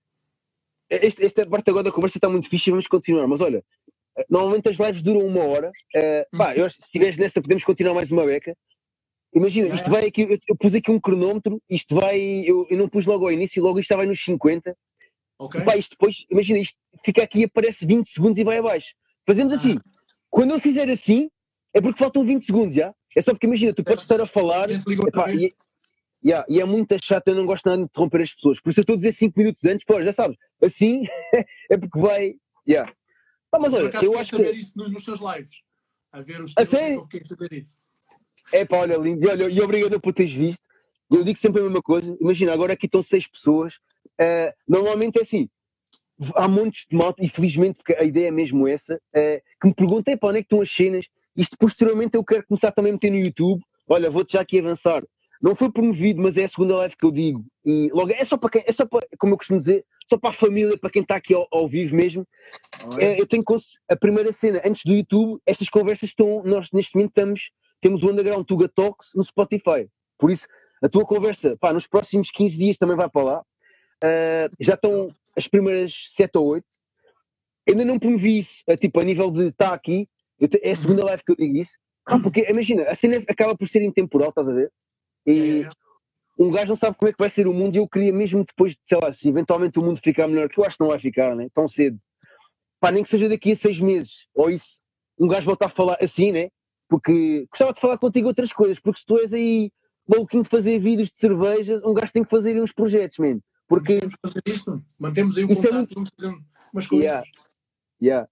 Este, esta parte agora da conversa está muito fixe e vamos continuar, mas olha, normalmente as lives duram uma hora. Uh, pá, eu, se estiveres nessa, podemos continuar mais uma beca. Imagina, isto vai aqui, eu, eu pus aqui um cronómetro, isto vai, eu, eu não pus logo ao início, logo isto estava nos cinquenta. Okay. Pá, isto depois, imagina, isto fica aqui, aparece vinte segundos e vai abaixo. Fazemos assim, ah. Quando eu fizer assim, é porque faltam vinte segundos, já? É só porque imagina, tu podes estar a falar, epá, e, yeah, e é muito chato, eu não gosto nada de interromper as pessoas, por isso eu estou a dizer cinco minutos antes, pô, já sabes, assim é porque vai, yeah. Ah, mas olha, eu acho saber que... isso nos seus lives. A ver os teus, eu fiquei a saber isso. É pá, olha, lindo. E, olha, e obrigado por teres visto. Eu digo sempre a mesma coisa. Imagina, agora aqui estão seis pessoas. Uh, normalmente é assim. Há montes de malta, e felizmente, porque a ideia é mesmo essa, uh, que me perguntem para onde é que estão as cenas. Isto posteriormente eu quero começar também a meter no YouTube. Olha, vou-te já aqui avançar. Não foi promovido, mas é a segunda live que eu digo. E logo, é só para quem, é só para, como eu costumo dizer, só para a família, para quem está aqui ao, ao vivo mesmo. É, eu tenho a primeira cena, antes do YouTube, estas conversas estão, nós neste momento estamos, temos o Underground Tuga Talks no Spotify. Por isso, a tua conversa, pá, nos próximos quinze dias também vai para lá. Uh, já estão as primeiras sete ou oito. Ainda não promovi isso, a, tipo, a nível de estar tá aqui. Eu te, é a segunda live que eu digo isso. Ah, porque, imagina, a cena acaba por ser intemporal, estás a ver? E um gajo não sabe como é que vai ser o mundo e eu queria mesmo depois, sei lá, se eventualmente o mundo ficar melhor, que eu acho que não vai ficar, né? Tão cedo. Pá, nem que seja daqui a seis meses, ou isso, um gajo voltar a falar assim, né? Porque gostava de falar contigo outras coisas, porque se tu és aí maluquinho de fazer vídeos de cervejas, um gajo tem que fazer uns projetos, mesmo. Porque... Temos que fazer isso, mantemos aí o isso contato, é muito... vamos fazer umas coisas. Yeah. Yeah.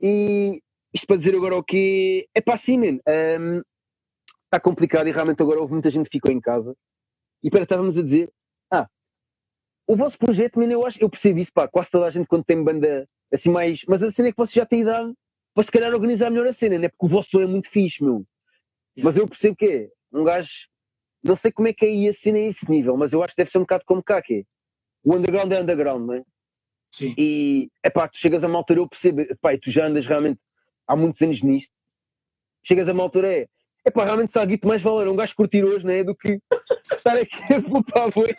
E isto para dizer agora o quê? É pá, sim, man. Um, está complicado e realmente agora houve muita gente que ficou em casa. E para estávamos a dizer, ah, o vosso projeto, man, eu acho, eu percebo isso, pá, quase toda a gente quando tem banda assim mais, mas a cena é que você já tem idade para se calhar organizar melhor a cena, né? Porque o vosso som é muito fixe, meu. Yeah. Mas eu percebo que é, um gajo, não sei como é que é aí a cena a esse nível, mas eu acho que deve ser um bocado como cá, que é, o underground é underground, não é? Sim. E, é pá, tu chegas a uma altura, eu percebo, pá, e tu já andas realmente há muitos anos nisto, chegas a uma altura, é, é pá, realmente se há guito mais valor, um gajo curtir hoje, não é? Do que estar aqui a voltar a ver.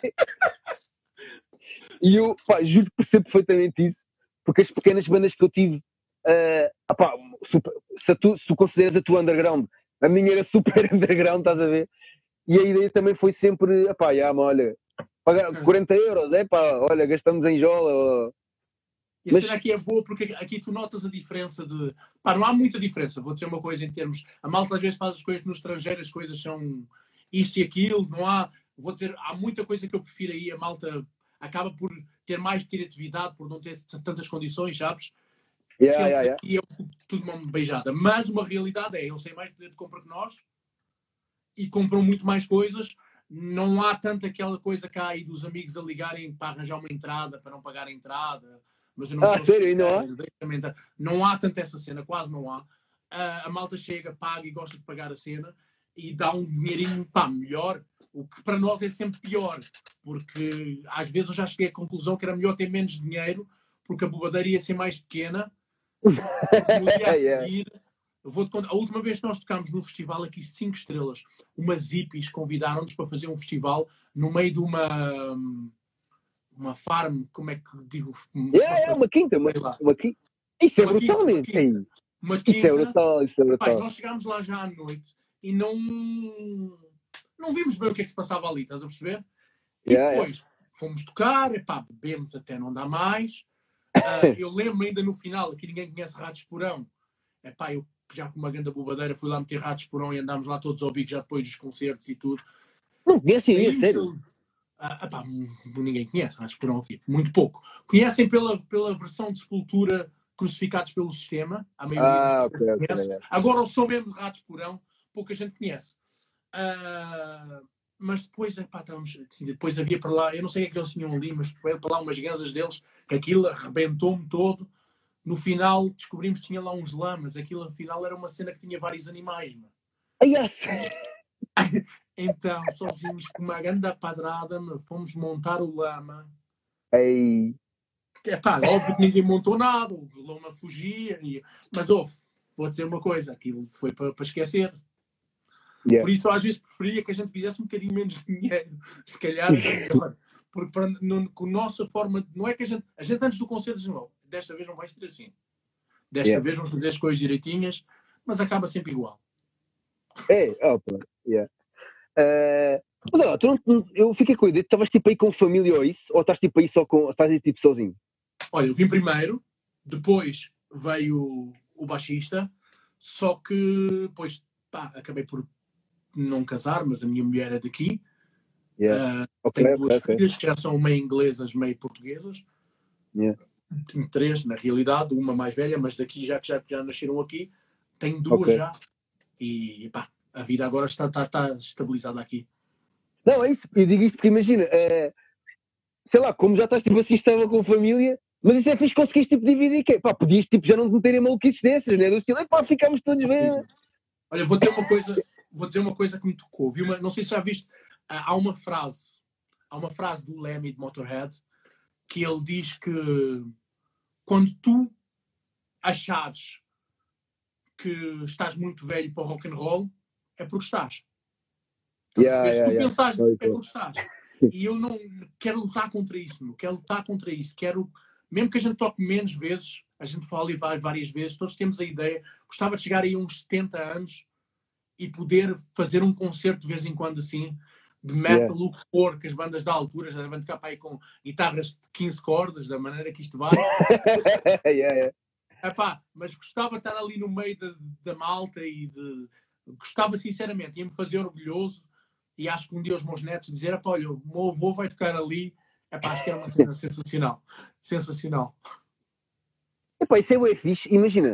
E eu, pá, juro que percebo perfeitamente isso, porque as pequenas bandas que eu tive, uh, apá, super, se, tu, se tu consideras a tua underground, a minha era super underground, estás a ver? E a ideia também foi sempre, apá, já, olha, pagar quarenta euros, é pá, olha, gastamos em jola. Ou... E a mas... cena aqui é boa porque aqui tu notas a diferença de... Pá, não há muita diferença, vou dizer uma coisa em termos... A malta às vezes faz as coisas no estrangeiro, as coisas são isto e aquilo, não há... Vou dizer, há muita coisa que eu prefiro aí, a malta acaba por ter mais criatividade, por não ter tantas condições, sabes? Yeah, yeah, yeah. E é tudo uma beijada. Mas uma realidade é, eles têm mais poder de compra que nós e compram muito mais coisas. Não há tanto aquela coisa cá aí dos amigos a ligarem para arranjar uma entrada, para não pagar a entrada. Mas eu não ah, sério? Não há? Não há tanto essa cena, quase não há. Uh, a malta chega, paga e gosta de pagar a cena. e dá um dinheirinho, pá, melhor, o que para nós é sempre pior, porque às vezes eu já cheguei à conclusão que era melhor ter menos dinheiro, porque a bobadeira ia ser mais pequena, no dia a Yeah. seguir, eu vou-te contar, a última vez que nós tocámos num festival aqui, cinco estrelas, umas hippies convidaram-nos para fazer um festival no meio de uma uma farm, como é que digo? Yeah, yeah, uma quinta, uma, Sei lá. uma quinta. Isso é Uma quinta, brutal, uma mesmo. quinta. Ei, Uma Isso é quinta. brutal, isso é Pai, brutal. nós chegámos lá já à noite e não não vimos bem o que é que se passava ali, estás a perceber? E Yeah, depois fomos tocar, epá, bebemos até não dá mais. Ah, eu lembro ainda no final, aqui ninguém conhece Ratos Porão. Epá, eu já com uma grande bobadeira fui lá meter Ratos Porão e andámos lá todos ao bico já depois dos concertos e tudo. Não conhecem aí, a Saímos sério? ali- Ah, epá, ninguém conhece Ratos Porão aqui, muito pouco. Conhecem pela, pela versão de Sepultura Crucificados pelo Sistema, a maioria Ah, das pessoas ok, ok. conhece. yeah. Agora o som mesmo de Ratos Porão, pouca gente conhece. Ah, mas depois, epá, estávamos, assim, depois havia para lá, eu não sei o que é que eles tinham ali, mas foi para lá umas ganzas deles, que aquilo arrebentou-me todo. No final descobrimos que tinha lá uns lamas, aquilo afinal era uma cena que tinha vários animais, mano. Ai, a sério? Então, sozinhos com uma grande padrada, meu, fomos montar o lama. Ei, É pá, óbvio que ninguém montou nada, o lama fugia, e... mas ouve, vou dizer uma coisa, aquilo foi para, para esquecer. yeah. Por isso, eu, às vezes preferia que a gente fizesse um bocadinho menos dinheiro, se calhar era melhor. Porque para, no, com a nossa forma, não é que a gente, a gente antes do concerto diz, não, desta vez não vai ser assim. Desta Yeah. vez vamos fazer as coisas direitinhas, mas acaba sempre igual. É, opa, yeah. Eh, mas olha, tu não, não- eu fiquei com a ideia, tu estavas tipo aí com família ou isso? Ou estás tipo aí só com, estás aí tipo sozinho? Olha, eu vim primeiro, depois veio o, o baixista, só que depois pá, acabei por não casar, mas a minha mulher é daqui. Yeah. Ah, Ok, tenho ok, duas ok. filhas que já são meio inglesas, meio portuguesas. Yeah. Tenho três, na realidade, uma mais velha, mas daqui já que já, já nasceram aqui. Tenho duas Ok. já. E pá, a vida agora está, está, está estabilizada aqui. Não, é isso, eu digo isto porque imagina, eh, sei lá, como já estás tipo assim, estava com família, mas isso é fixe, conseguiste tipo dividir, que é, pá, podias tipo já não te meterem maluquices dessas, né? Do estilo, pá, ficámos todos bem. Olha, vou dizer uma coisa, vou dizer uma coisa que me tocou. Vi uma, não sei se já viste, há uma frase, há uma frase do Lemmy de Motorhead que ele diz que quando tu achares que estás muito velho para o rock and roll, é porque estás. Yeah, Se yeah, tu yeah. pensares, Tal e é qual. porque estás. E eu não quero lutar contra isso, meu. Quero lutar contra isso. Quero, mesmo que a gente toque menos vezes, a gente fala várias vezes, todos temos a ideia. Gostava de chegar aí a uns setenta anos e poder fazer um concerto de vez em quando assim, de metal, Yeah. o que for, que as bandas da altura já devem tocar para aí com guitarras de quinze cordas, da maneira que isto vai. yeah, yeah. Epá, mas gostava de estar ali no meio da, da malta e de... Gostava sinceramente, ia-me fazer orgulhoso e acho que um dia os meus netos dizer, epá, olha, o meu avô vai tocar ali. Epá, acho que era uma cena sensacional. Sensacional. Epá, isso é bem fixe, imagina.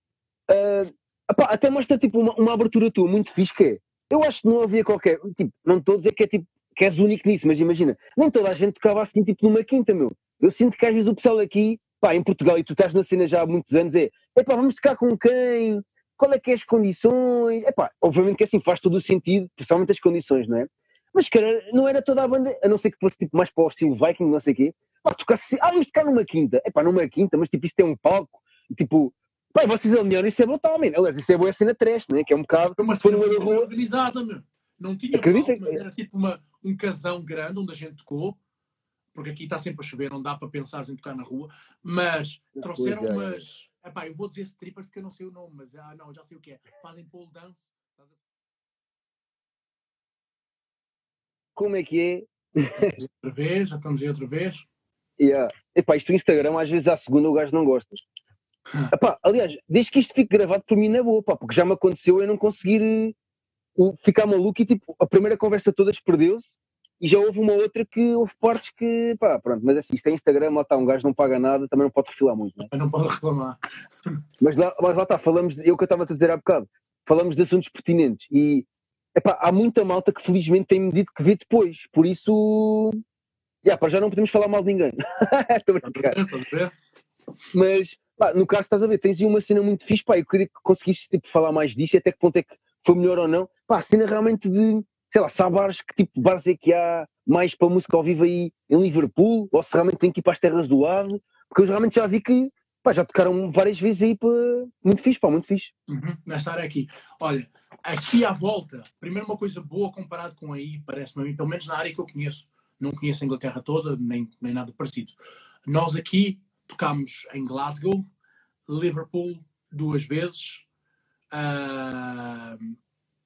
ah, epá, até mostra tipo uma, uma abertura tua muito fixe que é. Eu acho que não havia qualquer. Tipo, não estou a dizer que é tipo que és único nisso, mas imagina, nem toda a gente tocava assim tipo numa quinta, meu. Eu sinto que às vezes o pessoal aqui, pá, em Portugal, e tu estás na cena já há muitos anos, é epá, vamos tocar com quem? Qual é que é as condições? Epá, obviamente que assim faz todo o sentido, principalmente as condições, não é? Mas cara, não era toda a banda, a não ser que fosse tipo mais para o estilo Viking, não sei o quê. Pá, tocasse, ah, vamos tocar numa quinta. Epá, numa quinta, mas tipo, isto tem um palco, e, tipo, pá, vocês alinharam, isso é brutal, man. Aliás, isso é boa cena trash, né? Que é um bocado, Foi uma se for cena no meio muito da rua, organizada, meu. Não tinha acredita? palco, mas era tipo uma, um casão grande onde a gente tocou, porque aqui está sempre a chover, não dá para pensar em tocar na rua, mas trouxeram Pois é, é. umas... Epá, eu vou dizer strippers porque eu não sei o nome, mas ah, não, já sei o que é. Fazem pole dance. Estás a- Como é que é? Outra vez, já estamos aí outra vez. Yeah. Epá, isto no Instagram, às vezes à segunda o gajo não gosta. Epá, aliás, desde que isto fique gravado por mim na boa, pá, porque já me aconteceu eu não conseguir eh, o- ficar maluco e tipo, a primeira conversa toda perdeu-se e já houve uma outra que houve partes que, pá, pronto, mas assim, isto é Instagram, lá está, um gajo não paga nada, também não pode refilar muito, né? Eu não posso reclamar. Mas lá, mas lá está, falamos, de- eu que eu estava a te dizer há bocado, falamos de assuntos pertinentes e, epá, há muita malta que felizmente tem-me dito que vê depois, por isso, já, pá, já não podemos falar mal de ninguém. Estou a Estás a brincar. ver? Estás a ver? Mas, pá, no caso, estás a ver, tens aí uma cena muito fixe, pá, eu queria que conseguisses tipo, falar mais disso e até que ponto é que foi melhor ou não. Pá, a cena realmente de, sei lá, se há bares, que tipo de bares é que há mais para música ao vivo aí em Liverpool, ou se realmente tem que ir para as terras do lado, porque eu realmente já vi que, pá, já tocaram várias vezes aí, para... muito fixe, pá, muito fixe. Uhum, nesta área aqui. Olha, aqui à volta, primeiro uma coisa boa comparado com aí, parece-me a mim, pelo menos na área que eu conheço, não conheço a Inglaterra toda, nem, nem nada parecido. Nós aqui tocámos em Glasgow, Liverpool duas vezes, uh,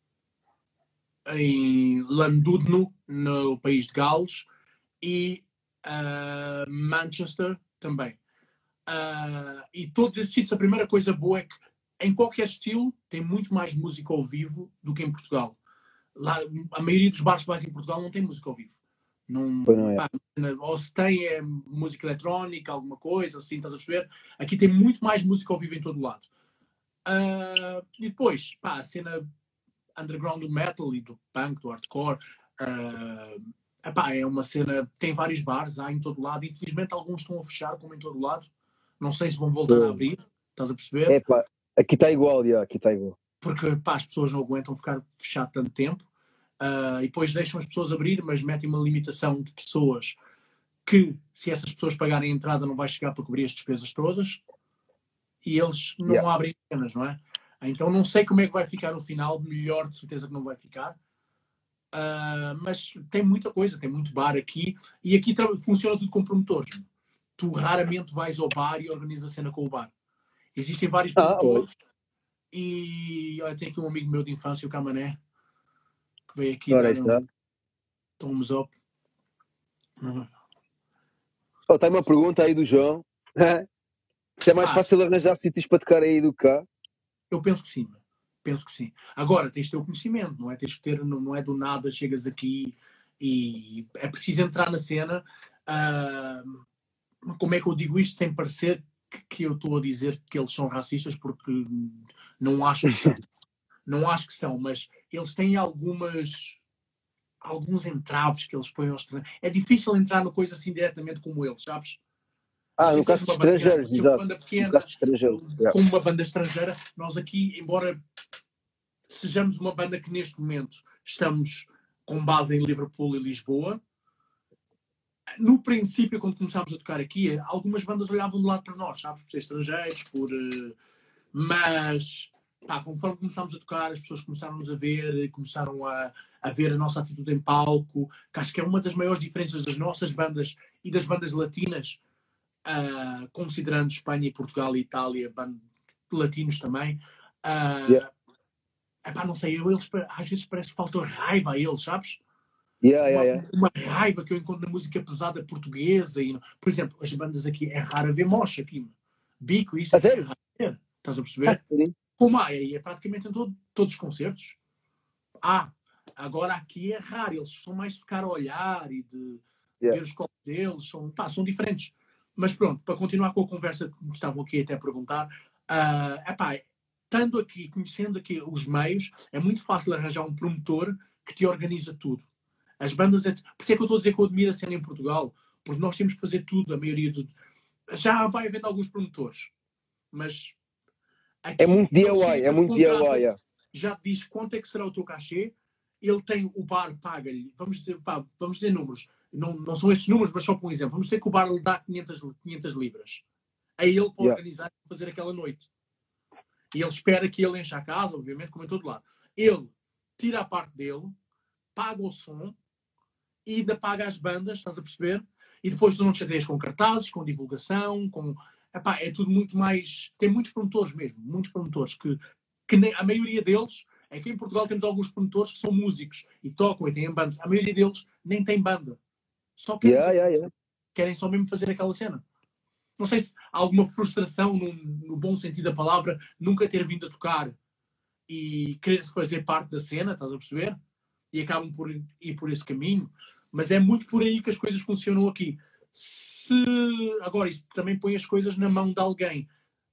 em Llandudno, no país de Gales, e uh, Manchester também. Uh, e todos esses sítios, a primeira coisa boa é que em qualquer estilo tem muito mais música ao vivo do que em Portugal. Lá, a maioria dos bares que vais em Portugal não tem música ao vivo. Não, não é. pá, ou se tem é música eletrónica, alguma coisa assim, estás a perceber? Aqui tem muito mais música ao vivo em todo o lado. Uh, e depois, pá, a cena underground do metal e do punk, do hardcore, uh, epá, é uma cena, tem vários bares, há em todo o lado. Infelizmente alguns estão a fechar, como em todo o lado. Não sei se vão voltar a abrir, estás a perceber? É pá, aqui está igual, já, aqui está igual. Porque pá, as pessoas não aguentam ficar fechado tanto tempo. Uh, e depois deixam as pessoas abrir, mas metem uma limitação de pessoas que, se essas pessoas pagarem a entrada, não vai chegar para cobrir as despesas todas. E eles não Yeah. abrem cenas, não é? Então não sei como é que vai ficar no final, melhor de certeza que não vai ficar. Uh, mas tem muita coisa, tem muito bar aqui. E aqui funciona tudo com promotores. Tu raramente vais ao bar e organizas a cena com o bar. Existem vários promotores. Ah, e olha, tem aqui um amigo meu de infância, o Camané, que veio aqui Ora, dar um thumbs up. Oh, tem uma pergunta aí do João. Se é mais ah, fácil arranjar sítios para tocar aí do que cá? Eu penso que sim. Penso que sim. Agora, tens de ter o conhecimento, não é? Tens que ter, não, não é do nada, chegas aqui e é preciso entrar na cena. Uh, como é que eu digo isto sem parecer que, que eu estou a dizer que eles são racistas, porque não acho que são. Não acho que são, mas eles têm algumas... alguns entraves que eles põem aos estrangeiros. É difícil entrar no coisa assim diretamente como eles, sabes? Ah, no caso de estrangeiros, exato. Uma banda pequena, no caso de estrangeiro, com yeah. uma banda estrangeira, nós aqui, embora sejamos uma banda que neste momento estamos com base em Liverpool e Lisboa, no princípio, quando começámos a tocar aqui, algumas bandas olhavam de lado para nós, sabes? Por ser estrangeiros, por... Mas... Pá, conforme começámos a tocar, as pessoas começaram-nos a ver, começaram a, a ver a nossa atitude em palco, que acho que é uma das maiores diferenças das nossas bandas e das bandas latinas, uh, considerando Espanha, Portugal e Itália, bandas latinos também. Uh, yeah. Epá, não sei, eu, eles, às vezes parece que falta raiva a eles, sabes? Yeah, uma, yeah, yeah. uma raiva que eu encontro na música pesada portuguesa. E, por exemplo, as bandas aqui, é raro ver mocha aqui. Bico, isso ah, é raro ver. Estás a perceber? Ah, Como há, e é praticamente em todo, todos os concertos. Ah, agora aqui é raro, eles são mais de ficar a olhar e de yeah. ver os copos deles, são, pá, são diferentes. Mas pronto, para continuar com a conversa que me estavam aqui até a perguntar, uh, epá, estando aqui, conhecendo aqui os meios, é muito fácil arranjar um promotor que te organiza tudo. As bandas, é, por isso é que eu estou a dizer que eu admiro a cena em Portugal, porque nós temos que fazer tudo, a maioria do... Já vai havendo alguns promotores, mas... Aqui, é muito D I Y, é muito D I Y. Yeah. Já te diz quanto é que será o teu cachê, ele tem, o bar paga-lhe, vamos dizer, pá, vamos dizer números, não, não são estes números, mas só por um exemplo, vamos dizer que o bar lhe dá quinhentas, quinhentas libras, aí ele pode yeah. organizar e fazer aquela noite. E ele espera que ele encha a casa, obviamente, como em todo lado. Ele tira a parte dele, paga o som e ainda paga as bandas, estás a perceber? E depois tu não te chateias com cartazes, com divulgação, com... Epá, é tudo muito mais... Tem muitos promotores mesmo, muitos promotores, que, que nem... a maioria deles... É que em Portugal temos alguns promotores que são músicos e tocam e têm bandas. A maioria deles nem tem banda. Só querem, yeah, yeah, yeah. querem só mesmo fazer aquela cena. Não sei se há alguma frustração, no, no bom sentido da palavra, nunca ter vindo a tocar e querer fazer parte da cena, estás a perceber? E acabam por ir por esse caminho. Mas é muito por aí que as coisas funcionam aqui. Se agora isso também põe as coisas na mão de alguém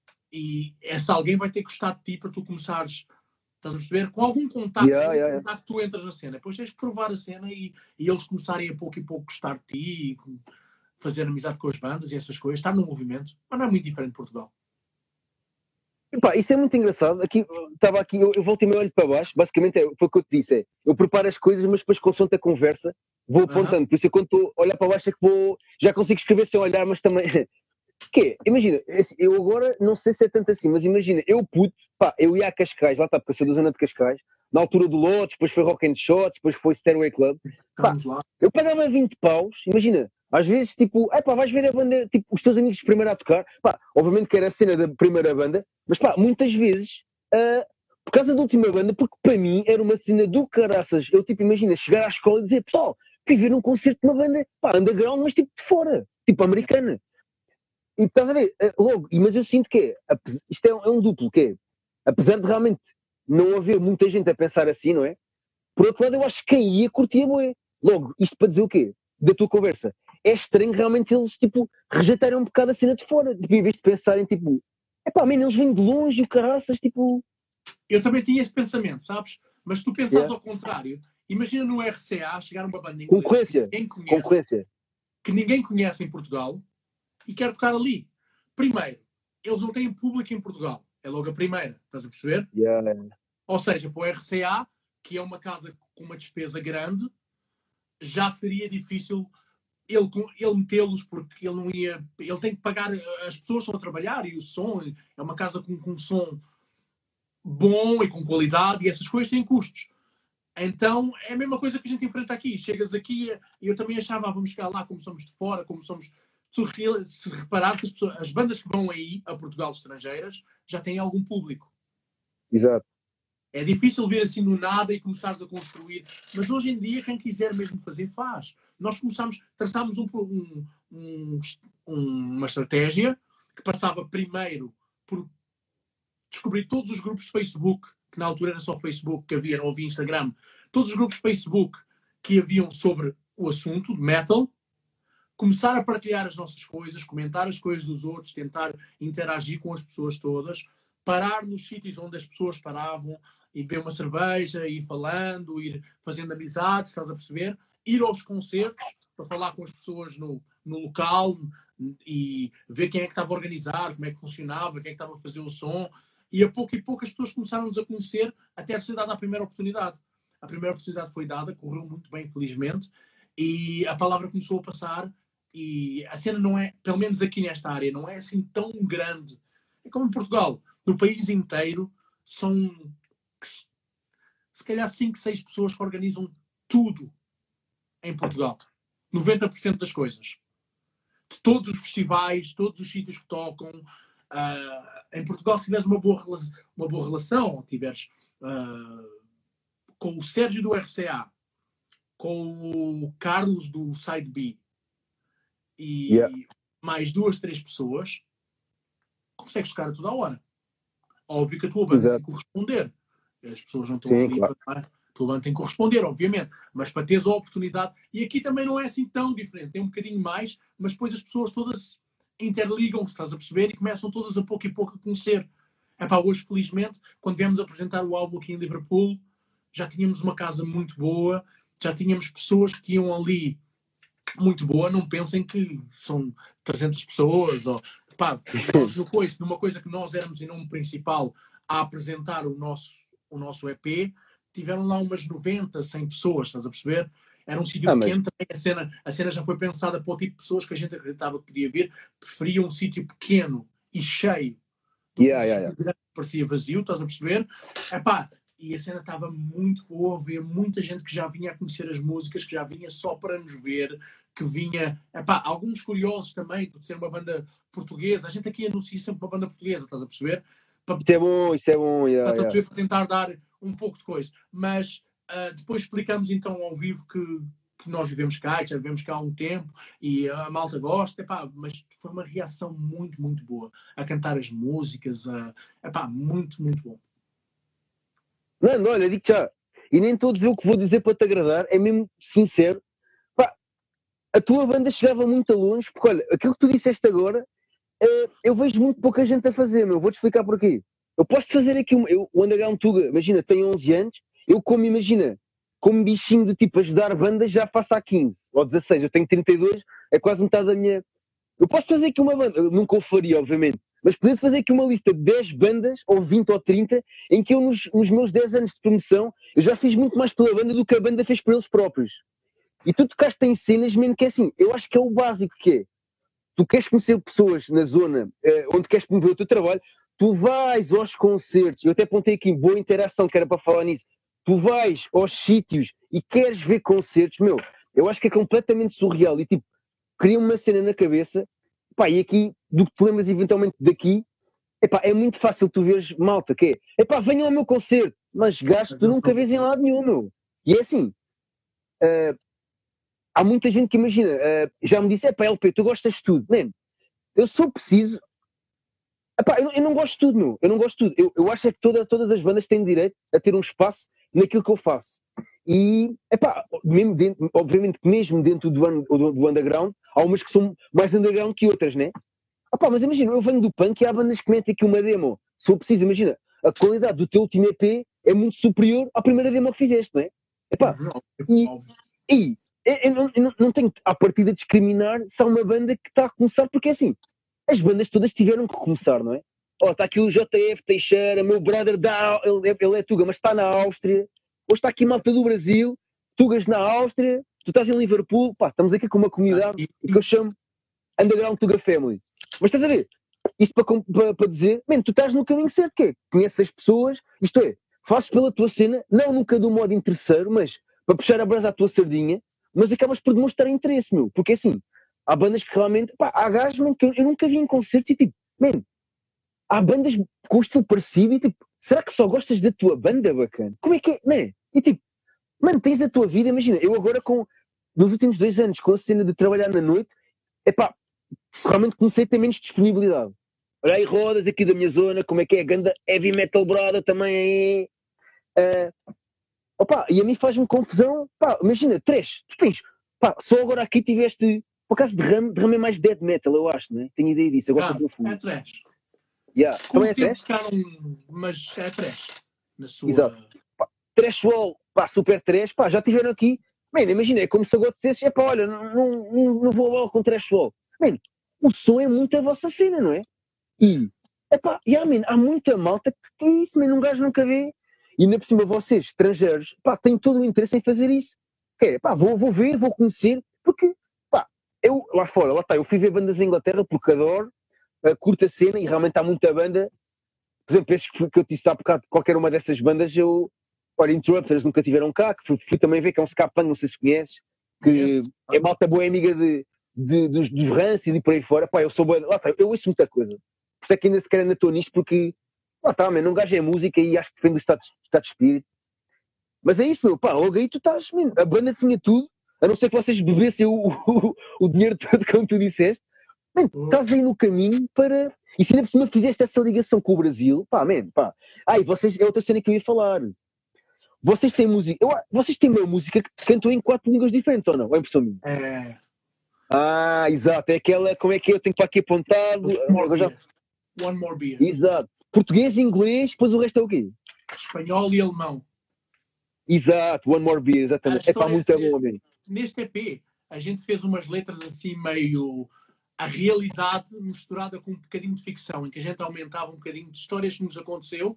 e esse alguém vai ter que gostar de ti para tu começares, estás a perceber? Com algum contacto, yeah, yeah, yeah. contacto tu entras na cena, depois tens que provar a cena e, e eles começarem a pouco e pouco gostar de ti e fazer amizade com as bandas e essas coisas, estar no movimento, mas não é muito diferente de Portugal. Epá, isso é muito engraçado. Aqui, estava aqui, eu, eu volto e me olho para baixo. Basicamente é, foi o que eu te disse: é, eu preparo as coisas, mas depois, consoante a conversa, vou apontando. Aham. Por isso, eu, quando estou a olhar para baixo, é que vou. Já consigo escrever sem olhar, mas também. Que é? Imagina, esse- eu agora não sei se é tanto assim, mas imagina, eu puto, pá, eu ia a Cascais, lá está, porque eu sou da zona de Cascais, na altura do Lotes, depois foi Rock and Shots, depois foi Stairway Club. Pá, Estávamos lá. eu pagava vinte paus, imagina, às vezes, tipo, ai pá, vais ver a banda, tipo, os teus amigos primeiro a tocar, pá, obviamente que era a cena da primeira banda, mas pá, muitas vezes, ah, por causa da última banda, porque para mim era uma cena do caraças, eu tipo, imagina, chegar à escola e dizer, pessoal, fui ver um concerto de uma banda, pá, underground, mas tipo de fora, tipo americana. E estás a ver, eh, logo, e- mas eu sinto que é, apes- isto é um, é um duplo, que é, apesar de realmente não haver muita gente a pensar assim, não é? Por outro lado, eu acho que quem ia curtia bué. Logo, isto para dizer o quê? Da tua conversa. É estranho realmente eles, tipo, rejeitarem um bocado a cena de fora. Tipo, em vez de pensarem, tipo, epá, man, eles vêm de longe e o caraças, tipo... Eu também tinha esse pensamento, sabes? Mas se tu pensares Yeah. ao contrário, imagina no R C A chegar uma banda inglesa que Concorrência. ninguém conhece, Concorrência. que ninguém conhece em Portugal e quer tocar ali. Primeiro, eles não têm público em Portugal. É logo a primeira, estás a perceber? Yeah. Ou seja, para o R C A, que é uma casa com uma despesa grande, já seria difícil ele, ele metê-los, porque ele não ia. Ele tem que pagar. As pessoas estão a trabalhar e o som é uma casa com, com um som bom e com qualidade, e essas coisas têm custos. Então é a mesma coisa que a gente enfrenta aqui. Chegas aqui e eu também achava, ah, vamos chegar lá como somos de fora, como somos. Se, se reparar, se as, pessoas, as bandas que vão aí a Portugal estrangeiras já têm algum público. Exato. É difícil vir assim do nada e começares a construir. Mas hoje em dia, quem quiser mesmo fazer, faz. Nós começámos, traçámos um, um, um, uma estratégia que passava primeiro por descobrir todos os grupos de Facebook, que na altura era só Facebook que havia, não havia Instagram, todos os grupos de Facebook que haviam sobre o assunto de metal, começar a partilhar as nossas coisas, comentar as coisas dos outros, tentar interagir com as pessoas todas, parar nos sítios onde as pessoas paravam e beber uma cerveja, ir falando, ir fazendo amizades, estás a perceber? Ir aos concertos para falar com as pessoas no, no local e ver quem é que estava a organizar, como é que funcionava, quem é que estava a fazer o som. E a pouco e pouco as pessoas começaram-nos a conhecer até ser dada a primeira oportunidade. A primeira oportunidade foi dada, correu muito bem, felizmente, e a palavra começou a passar. E a cena não é, pelo menos aqui nesta área, não é assim tão grande. É como em Portugal. No país inteiro são se calhar cinco, seis pessoas que organizam tudo em Portugal. noventa por cento das coisas. De todos os festivais, todos os sítios que tocam. Uh, em Portugal, se tiveres uma boa, uma boa relação, ou tiveres uh, com o Sérgio do R C A, com o Carlos do Side B, e yeah. mais duas, três pessoas, consegues tocar a toda a hora. Óbvio que a tua banda Exato. Tem que corresponder. As pessoas não estão Sim, ali claro. para... A tua banda tem que corresponder, obviamente. Mas para teres a oportunidade... E aqui também não é assim tão diferente. Tem um bocadinho mais, mas depois as pessoas todas interligam-se, estás a perceber? E começam todas a pouco e pouco a conhecer. Epá, hoje, felizmente, quando viemos apresentar o álbum aqui em Liverpool, já tínhamos uma casa muito boa, já tínhamos pessoas que iam ali muito boa, não pensem que são trezentas pessoas, ou pá, no coisa, numa coisa que nós éramos em nome principal a apresentar o nosso, o nosso E P, tiveram lá umas noventa, cem pessoas, estás a perceber? Era um sítio ah, pequeno, mas... também a cena, a cena já foi pensada para o tipo de pessoas que a gente acreditava que podia vir, preferia um sítio pequeno e cheio, do yeah, yeah, yeah. que parecia vazio, estás a perceber? Epá, e a cena estava muito boa, havia muita gente que já vinha a conhecer as músicas, que já vinha só para nos ver, que vinha... Epá, alguns curiosos também, por ser uma banda portuguesa. A gente aqui anuncia sempre uma banda portuguesa, estás a perceber? Para, isso é bom, isso é bom. Yeah, para, yeah. para tentar dar um pouco de coisa. Mas uh, depois explicamos então ao vivo que, que nós vivemos cá, que já vivemos cá há um tempo, e a malta gosta. Epá, mas foi uma reação muito, muito boa. A cantar as músicas, uh, epá, muito, muito bom. Mano, olha, digo já, e nem estou a dizer o que vou dizer para te agradar, é mesmo sincero. Pá, a tua banda chegava muito longe, porque olha, aquilo que tu disseste agora, é, eu vejo muito pouca gente a fazer, meu, vou-te explicar porquê. Eu posso fazer aqui, um, eu, o Underground Tuga, imagina, tenho onze anos, eu como, imagina, como bichinho de tipo ajudar bandas, já faço há quinze, ou dezasseis, eu tenho trinta e dois, é quase metade da minha... Eu posso fazer aqui uma banda, eu nunca o faria, obviamente, mas podia fazer aqui uma lista de dez bandas, ou vinte ou trinta, em que eu, nos, nos meus dez anos de promoção, eu já fiz muito mais pela banda do que a banda fez por eles próprios. E tu tocaste em cenas, mesmo que é assim, eu acho que é o básico que é. Tu queres conhecer pessoas na zona eh, onde queres promover o teu trabalho, tu vais aos concertos, eu até apontei aqui boa interação que era para falar nisso, tu vais aos sítios e queres ver concertos, meu, eu acho que é completamente surreal e tipo, cria uma cena na cabeça, pá, e aqui, do que te lembras eventualmente daqui, epá, é muito fácil tu veres malta, que é, epá, venham ao meu concerto, mas gasto tu nunca vês em lado nenhum, meu. E é assim, uh, há muita gente que imagina, uh, já me disse, epá, L P, tu gostas de tudo, man, eu sou preciso, epá, eu, eu não gosto de tudo, meu, eu não gosto de tudo, eu, eu acho é que toda, todas as bandas têm direito a ter um espaço naquilo que eu faço. E, epá, mesmo dentro, obviamente que mesmo dentro do, do, do underground, há umas que são mais underground que outras, né? Epá, mas imagina, eu venho do punk e há bandas que metem aqui uma demo. Se eu preciso, imagina, a qualidade do teu último E P é muito superior à primeira demo que fizeste, não é? Epá, e, e eu não, eu não tenho à partida discriminar se há uma banda que está a começar, porque é assim, as bandas todas tiveram que começar, não é? Ó, oh, está aqui o J F Teixeira, meu brother, da, ele, ele é Tuga, mas está na Áustria. Hoje está aqui malta do Brasil, Tugas na Áustria, tu estás em Liverpool, pá, estamos aqui com uma comunidade que eu chamo Underground Tuga Family. Mas estás a ver? Isto para, para, para dizer, man, tu estás no caminho certo, que é, conheces as pessoas, isto é, fazes pela tua cena, não nunca de um modo interesseiro, mas para puxar a brasa à tua sardinha, mas acabas por demonstrar interesse, meu, porque assim, há bandas que realmente, pá, há gajos, man, que eu, eu nunca vi em concertos e tipo, man, há bandas com estilo parecido e tipo, será que só gostas da tua banda, bacana? Como é que é, né? E tipo, mano, tens a tua vida, imagina, eu agora com, nos últimos dois anos, com a cena de trabalhar na noite, epá, realmente comecei a ter menos disponibilidade. Olha aí rodas aqui da minha zona, como é que é, ganda heavy metal brother também é... Uh, opa, e a mim faz-me confusão, pá, imagina, trash, tu tens, pá, só agora aqui tiveste, por acaso derrame, derrame mais death metal, eu acho, né? Tenho ideia disso, agora estou confuso. É trash. Yeah. Também é trash? Um, mas é trash. Na sua... Exato. Pá, trash wall, pá, super trash, pá, já tiveram aqui. Man, imagina, é como se agora dissesse, é pá, olha, não, não, não vou logo com trash wall. Man, o som é muito a vossa cena, não é? E, epá, yeah, man, há muita malta que é isso, man, um gajo nunca vê. E ainda por cima vocês, estrangeiros, pá, têm todo o interesse em fazer isso. Que é, pá, vou, vou ver, vou conhecer, porque, pá, eu, lá fora, lá está, eu fui ver bandas em Inglaterra porque adoro, uh, curto a cena e realmente há muita banda. Por exemplo, esses que, que eu disse há bocado, qualquer uma dessas bandas, eu, olha, Interrupters nunca tiveram cá, que fui, fui também ver, que é um ska punk, não sei se conheces, que yes. É malta boa amiga de, de, dos, dos Rancid e por aí fora. Pá, eu sou boa, lá está, eu ouço muita coisa. Por isso é que ainda se calhar ainda estou nisto, porque, lá está, mano, um gajo é música e acho que defende o estado, estado de espírito. Mas é isso, meu, pá, logo aí tu estás, man, a banda tinha tudo, a não ser que vocês bebessem o, o, o dinheiro todo, como tu disseste. Man, estás aí no caminho para... E se ainda por cima fizeste essa ligação com o Brasil, pá, man, pá. Ah, e vocês, é outra cena que eu ia falar. Vocês têm música, eu, vocês têm uma música que cantou em quatro línguas diferentes, ou não? Ou é impressão minha? É. Ah, exato, é aquela, como é que é? Eu tenho para aqui apontado. One more, já... beer. One more beer. Exato. Português, inglês, depois o resto é o quê? Espanhol e alemão. Exato, one more beer, exatamente. É para muito bom, amigo. Neste E P, a gente fez umas letras assim meio... a realidade misturada com um bocadinho de ficção, em que a gente aumentava um bocadinho de histórias que nos aconteceu,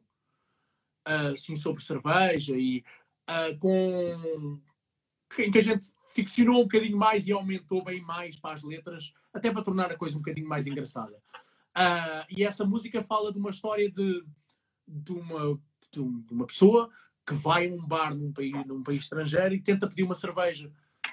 assim, sobre cerveja, e uh, com... em que a gente ficcionou um bocadinho mais e aumentou bem mais para as letras, até para tornar a coisa um bocadinho mais engraçada. Uh, e essa música fala de uma história de, de, uma, de, um, de uma pessoa que vai a um bar num país, num país estrangeiro e tenta pedir uma cerveja.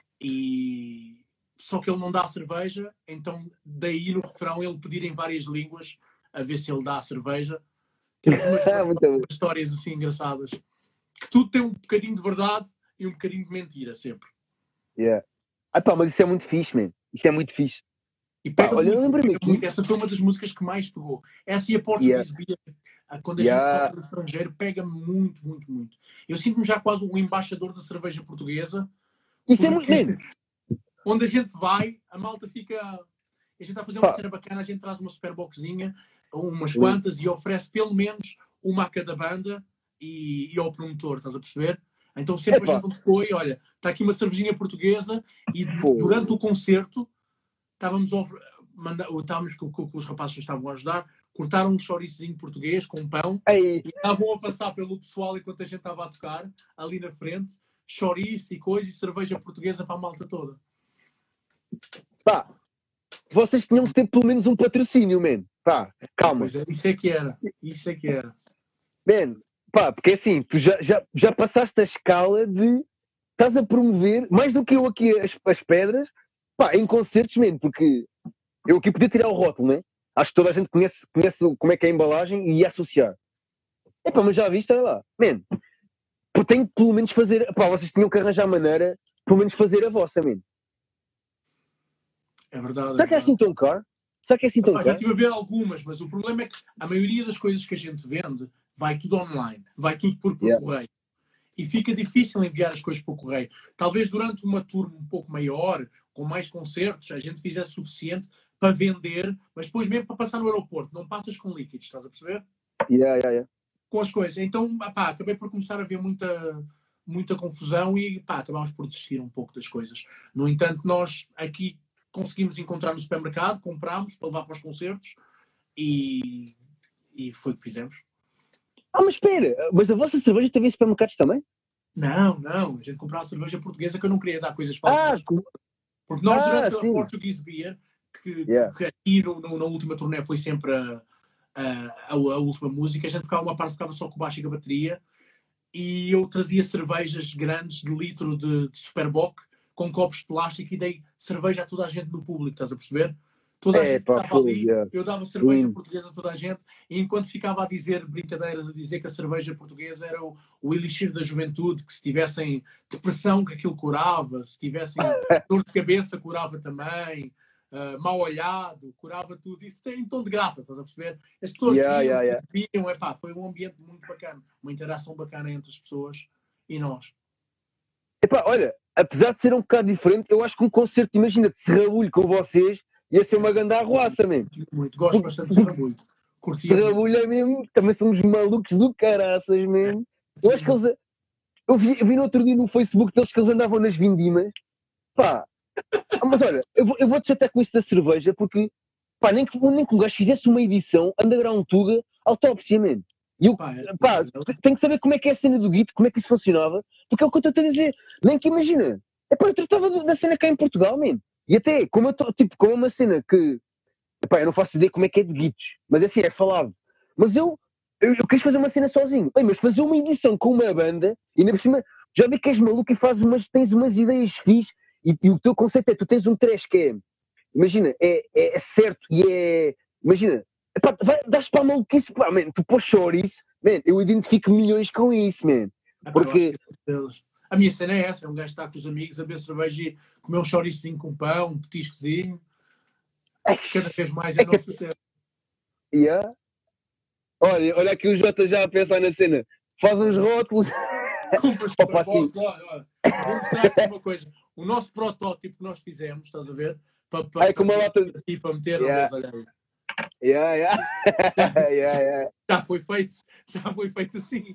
E... só que ele não dá a cerveja, então daí no refrão ele pedir em várias línguas a ver se ele dá a cerveja. Temos umas, umas histórias assim engraçadas. Que tudo tem um bocadinho de verdade e um bocadinho de mentira, sempre. Yeah. Ah, pá, mas isso é muito fixe, man. Isso é muito fixe. E pega, pá, olha, muito, pega muito. Essa foi uma das músicas que mais pegou. Essa e a Portuguese yeah. Beer, quando a yeah. gente toca no estrangeiro, pega muito, muito, muito. Eu sinto-me já quase um embaixador da cerveja portuguesa. Isso porque... é muito, man. Onde a gente vai, a malta fica... A gente está a fazer uma cena bacana, a gente traz uma superboxinha, umas quantas, e oferece pelo menos uma a cada banda e, e ao promotor, estás a perceber? Então sempre Epa. a gente onde foi, olha, está aqui uma cervejinha portuguesa e Pô. durante o concerto estávamos a manda, estávamos com, com, com os rapazes que nos estavam a ajudar, cortaram um chouriçozinho português com pão Ei. e estavam a passar pelo pessoal enquanto a gente estava a tocar, ali na frente, chouriço e coisa e cerveja portuguesa para a malta toda. Pá, vocês tinham que ter pelo menos um patrocínio, man. Pá, calma. Pois é, isso é que era. Isso é que era. Man, pá, porque assim, tu já, já, já passaste a escala de estás a promover, mais do que eu aqui as, as pedras, pá, em concertos, man, porque eu aqui podia tirar o rótulo, né? Acho que toda a gente conhece, conhece como é que é a embalagem e ia associar. É pá, mas já viste, olha lá. Man, tenho que pelo menos fazer, pá, vocês tinham que arranjar maneira, pelo menos fazer a vossa, man. É verdade. Será que é assim tão caro? Será que é assim tão Ah, já caro? estive a ver algumas, mas o problema é que a maioria das coisas que a gente vende vai tudo online, vai tudo por, por Yeah. correio. E fica difícil enviar as coisas por correio. Talvez durante uma tour um pouco maior, com mais concertos, a gente fizesse suficiente para vender, mas depois mesmo para passar no aeroporto. Não passas com líquidos, estás a perceber? Yeah, yeah, yeah. Com as coisas. Então, pá, acabei por começar a ver muita, muita confusão e pá, acabámos por desistir um pouco das coisas. No entanto, nós aqui conseguimos encontrar no supermercado, comprámos para levar para os concertos e, e foi o que fizemos. Ah, mas espera, mas a vossa cerveja teve em supermercados também? Não, não, a gente comprava cerveja portuguesa que eu não queria dar coisas Ah, falsas. Porque nós, ah, durante sim. a Portuguese Beer, que, Yeah. que aqui no, no, na última turnê foi sempre a, a, a, a última música, a gente ficava uma parte, ficava só com o baixo e com a bateria, e eu trazia cervejas grandes de litro de, de Superboc, com copos de plástico, e dei cerveja a toda a gente no público, estás a perceber? Toda a É, gente pá, estava foi, ali, yeah. eu dava cerveja Hum. portuguesa a toda a gente, e enquanto ficava a dizer brincadeiras, a dizer que a cerveja portuguesa era o, o elixir da juventude, que se tivessem depressão que aquilo curava, se tivessem dor de cabeça curava também, uh, mal olhado, curava tudo, isso tem em tom de graça, estás a perceber? As pessoas Yeah, viam, yeah, yeah. viam, epá, foi um ambiente muito bacana, uma interação bacana entre as pessoas e nós. Epá, olha, apesar de ser um bocado diferente, eu acho que um concerto, imagina, de Serrabulho com vocês, ia ser uma grande arruaça mesmo. Muito, gosto Porque- bastante de porque- Serrabulho. Curtia muito. Serrabulho é mesmo, também somos malucos do caraças mesmo. Eu acho que eles. Eu vi, eu vi no outro dia no Facebook deles que eles andavam nas vindimas. Pá, ah, mas olha, eu vou, eu vou te chatear com isso da cerveja, porque, pá, nem que, nem que um gajo fizesse uma edição Underground Tuga autópsia, man. E eu, Pá, é- pá, tenho que saber como é que é a cena do Guito, como é que isso funcionava, porque é o que eu estou a dizer. Nem que imagina. É pá, eu tratava do- da cena cá em Portugal, man. E até, como eu tô, tipo, como é uma cena que, epá, eu não faço ideia como é que é de Guitos, mas assim, é falado. Mas eu, eu, eu quis fazer uma cena sozinho. Bem, mas fazer uma edição com uma banda, e ainda por cima, já vi que és maluco e fazes umas, tens umas ideias fixe, e, e o teu conceito é, tu tens um trash que é, imagina, é, é, é certo, e é, imagina, epá, vai, dás para a maluquice, pá, man, tu pôs chouriço, man, eu identifico milhões com isso, man. Epá, Porque- eu acho que a minha cena é essa, é um gajo estar com os amigos a beber cerveja e comer um chouriçozinho com pão, um petiscozinho, cada vez mais é a nossa cena. Yeah. Olha, olha aqui o Jota já a pensar na cena, faz uns rótulos. Compras Opa, Superbox, olha, olha. Vou mostrar aqui uma coisa. O nosso protótipo que nós fizemos, estás a ver? Para, para, Ai, com uma lata de- e para meter, Yeah. olha aí. Yeah, yeah. yeah, yeah. Já foi feito, já foi feito assim.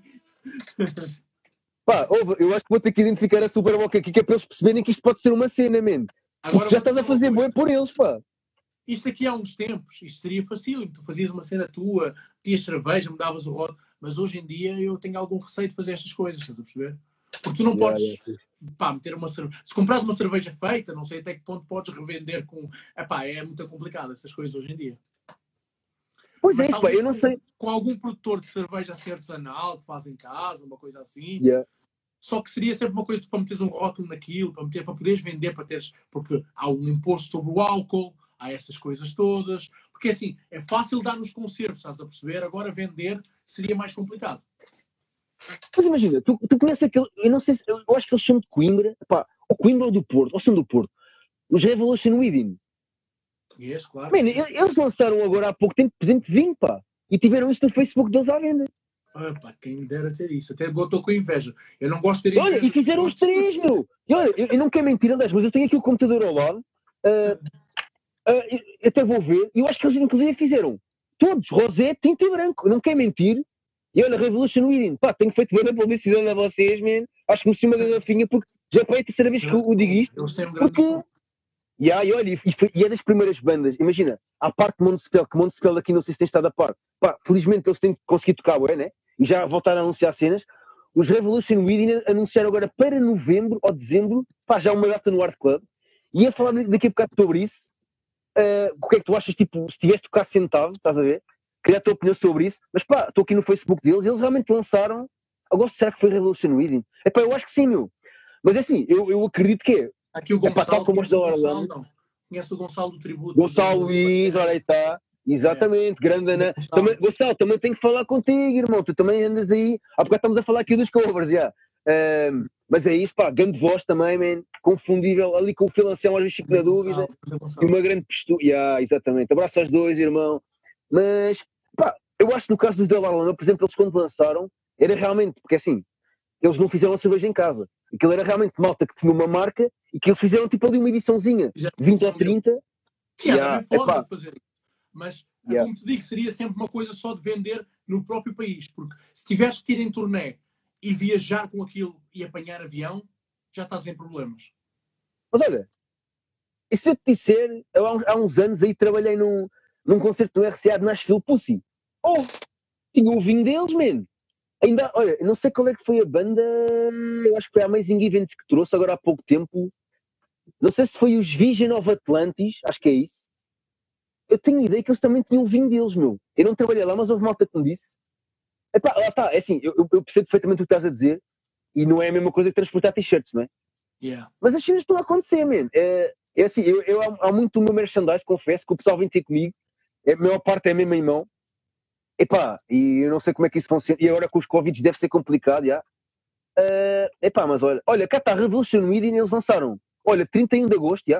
Pá, ouve, eu acho que vou ter que identificar a Superboc aqui, que é para eles perceberem que isto pode ser uma cena, man. Porque já vou estás a dizer uma fazer coisa. boi por eles, pá. Isto aqui há uns tempos, isto seria fácil. Tu fazias uma cena tua, metias cerveja, mudavas o rótulo, mas hoje em dia eu tenho algum receio de fazer estas coisas, estás a perceber? Porque tu não Yeah, podes pá, meter uma cerveja. Se comprares uma cerveja feita, não sei até que ponto podes revender com. Epá, é muito complicado essas coisas hoje em dia. Pois Mas é, isso, pá, talvez eu não com- sei. Com algum produtor de cerveja assim artesanal que faz em casa, uma coisa assim. Yeah. Só que seria sempre uma coisa para meteres um rótulo naquilo, para, meter, para poderes vender, para teres. Porque há um imposto sobre o álcool, há essas coisas todas. Porque assim, é fácil dar nos concertos, estás a perceber? Agora vender seria mais complicado. Mas imagina, tu, tu conheces aquele. Eu não sei se. Eu acho que eles são de Coimbra, pá, ou Coimbra ou do Porto, ou são do Porto. Os Revolution Within. Conheço, claro. Man, eles lançaram agora há pouco tempo, por exemplo, vinho, pá. E tiveram isto no Facebook deles à venda. Ah, pá, quem me dera ter isso. Até agora estou com inveja. Eu não gosto de ter Olha, inveja. e fizeram os três, meu! E olha, eu, eu não quero mentir, aliás, mas eu tenho aqui o computador ao lado. ah, ah, eu- eu até vou ver. E eu acho que eles, inclusive, fizeram todos, rosé, tinta e branco. Eu não quero mentir. E olha, Revolution Within. Pá, tenho feito bem a publicidade a vocês, man. Acho que me uma garrafinha, porque já é para a terceira vez que eu, eu digo isto. Eles têm um grande. Porque, E aí, olha, e, foi, e é das primeiras bandas, imagina, à parte de Montespel, que Montespel aqui não sei se tem estado a par, pá, felizmente eles têm conseguido tocar, ué, né? E já voltaram a anunciar cenas. Os Revolution Within anunciaram agora para novembro ou dezembro, pá, já uma data no Art Club. E ia falar daqui a bocado sobre isso. Uh, o que é que tu achas, tipo, se tivesse de tocar sentado, estás a ver? Queria a tua opinião sobre isso, mas pá, estou aqui no Facebook deles e eles realmente lançaram. Agora, será que foi Revolution Within? É pá, eu acho que sim, meu. Mas é assim, eu, eu acredito que é. Aqui o É pá, tal Gonçalo, como os conhece da o Gonçalo, Orlando. não. Conhece o Gonçalo do Tributo. Gonçalo do- Luís, olha aí está. Exatamente, grande Ana. Gonçalo. Também, Gonçalo, também tenho que falar contigo, irmão. Tu também andas aí. Há bocado estamos a falar aqui dos covers, já. Um, mas é isso, pá, grande voz também, man. Confundível, ali com o Phil Anselmo, às vezes fico na dúvida. Gonçalo, E Gonçalo. uma grande postura. Yeah, exatamente. Abraço aos dois, irmão. Mas, pá, eu acho que no caso dos Del Orlando, por exemplo, eles quando lançaram, era realmente, porque assim, eles não fizeram a cerveja em casa. Aquilo era realmente malta que tinha uma marca e que eles fizeram tipo ali uma ediçãozinha, Já- vinte ou trinta. Sim, Yeah, era bem foda epá. de fazer isso. Mas, Yeah. como te digo, seria sempre uma coisa só de vender no próprio país. Porque se tiveres que ir em turnê e viajar com aquilo e apanhar avião, já estás em problemas. Mas olha, e se eu te disser, eu há, uns, há uns anos aí trabalhei num, num concerto do R C A de Nashville Pussy. Oh, tinha o vinho deles, man. Ainda, olha, não sei qual é que foi a banda, eu acho que foi a Amazing Events que trouxe agora há pouco tempo. Não sei se foi os Vision of Atlantis, acho que é isso. Eu tenho a ideia que eles também tinham o vinho deles, meu. Eu não trabalhei lá, mas houve malta que me disse. Epá, lá está, é assim, eu, eu percebo perfeitamente o que estás a dizer e não é a mesma coisa que transportar t-shirts, não é? Yeah. Mas as cenas estão a acontecer, man. É, é assim, eu, eu, há muito do meu merchandise, confesso, que o pessoal vem ter comigo. É, a maior parte é mesmo em mão. Epá, e eu não sei como é que isso funciona. E agora com os Covid deve ser complicado, já. Uh, epá, mas olha, olha, cá está a Revolution Within e eles lançaram. Olha, trinta e um de agosto, já.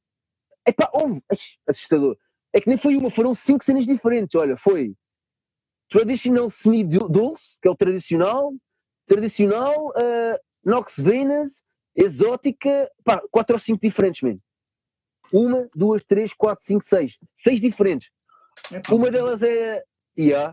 Epá, houve. Ai, assustador. É que nem foi uma, foram cinco cenas diferentes. Olha, foi Traditional Semi-Dulce, que é o tradicional. Tradicional, uh, Nox Venus, exótica, pá, quatro ou cinco diferentes, mesmo. Uma, duas, três, quatro, cinco, seis. Seis diferentes. É, pá, Uma delas é I A.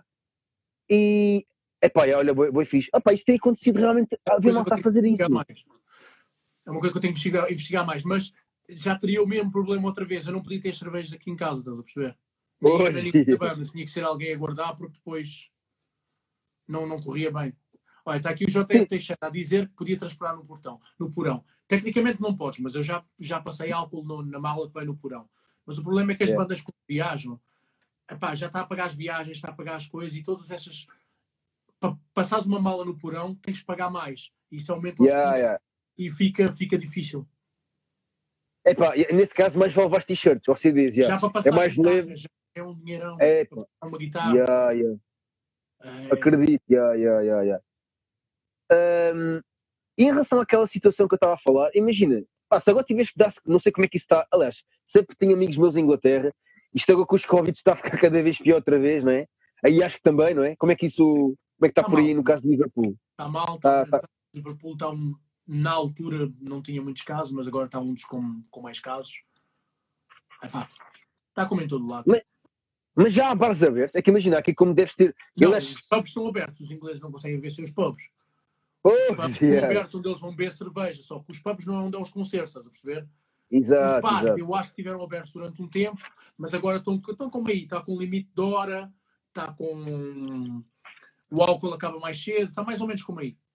E, epá, olha, boi, boi fixe. Epá, isto tem acontecido realmente. A ver, mal está a fazer isso. Mais. É uma coisa que eu tenho que investigar, investigar mais. Mas já teria o mesmo problema outra vez. Eu não podia ter cervejas aqui em casa, estás a perceber? Nem eu, nem da banda. Tinha que ser alguém a guardar porque depois não, não corria bem. Olha, está aqui o J R Teixeira a dizer que podia transportar no portão, no porão. Tecnicamente não podes, mas eu já, já passei álcool no, na mala que vai no porão. Mas o problema é que as yeah. bandas que viajam, epá, já está a pagar as viagens, está a pagar as coisas e todas essas... Para passares uma mala no porão, tens de pagar mais. Isso aumenta os yeah, custos yeah. e fica, fica difícil. Epá, nesse caso mais vale levar t-shirts ou C Ds. Yeah. Já para passar é mais guitarra, leve. já é um dinheirão. É, para passar uma guitarra. Yeah, yeah. É... Acredito. Yeah, yeah, yeah, yeah. Um, e em relação àquela situação que eu estava a falar, imagina, pá, se agora tivesse que dar, não sei como é que isso está, aliás, sempre tenho amigos meus em Inglaterra, isto agora com os Covid está a ficar cada vez pior outra vez, não é? Aí acho que também, não é? Como é que isso, como é que está tá por aí mal, no caso de Liverpool? Está mal, está, tá, tá. Liverpool está um, na altura não tinha muitos casos, mas agora está um dos com, com mais casos. Epá, está como em todo lado. Mas, mas já há bares abertos, é que imagina, aqui como deves ter... Não, Eles... os pubs estão abertos, os ingleses não conseguem ver seus pubs. Oh, os pubs yeah. estão abertos onde eles vão beber cerveja, só que os pubs não é onde é os concertos, estás a perceber? Exato, os bares, exato. eu acho que tiveram abertos durante um tempo, mas agora estão, estão como aí, está com limite de hora, está com... O álcool acaba mais cedo, está mais ou menos como aí.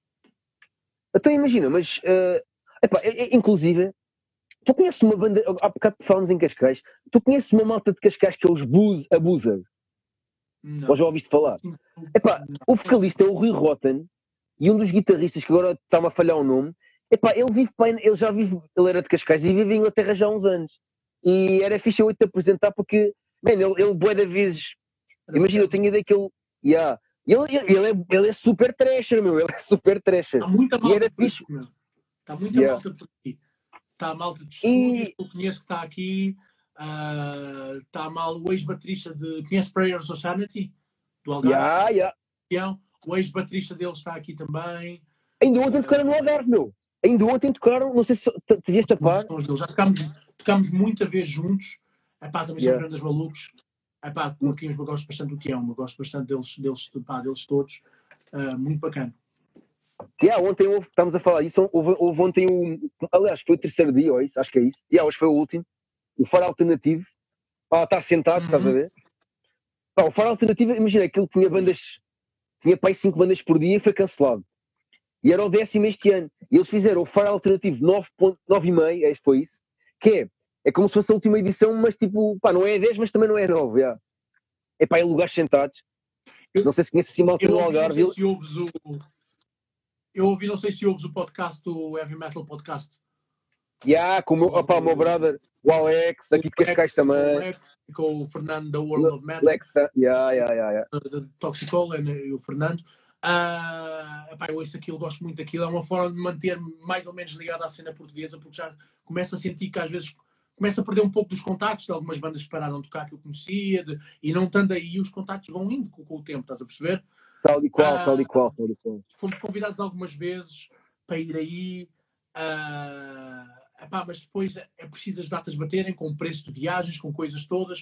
Então imagina, mas... Uh, epá, é, é, inclusive, tu conheces uma banda... Há bocado falamos em Cascais. Tu conheces uma malta de Cascais que é os Blues Abuser? Não. Ou já ouviste falar? Sim. Epá, não. O vocalista é o Rui Rotten e um dos guitarristas, que agora está-me a falhar o nome, epá, ele vive bem, ele já vive, ele era de Cascais e vive em Inglaterra já há uns anos. E era fixe eu te apresentar porque, man, ele, ele bué de vezes, imagina, eu tenho a ideia que ele, yeah, ele, ele, é, ele é super trasher, meu, ele é super trasher. Está muita malta e era por fixe. aqui, meu. Está muita yeah. malta por aqui. Está a malta de estúdios, e... que eu conheço que está aqui, uh, está mal o ex-baterista de, conhece Prayers of Sanity? Do Algarve. Yeah, yeah. O ex-baterista deles está aqui também. Ainda ontem tocaram no Algarve, meu. Ainda ontem tocaram, não sei se te vieste a par. Já tocámos, tocámos muita vez juntos. Epá, também yeah. são grandes malucos. Epá, curtimos, eu gosto bastante do Tião, eu gosto bastante deles, deles, pá, deles todos. Uh, muito bacana. Yeah, ontem houve, estamos a falar isso, houve, houve ontem o. Aliás, foi o terceiro dia, ou isso, acho que é isso. E yeah, hoje foi o último. O Faro Alternativo. Pá, está sentado, Uhum. estás a ver? Pá, o Faro Alternativo, imagina, aquilo tinha bandas. Tinha para aí cinco bandas por dia e foi cancelado. E era o décimo este ano. E eles fizeram o Faro Alternativo nove ponto nove e meio, este foi isso. Que é, é como se fosse a última edição, mas tipo, pá, não é dez, mas também não é nove. Yeah. É pá, em lugares sentados. Eu- Não sei se conhece assim malta Eu no ouvi, não Algarve. sei se ouves o. Eu ouvi, não sei se ouves o podcast do Heavy Metal Podcast. Yeah, com o meu, opá, o meu brother, o Alex, aqui de Cascais Com o também. Lex, com o Fernando da World of Metal, Lex, tá? Yeah, yeah, yeah, yeah. de Toxicola e o Fernando. Ah, epá, eu ouço aquilo, gosto muito daquilo. É uma forma de manter-me mais ou menos ligado à cena portuguesa, porque já começo a sentir que às vezes começo a perder um pouco dos contactos de algumas bandas que pararam de tocar que eu conhecia, de, e não estando aí, os contactos vão indo com, com o tempo, estás a perceber? Tal e qual, Ah, tal e qual, tal e qual. Fomos convidados algumas vezes para ir aí, ah, epá, mas depois é preciso as datas baterem com o preço de viagens, com coisas todas.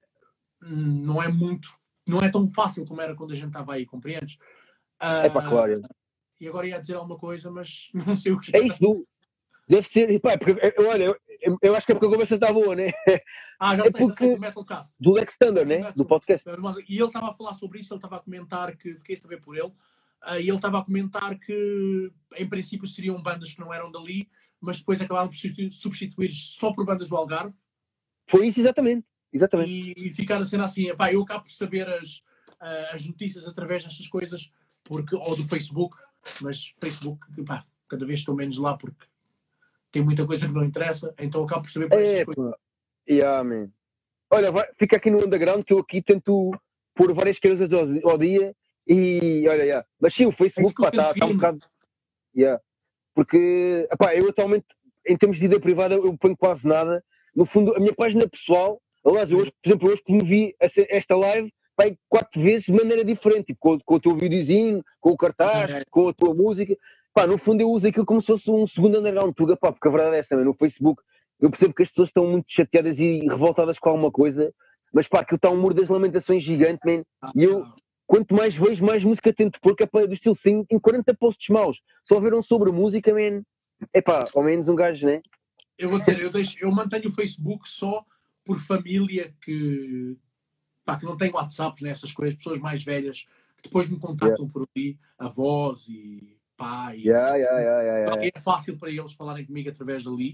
Hum, Não é muito, não é tão fácil como era quando a gente estava aí, compreendes? Ah, É pá, claro. E agora ia dizer alguma coisa, mas não sei o que É isso, do, deve ser, pá, porque, eu- olha, eu, eu acho que é porque a conversa está boa, né? Ah, já É sei, já sei, porque- do Metalcast. Do Lex Thunder, né? Metal- Do podcast. E ele estava a falar sobre isso, ele estava a comentar que, fiquei a saber por ele, ah, e ele estava a comentar que em princípio seriam bandas que não eram dali, mas depois acabaram por substituir, substituir só por bandas do Algarve. Foi isso, exatamente. Exatamente. E, e ficar a cena assim, epá, eu acabo por saber as, uh, as notícias através destas coisas, porque, ou do Facebook, mas Facebook, epá, cada vez estou menos lá porque tem muita coisa que não interessa, então acabo por saber por estas É, coisas. pá. Yeah, man. Olha, vai, fica aqui no underground que eu aqui tento pôr várias coisas ao, ao dia e olha, yeah. Mas sim, o Facebook É isso que eu está tento tá um seguir, bocado. Yeah. Porque epá, eu atualmente, em termos de vida privada, eu ponho quase nada. No fundo, a minha página pessoal, aliás, eu hoje, por exemplo, hoje promovi essa- esta live pá, quatro vezes de maneira diferente, tipo, com, com o teu videozinho, com o cartaz, É. com a tua música. Pá, no fundo, eu uso aquilo como se fosse um segundo underground, tuga, pá, porque a verdade é essa, man, no Facebook. Eu percebo que as pessoas estão muito chateadas e revoltadas com alguma coisa, mas pá, aquilo está um muro das lamentações gigante, man. E eu, quanto mais vejo, mais música tento pôr, que é para do estilo sim, em quarenta posts maus. Só viram sobre música, man. É pá, ao menos um gajo, né? Eu vou dizer, eu, deixo, eu mantenho o Facebook só por família que, pá, que não tem WhatsApp, né, essas coisas, pessoas mais velhas que depois me contactam por ali, avós e pai. Yeah, yeah, yeah, yeah, yeah. É fácil para eles falarem comigo através dali.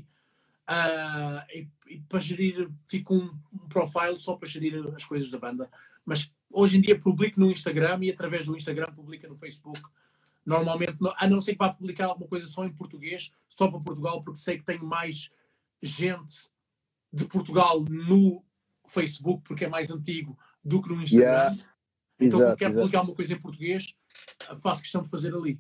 Uh, e, e para gerir, fico um, um profile só para gerir as coisas da banda. Mas hoje em dia publico no Instagram e através do Instagram publica no Facebook. Normalmente, a não ser que vá publicar alguma coisa só em português, só para Portugal, porque sei que tenho mais gente de Portugal no Facebook, porque é mais antigo, do que no Instagram. Yeah. Então, Exato, quando quero exato. publicar uma coisa em português, faço questão de fazer ali.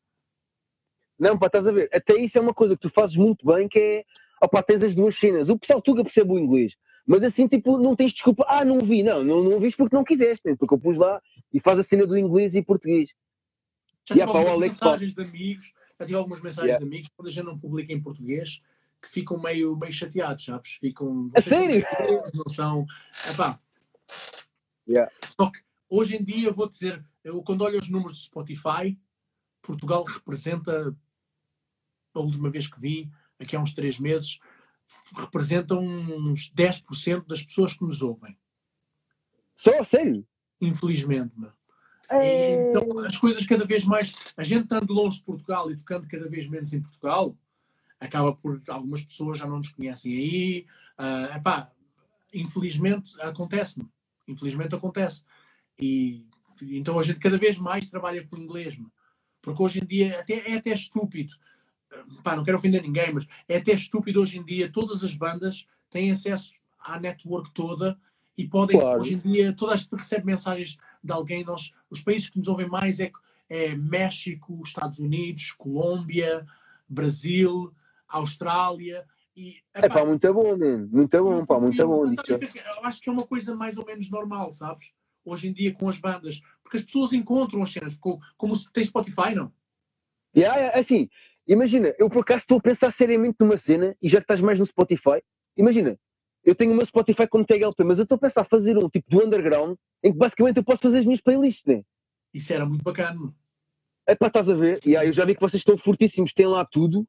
Não, pá, estás a ver? Até isso é uma coisa que tu fazes muito bem, que é, opá, tens as duas cenas. O pessoal tuga percebe o inglês, mas assim, tipo, não tens desculpa, ah, não vi, não, não, não viste porque não quiseste, né? Porque eu pus lá e faz a cena do inglês e português. Já tive Yeah, pá, o algumas Alex, mensagens de amigos, já tive algumas mensagens Yeah. de amigos, quando a gente não publica em português, que ficam meio, meio chateados, sabes? Ficam... A sério? Não são... Epá. Yeah. Só que, hoje em dia, vou dizer, eu quando olho os números de Spotify, Portugal representa, a última vez que vi, aqui há uns três meses, representa uns dez por cento das pessoas que nos ouvem. Só, sério? Infelizmente, mano. É... E, então, as coisas cada vez mais... A gente estando longe de Portugal e tocando cada vez menos em Portugal, acaba por... Algumas pessoas já não nos conhecem aí. Uh, epá, infelizmente, acontece-me. Infelizmente acontece. E então a gente cada vez mais trabalha com o inglês, mano. Porque hoje em dia até, é até estúpido. Pá, não quero ofender ninguém, mas é até estúpido hoje em dia. Todas as bandas têm acesso à network toda e podem, Claro. hoje em dia, toda a gente recebe mensagens de alguém. Nós, os países que nos ouvem mais é, é México, Estados Unidos, Colômbia, Brasil, Austrália. E, É pá, muito bom, mano. Muito bom, pá, muito bom. Mas, sabe, eu acho que é uma coisa mais ou menos normal, sabes? Hoje em dia com as bandas. Porque as pessoas encontram as cenas. Como, como tem Spotify, não? Yeah, yeah, assim, imagina, eu por acaso estou a pensar seriamente numa cena, e já que estás mais no Spotify, imagina, eu tenho o meu Spotify como tag L P, mas eu estou a pensar fazer um tipo do underground, em que basicamente eu posso fazer as minhas playlists, né? Isso era muito bacana. É pá, estás a ver? E aí eu já vi que vocês estão fortíssimos, têm lá tudo.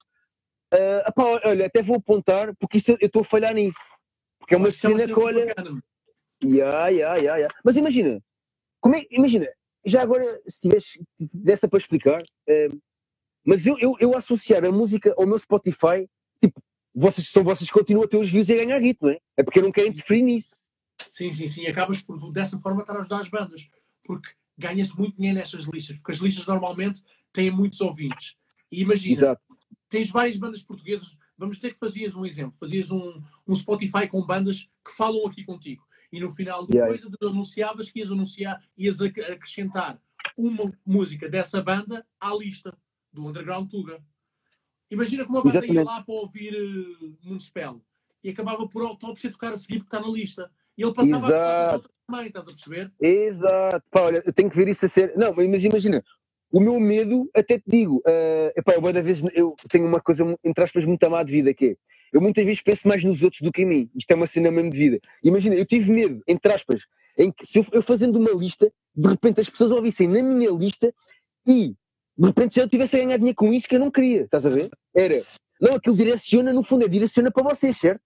Uh, epá, olha, até vou apontar, porque isso, eu estou a falhar nisso. Porque é uma Acho que é uma cena cena que, muito olha. bacana. Yeah, yeah, yeah, yeah. Mas imagina, como é, imagina, já agora, se tivesse dessa para explicar, uh, mas eu, eu, eu associar a música ao meu Spotify, tipo, vocês, são vocês que continuam a ter os views e a ganhar ritmo, não é? É porque eu não quero interferir nisso. Sim, sim, sim. Acabas por, dessa forma, estar a ajudar as bandas. Porque ganha-se muito dinheiro nestas listas. Porque as listas normalmente têm muitos ouvintes. E imagina, Exato. tens várias bandas portuguesas. Vamos dizer que fazias um exemplo. Fazias um, um Spotify com bandas que falam aqui contigo. E no final do Yeah. coisa, anunciavas que ias anunciar, ias ac- acrescentar uma música dessa banda à lista do Underground Tuga. Imagina que uma banda ia Exatamente. lá para ouvir uh, Municipal e acabava por Autópsia a tocar a seguir porque está na lista. E ele passava a tocar as outras também, estás a perceber? Exato. Pá, olha, eu tenho que ver isso a ser. Não, mas imagina, o meu medo, até te digo, uh, epá, eu, muitas vezes, eu tenho uma coisa, entre aspas, muito amada de vida, que é, eu muitas vezes penso mais nos outros do que em mim. Isto é uma cena mesmo de vida. Imagina, eu tive medo, entre aspas, em que se eu, eu fazendo uma lista, de repente as pessoas ouvissem na minha lista e de repente já eu tivesse a ganhar dinheiro com isso que eu não queria, estás a ver? Era, não, aquilo direciona, no fundo, é direciona para vocês, certo?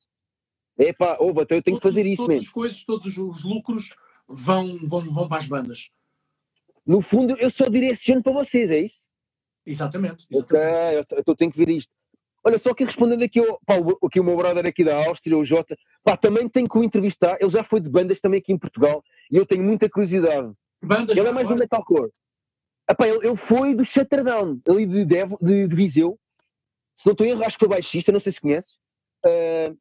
É pá, ouve, então eu tenho que Todos- fazer isso todas mesmo. as coisas, todos os, os lucros vão, vão, vão para as bandas. No fundo, eu só direciono para vocês, é isso? Exatamente. Ok, exatamente. eu, eu tenho que ver isto. Olha, só que respondendo aqui ao, pá, o- aqui o meu brother aqui da Áustria, o Jota, pá, também tenho que o entrevistar, ele já foi de bandas também aqui em Portugal, e eu tenho muita curiosidade. Bandas Ele já é mais do agora? metalcore. Epá, ele, ele foi do Shutterdown, ali de, Devo, de, de Viseu. Se não estou em erro, acho que foi baixista, não sei se conheces. Uh,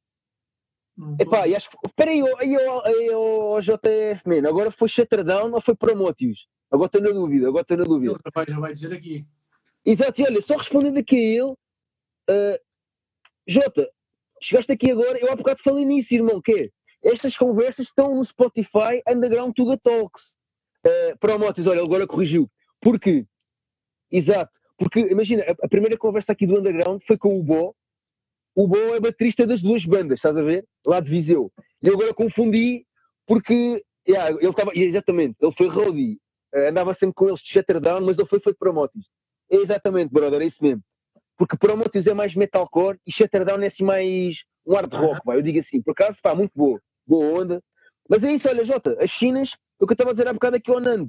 Não tô- epá, e acho que. Espera aí, ó- aí, ó- aí, ó, J F, man, agora foi Shutterdown ou foi Promotius? Agora estou na dúvida, agora estou na dúvida. Ele já vai, já vai dizer aqui. Exato, e olha, só respondendo aqui a ele, uh, Jota, chegaste aqui agora, eu há bocado falei nisso, irmão, que é, estas conversas estão no Spotify Underground Tuga Talks. Uh, Promotius, olha, ele agora corrigiu. Porque, exato, porque imagina, a, a primeira conversa aqui do Underground foi com o Bo. O Bo é baterista das duas bandas, estás a ver? Lá de Viseu. E eu agora confundi porque, yeah, ele estava, exatamente, ele foi roadie, uh, andava sempre com eles de Shutterdown, mas ele foi feito Promotius. É exatamente, brother, é isso mesmo. Porque Promotius é mais metalcore e Shutterdown é assim mais um hard rock, vai, eu digo assim, por acaso, pá, muito boa, boa onda. Mas é isso, olha, Jota, as chinas, o que eu estava a dizer há bocado aqui ao Nando,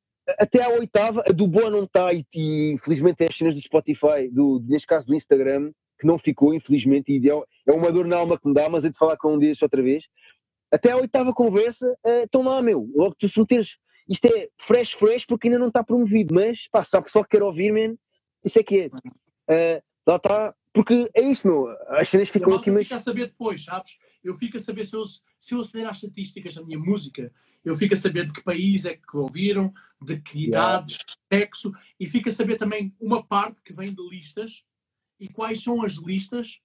até à oitava, a do Boa não está, e, e infelizmente é as cenas do Spotify, do, neste caso do Instagram, que não ficou, infelizmente, e é, é uma dor na alma que me dá, mas é de falar com um deles outra vez. Até à oitava conversa, uh, estão lá, meu, logo tu se meteres, isto é fresh, fresh, porque ainda não está promovido, mas, pá, sabe, só que quer ouvir, man, isso é que é. Uh, lá está, porque é isso, meu, as cenas ficam aqui, mas... Eu fico a saber depois, sabes? Eu fico a saber se eu, se eu aceder às estatísticas da minha música, eu fico a saber de que país é que ouviram, de que idades, yeah. sexo, e fico a saber também uma parte que vem de listas e quais são as listas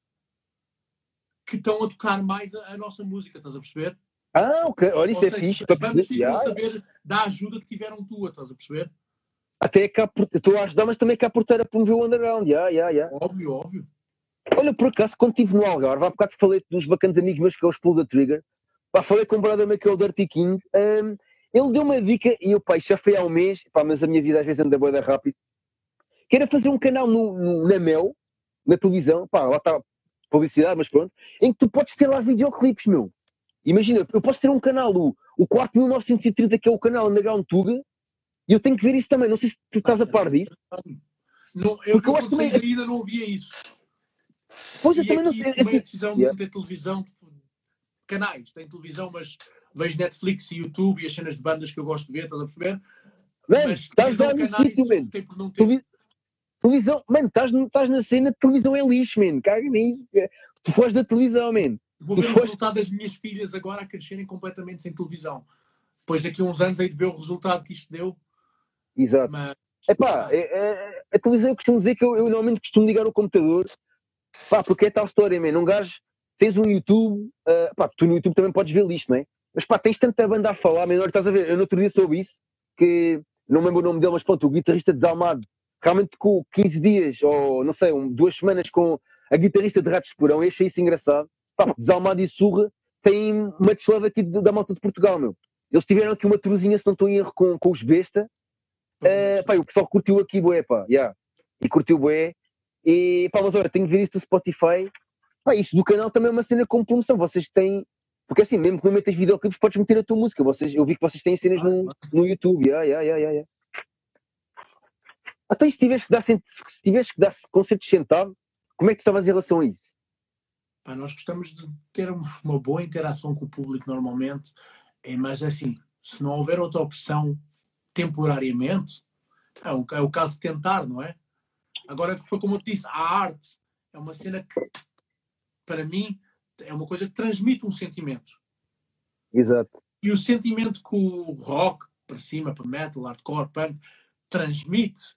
que estão a tocar mais a, a nossa música, estás a perceber? Ah, ok, olha, isso Ou é seja, fixe. As bandas ficam yeah. a saber da ajuda que tiveram tua, estás a perceber? Até cá por... estou a ajudar, mas também cá por estar a promover o underground, yeah, yeah, yeah. Óbvio, óbvio. Olha, por acaso, quando estive no Algarve, há bocado falei dos bacanas amigos meus que é os Pull the Trigger. Pá, falei com um brother meu que é o Dirty King. Um, ele deu uma dica, e eu, pá, já foi há um mês, pá, mas a minha vida às vezes anda boa rápido, que era fazer um canal no, no, na Mel, na televisão, pá, lá está publicidade, mas pronto, em que tu podes ter lá videoclipes, meu. Imagina, eu posso ter um canal, o, o quatro mil novecentos e trinta, que é o canal Underground Tuga, e eu tenho que ver isso também. Não sei se tu estás a par disso. Não, eu, Porque eu, eu acho também ainda não ouvia isso. Pois eu e também não aqui sei. Tomei assim, a decisão yeah. de não ter televisão, canais, tem televisão, mas vejo Netflix e YouTube e as cenas de bandas que eu gosto de ver, estás a perceber? Mano, estás lá no sítio, mano. Televi... Televisão, mano, estás, estás na cena de televisão é lixo, mano. Caga nisso. Tu foges da televisão, mano. Vou ver o resultado das minhas filhas agora a crescerem completamente sem televisão. Depois daqui a uns anos aí de ver o resultado que isto deu. Exato. Mas... Epá, é, é, a televisão eu costumo dizer que eu, eu normalmente costumo ligar o computador, pá, porque é tal história, man. Um gajo, tens um YouTube, uh, pá, tu no YouTube também podes ver lixo, não é? Mas pá, tens tanta banda a falar, menor, estás a ver? Eu no outro dia soube isso, que não me lembro o nome dele, mas pronto, o guitarrista desalmado, realmente com quinze dias, ou não sei, um, duas semanas com a guitarrista de Ratos de Porão, eu achei isso engraçado. Pá, desalmado e surra, tem uma desleve aqui de, da malta de Portugal, meu. Eles tiveram aqui uma truzinha, se não estou em erro, com, com os besta. Uh, pá, o pessoal curtiu aqui, bué, pá, yeah. E curtiu bué. E, pá, mas olha, tenho que ver isso do Spotify. Pá, isso do canal também é uma cena com promoção. Vocês têm... Porque assim, mesmo que não metas videoclipes, podes meter a tua música. Vocês, eu vi que vocês têm cenas ah, no, no YouTube. Yeah, yeah, yeah, yeah. Então, e se tivesse que dar, se tivesse que dar concertos sentado, como é que tu estavas em relação a isso? Pá, nós gostamos de ter uma boa interação com o público normalmente, é, mas assim, se não houver outra opção temporariamente, é o, é o caso de tentar, não é? Agora, foi como eu te disse, a arte é uma cena que, para mim, é uma coisa que transmite um sentimento. Exato. E o sentimento que o rock, para cima, para metal, hardcore, punk, transmite,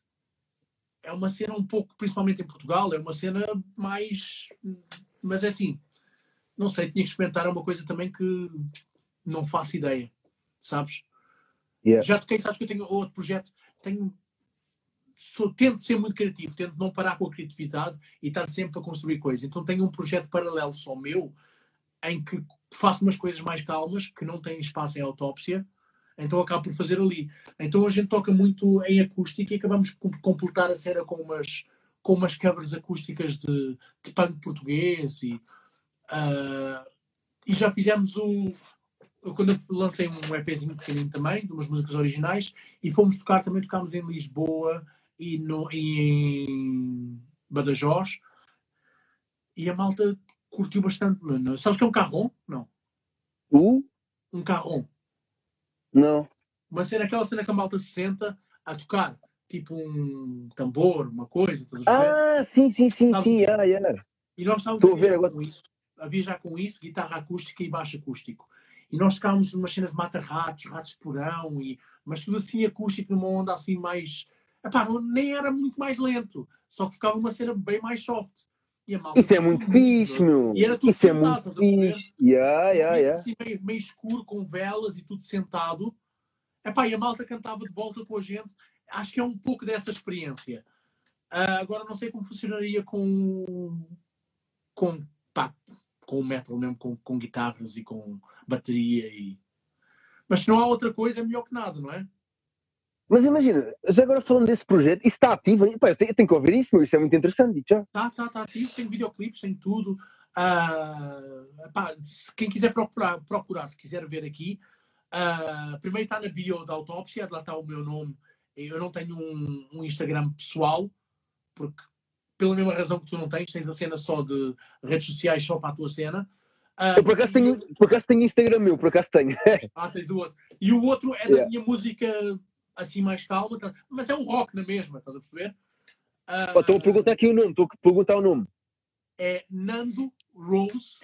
é uma cena um pouco, principalmente em Portugal, é uma cena mais... Mas é assim, não sei, tinha que experimentar uma coisa também que não faço ideia, sabes? Yeah. Já toquei, sabes que eu tenho outro projeto, tenho... Sou, tento ser muito criativo, tento não parar com a criatividade e estar sempre a construir coisas. Então tenho um projeto paralelo só meu, em que faço umas coisas mais calmas, que não têm espaço em autópsia, então acabo por fazer ali. Então a gente toca muito em acústica e acabamos por completar a cena com umas, com umas covers acústicas de, de punk português e, uh, e já fizemos o... Quando eu lancei um EPzinho pequenino também, de umas músicas originais, e fomos tocar, também tocámos em Lisboa e, no, e em Badajoz, e a malta curtiu bastante, mano. Sabes que é um carrom? Não. Uh? Um carrom. Não. Uma cena, aquela cena que a malta se senta a tocar, tipo um tambor, uma coisa, estás a ver? Ah, sim, sim, sim, Sabes? sim, yeah, yeah. E nós estávamos Estou a a ver viajar agora. com isso, a viajar com isso, guitarra acústica e baixo acústico. E nós tocávamos umas cenas de mata-ratos, ratos de porão, e... mas tudo assim acústico, numa onda assim mais... Epá, não, nem era muito mais lento, só que ficava uma cena bem mais soft. E a malta isso é muito fixe, meu. E era tudo isso sentado, é muito estás a perceber? fixe. Yeah, yeah, yeah. Assim, meio, meio escuro, com velas e tudo sentado. Epá, e a malta cantava de volta com a gente. Acho que é um pouco dessa experiência. Uh, agora não sei como funcionaria com... com pá, com o metal mesmo, com, com guitarras e com bateria e... Mas se não há outra coisa é melhor que nada, não é? Mas imagina, já agora falando desse projeto, isso está ativo? Pá, eu, tenho, eu tenho que ouvir isso, meu, isso é muito interessante, já. Está, está, está ativo, tem videoclipes, tem tudo. Uh, pá, se quem quiser procurar, procurar, se quiser ver aqui, uh, primeiro está na bio da Autópsia, lá está o meu nome. Eu não tenho um, um Instagram pessoal, porque pela mesma razão que tu não tens, tens a cena só de redes sociais só para a tua cena. Uh, eu por acaso, tenho, eu... por acaso tenho Instagram meu, por acaso tenho. Ah, tens o outro. E o outro é yeah. da minha música assim mais calma, mas é um rock na mesma, estás a perceber? Uh, estou a perguntar aqui o nome, estou a perguntar o nome. É Nando Rose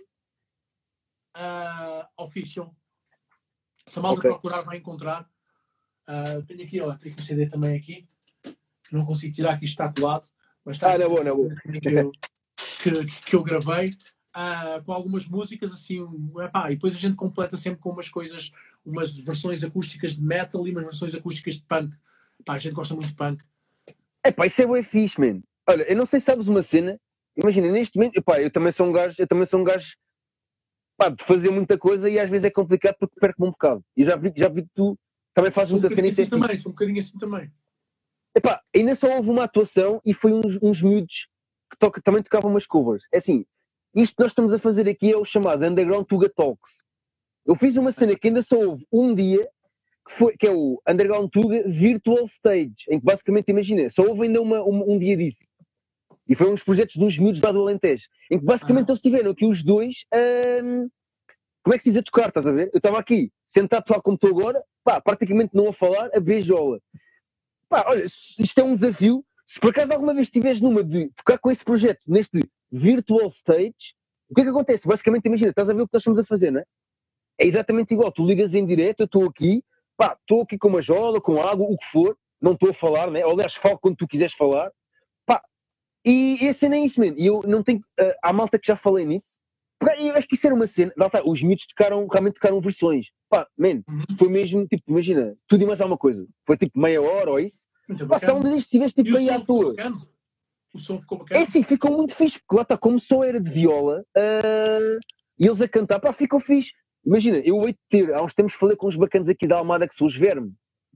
uh, Official. Se a malta okay. procurar vai encontrar. Uh, tenho aqui, ó, tenho que C D também aqui. Não consigo tirar aqui, está colado. Mas está ah, não é bom, não é bom. Que eu, que, que eu gravei uh, com algumas músicas assim, epá, e depois a gente completa sempre com umas coisas, umas versões acústicas de metal e umas versões acústicas de punk. Epá, a gente gosta muito de punk. Epá, isso é bué fixe, man. Olha, eu não sei se sabes uma cena. Imagina, neste momento, epá, eu também sou um gajo, eu também sou um gajo pá, de fazer muita coisa e às vezes é complicado porque perco-me um bocado. E já vi, já vi que tu também fazes sou muita um cena e isso é assim também, fixe. sou um bocadinho assim também. Epá, ainda só houve uma atuação e foi uns, uns miúdos que toca, também tocavam umas covers. É assim, isto que nós estamos a fazer aqui é o chamado Underground Tuga Talks. Eu fiz uma cena que ainda só houve um dia, que, foi, que é o Underground Tuga Virtual Stage, em que basicamente, imagina, só houve ainda uma, um, um dia disso. E foi um dos projetos dos miúdos lá do Alentejo, em que basicamente ah. eles tiveram aqui os dois, hum, como é que se diz, a tocar, estás a ver? Eu estava aqui, sentado tal como estou agora, pá, praticamente não a falar, a beijola. Pá, olha, isto é um desafio. Se por acaso alguma vez estiveres numa de tocar com esse projeto, neste Virtual Stage, o que é que acontece? Basicamente, imagina, estás a ver o que nós estamos a fazer, não é? É exatamente igual, tu ligas em direto, eu estou aqui, pá, estou aqui com uma jola, com água, o que for, não estou a falar, né? Ou aliás, falo quando tu quiseres falar, pá, e, e a cena é isso, mesmo. E eu não tenho, uh, há malta que já falei nisso, porque eu acho que isso era uma cena, lá está, os miúdos tocaram, realmente tocaram versões, pá, man, foi mesmo, tipo, imagina, tudo e mais alguma coisa, foi tipo meia hora ou isso, pá, se onde estiveste tipo aí à toa. O som ficou bacana? É sim, ficou muito fixe, porque lá está, como só era de viola, uh, e eles a cantar, pá, ficou fixe. Imagina, eu hei de ter, há uns tempos falei com uns bacanas aqui da Almada que são os Verme.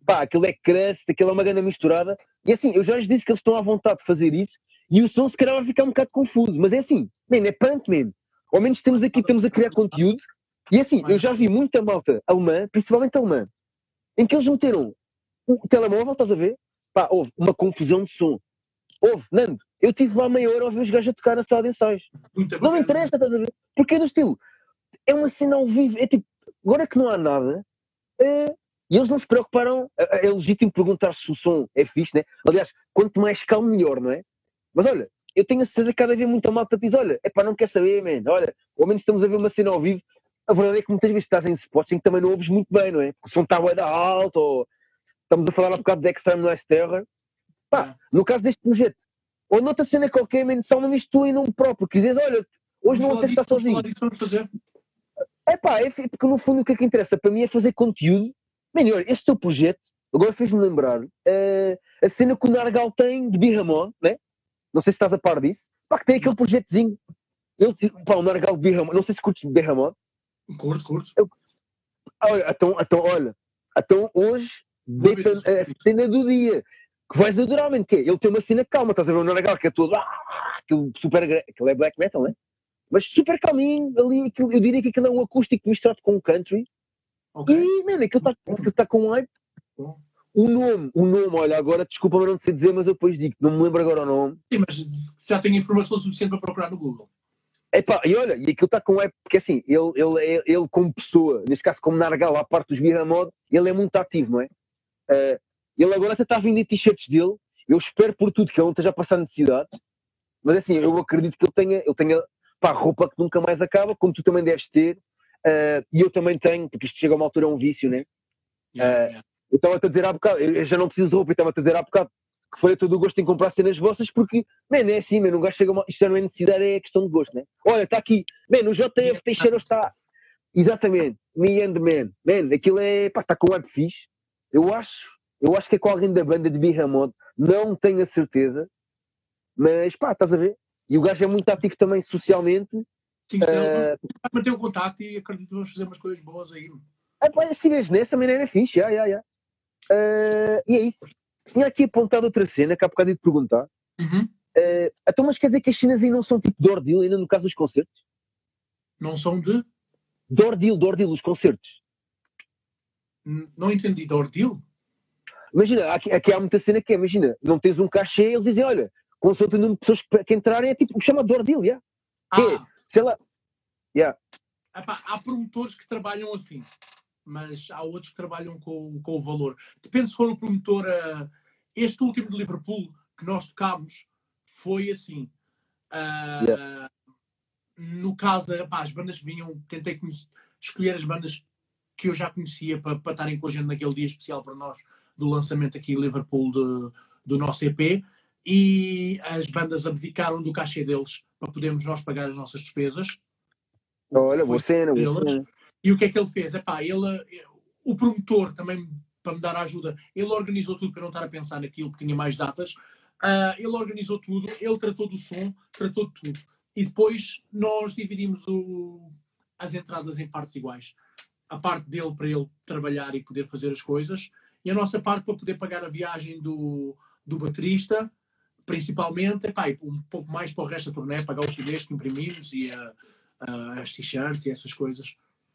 pá, aquilo é crust, aquilo é uma grande misturada. E assim, eu já lhes disse que eles estão à vontade de fazer isso e o som se calhar vai ficar um bocado confuso. Mas é assim, man, é punk, man. Ao menos temos aqui, estamos a criar conteúdo. E assim, eu já vi muita malta alemã, principalmente alemã, em que eles meteram o telemóvel, estás a ver? Pá, houve uma confusão de som. Houve, Nando, eu estive lá meia hora a ver os gajos a tocar na sala de ensaios. Muito Não me bacana. interessa, estás a ver? Porque é do estilo. É uma cena ao vivo. É tipo, agora que não há nada, é... e eles não se preocuparam. É, é legítimo perguntar se o som é fixe, né? Aliás, quanto mais calmo, melhor, não é? Mas olha, eu tenho a certeza que cada vez muita malta diz: olha, é pá, não quer saber, man. Olha, ao menos estamos a ver uma cena ao vivo. A verdade é que muitas vezes estás em spots em que também não ouves muito bem, não é? Porque o som está bué da alto, ou estamos a falar há bocado de Extreme Nice Terror. Pá, é. No caso deste projeto, ou noutra cena qualquer, man, só uma vez tu em nome próprio, que dizes: olha, hoje não apetece estar sozinho. Vamos fazer. É pá, é porque no fundo o que é que interessa para mim é fazer conteúdo. Man, olha, este teu projeto, agora fez-me lembrar uh, a cena que o Nargal tem de Birramod, né? Não sei se estás a par disso. Pá, que tem aquele projetozinho. Ele, pá, o Nargal de Birramod, não sei se curtes de Birramod. Curto, curto. Eu, olha, então, então, olha, então hoje deita a cena do dia, que vais adorar, man, que é? Ele tem uma cena calma, estás a ver o Nargal que é todo, ah, aquele super, aquele é black metal, né? Mas super calminho, ali, aquilo, eu diria que aquilo é um acústico misturado com um country. Okay. E, mano, aquilo está tá com um hype. O nome, o nome, olha, agora, desculpa, mas não sei dizer, mas eu depois digo, não me lembro agora o nome. Sim, mas já tenho informação suficiente para procurar no Google. Epá, e olha, e aquilo está com hype, porque assim, ele, ele, ele como pessoa, neste caso como Nargal, à parte dos Birramod, ele é muito ativo, não é? Uh, ele agora até está a vender t-shirts dele, eu espero por tudo que ele não esteja a passar necessidade, mas assim, eu acredito que ele tenha, ele tenha pá, roupa que nunca mais acaba, como tu também deves ter, uh, e eu também tenho, porque isto chega a uma altura, é um vício, né? Yeah, yeah. Uh, eu estava-te a dizer há bocado, eu já não preciso de roupa, eu estava-te a dizer há bocado que foi todo o gosto em comprar cenas vossas, porque, man, é assim, man, um gajo chega a uma... isto não é necessidade, é questão de gosto, né? Olha, está aqui, man, o J F Teixeira está, exatamente, me and the man, man, aquilo é, pá, está com um web fixe, eu acho, eu acho que é com alguém da banda de Birramod, não tenho a certeza, mas, pá, estás a ver? E o gajo é muito ativo também socialmente. Sim, uh... vai manter o contacto e acredito que vamos fazer umas coisas boas aí. Ah, pá, se estiveres nessa maneira é fixe, já, já, já. Uh, e é isso. Tinha aqui apontado outra cena que há bocado de te perguntar. Uhum. Uh, então, mas quer dizer que as cenas aí não são tipo de ordeal, ainda no caso dos concertos? Não são de? De ordeal, de ordeal, os concertos. Não entendi, de ordeal? Imagina, aqui, aqui há muita cena que é, imagina, não tens um cachê, eles dizem, olha, consoante o número de pessoas que, que entrarem, é tipo, chama de ordeal, já. Ah. É, sei lá. Yeah. Epá, há promotores que trabalham assim, mas há outros que trabalham com, com o valor. Depende se for o promotor. Uh, este último de Liverpool que nós tocámos foi assim. Uh, yeah. No caso, epá, as bandas que vinham, tentei escolher as bandas que eu já conhecia para, para estarem com a gente naquele dia especial para nós do lançamento aqui em Liverpool de, do nosso E P, e as bandas abdicaram do cachê deles para podermos nós pagar as nossas despesas. Olha, boa cena, boa cena. E o que é que ele fez? Epá, ele, o promotor também, para me dar a ajuda, ele organizou tudo para não estar a pensar naquilo que tinha mais datas. Uh, ele organizou tudo, ele tratou do som, tratou de tudo. E depois nós dividimos o, as entradas em partes iguais. A parte dele para ele trabalhar e poder fazer as coisas, e a nossa parte para poder pagar a viagem do, do baterista, principalmente, epá, e um pouco mais para o resto da turnê, pagar os C Ds que imprimimos e a, a, as t-shirts e essas coisas.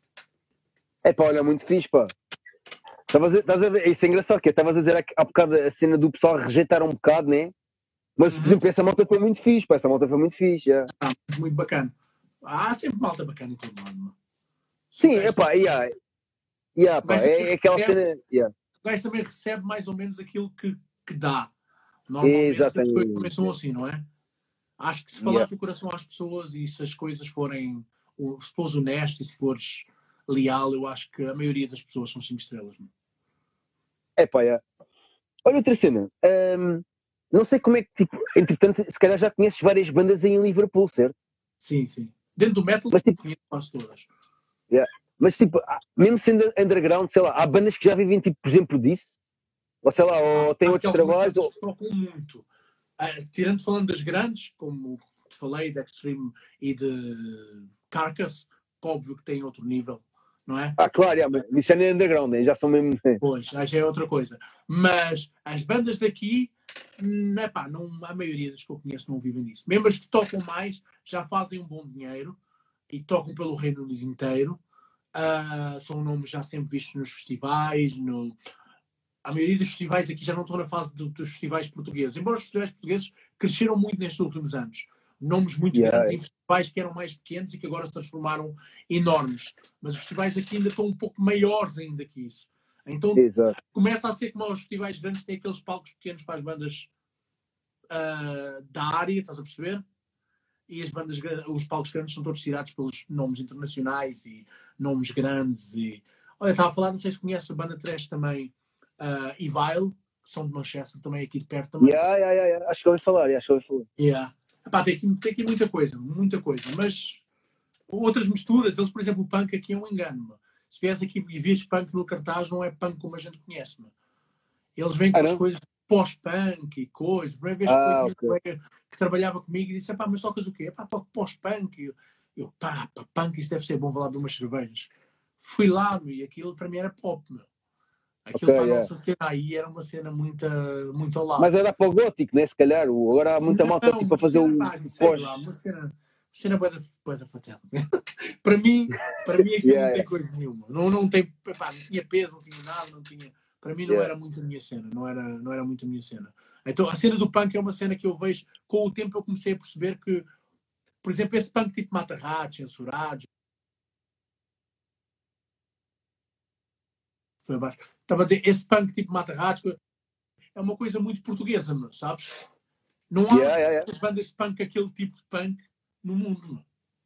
É pá, olha, muito fixe, pá. Estavas a, estás a ver, isso é engraçado, que estavas a dizer há bocado a cena do pessoal rejeitar um bocado, né? Mas, por exemplo, essa malta foi muito fixe, pá, essa malta foi muito fixe, já. Ah, muito bacana. Há sempre malta bacana em todo lado, mano. Sim, é pá, yeah. Yeah, pá, é, é aquela recebe, cena... Yeah. O gajo também recebe mais ou menos aquilo que, que dá. Normalmente as coisas também são assim, não é? Acho que se falares yeah. do coração às pessoas e se as coisas forem... Se fores honesto e se fores leal, eu acho que a maioria das pessoas são cinco estrelas, mano. É pá, yeah. Olha outra cena. Um, não sei como é que, tipo, entretanto, se calhar já conheces várias bandas aí em Liverpool, certo? Sim, sim. Dentro do metal, mas, tipo, conheço quase todas. Yeah. Mas, tipo, mesmo sendo underground, sei lá, há bandas que já vivem, tipo, por exemplo, disso? Ou sei lá, ou têm outros trabalhos? Ou... tocam muito. Uh, tirando falando das grandes, como te falei, de Extreme e de Carcass, óbvio que tem outro nível. não é? Ah, claro, yeah, mas isso é nem underground, né? Já são mesmo. Pois, já é outra coisa. Mas as bandas daqui, hum, epá, não, a maioria das que eu conheço não vivem disso. Mesmo as que tocam mais, já fazem um bom dinheiro e tocam pelo Reino Unido inteiro. Uh, são nomes já sempre vistos nos festivais. No... A maioria dos festivais aqui já não estão na fase do, dos festivais portugueses. Embora os festivais portugueses cresceram muito nestes últimos anos. Nomes muito Yeah. grandes em festivais que eram mais pequenos e que agora se transformaram enormes. Mas os festivais aqui ainda estão um pouco maiores ainda que isso. Então Exato. começa a ser como os festivais grandes, têm aqueles palcos pequenos para as bandas uh, da área, estás a perceber? E as bandas, os palcos grandes são todos tirados pelos nomes internacionais e nomes grandes. E... Olha, estava a falar, não sei se conhece a banda trash também, uh, Evil, que são de Manchester, também aqui de perto também. Yeah, yeah, yeah, yeah. Acho que eu ouvi falar, yeah, acho que eu ouvi falar. Yeah. Epá, tem, aqui, tem aqui muita coisa, muita coisa. Mas outras misturas, eles, por exemplo, o punk aqui é um engano. Mano. Se viesse aqui e vires punk no cartaz, não é punk como a gente conhece. Mano. Eles vêm com Ah, as não? coisas pós-punk e coisas. A primeira vez Ah, que foi ok. um colega que trabalhava comigo e disse: pá, mas tocas o quê? Pá, toco pós-punk. Eu, eu, pá, pá, punk, isso deve ser bom, vou lá de umas cervejas. Fui lá, meu, e aquilo para mim era pop, meu. Aquilo Ok, para a yeah. nossa cena aí era uma cena muito, muito ao lado. Mas era para o gótico, né? Se calhar. O- Agora há muita Não, malta tipo, uma a fazer cena, o, pá, o sei pós. lá, uma cena, cena boa da fatela. para mim, para mim aquilo Yeah, não tem yeah, coisa nenhuma. Não, não tem, pá, não tinha peso, não tinha nada, não tinha. Para mim não yeah. era muito a minha cena, não era, não era muito a minha cena. Então a cena do punk é uma cena que eu vejo, com o tempo eu comecei a perceber que, por exemplo, esse punk tipo Mata-Ratos, Censurados, foi abaixo. Estava a dizer, esse punk tipo Mata-Ratos é uma coisa muito portuguesa, meu, sabes? Não há Yeah, yeah, yeah. as bandas de punk, aquele tipo de punk no mundo, meu.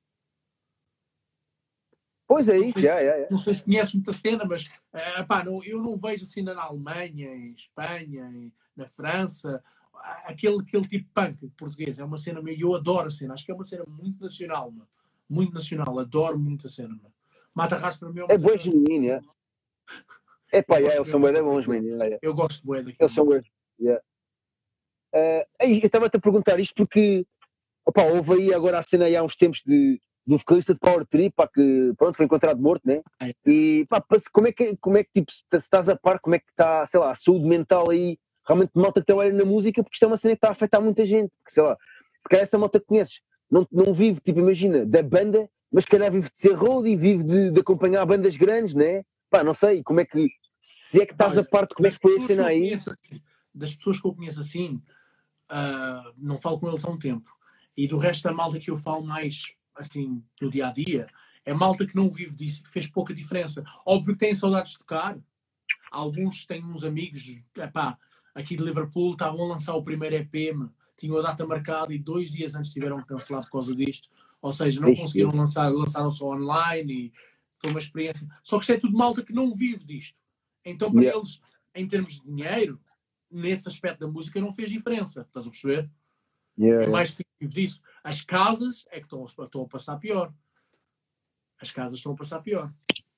Pois é Não isso, sei, se, yeah, yeah, yeah. não sei se conheces muita cena, mas uh, pá, não, eu não vejo assim na Alemanha, em Espanha, em, na França, aquele, aquele tipo de punk português. É uma cena meio. Eu adoro a cena, acho que é uma cena muito nacional, mano. Muito nacional, adoro muito a cena. Mano. Mata-Ratos para mim é uma É das boa cenas. genuíno, yeah. É pá, Eu yeah, gosto eles são mesmo bem bons, daquilo. man. Yeah, yeah. Eu gosto bem daquilo. Eles são bem. Yeah. Uh, ei, eu estava-te a perguntar isto porque opa, houve aí agora a cena aí há uns tempos de, do vocalista de Power Trip, pá, que pronto, foi encontrado morto, né? É. E pá, como é que, como é que tipo, se estás a par, como é que está, sei lá, a saúde mental aí, realmente de malta que trabalha na música, porque isto é uma cena que está a afetar muita gente, porque sei lá, se calhar essa malta que conheces, não, não vive, tipo, imagina, da banda, mas se calhar vive de ser roadie, vive de, de acompanhar bandas grandes, né? Pá, não sei, como é que, se é que estás a Olha, par de como é das que foi a pessoas que cena eu aí? conheço, assim, das pessoas que eu conheço assim, uh, não falo com eles há um tempo. E do resto da malta que eu falo mais, assim, no dia a dia, é malta que não vive disso, que fez pouca diferença. Óbvio que têm saudades de tocar. Alguns têm uns amigos, epá, aqui de Liverpool, estavam a lançar o primeiro E P, tinham a data marcada e dois dias antes tiveram que cancelar por causa disto. Ou seja, não Ixi, conseguiram lançar, lançaram só online e foi uma experiência. Só que isto é tudo malta que não vive disto. Então, para yeah, eles, em termos de dinheiro, nesse aspecto da música não fez diferença. Estás a perceber? yeah, É yeah. mais que vive disso. As casas é que estão, estão a passar pior. As casas estão a passar pior.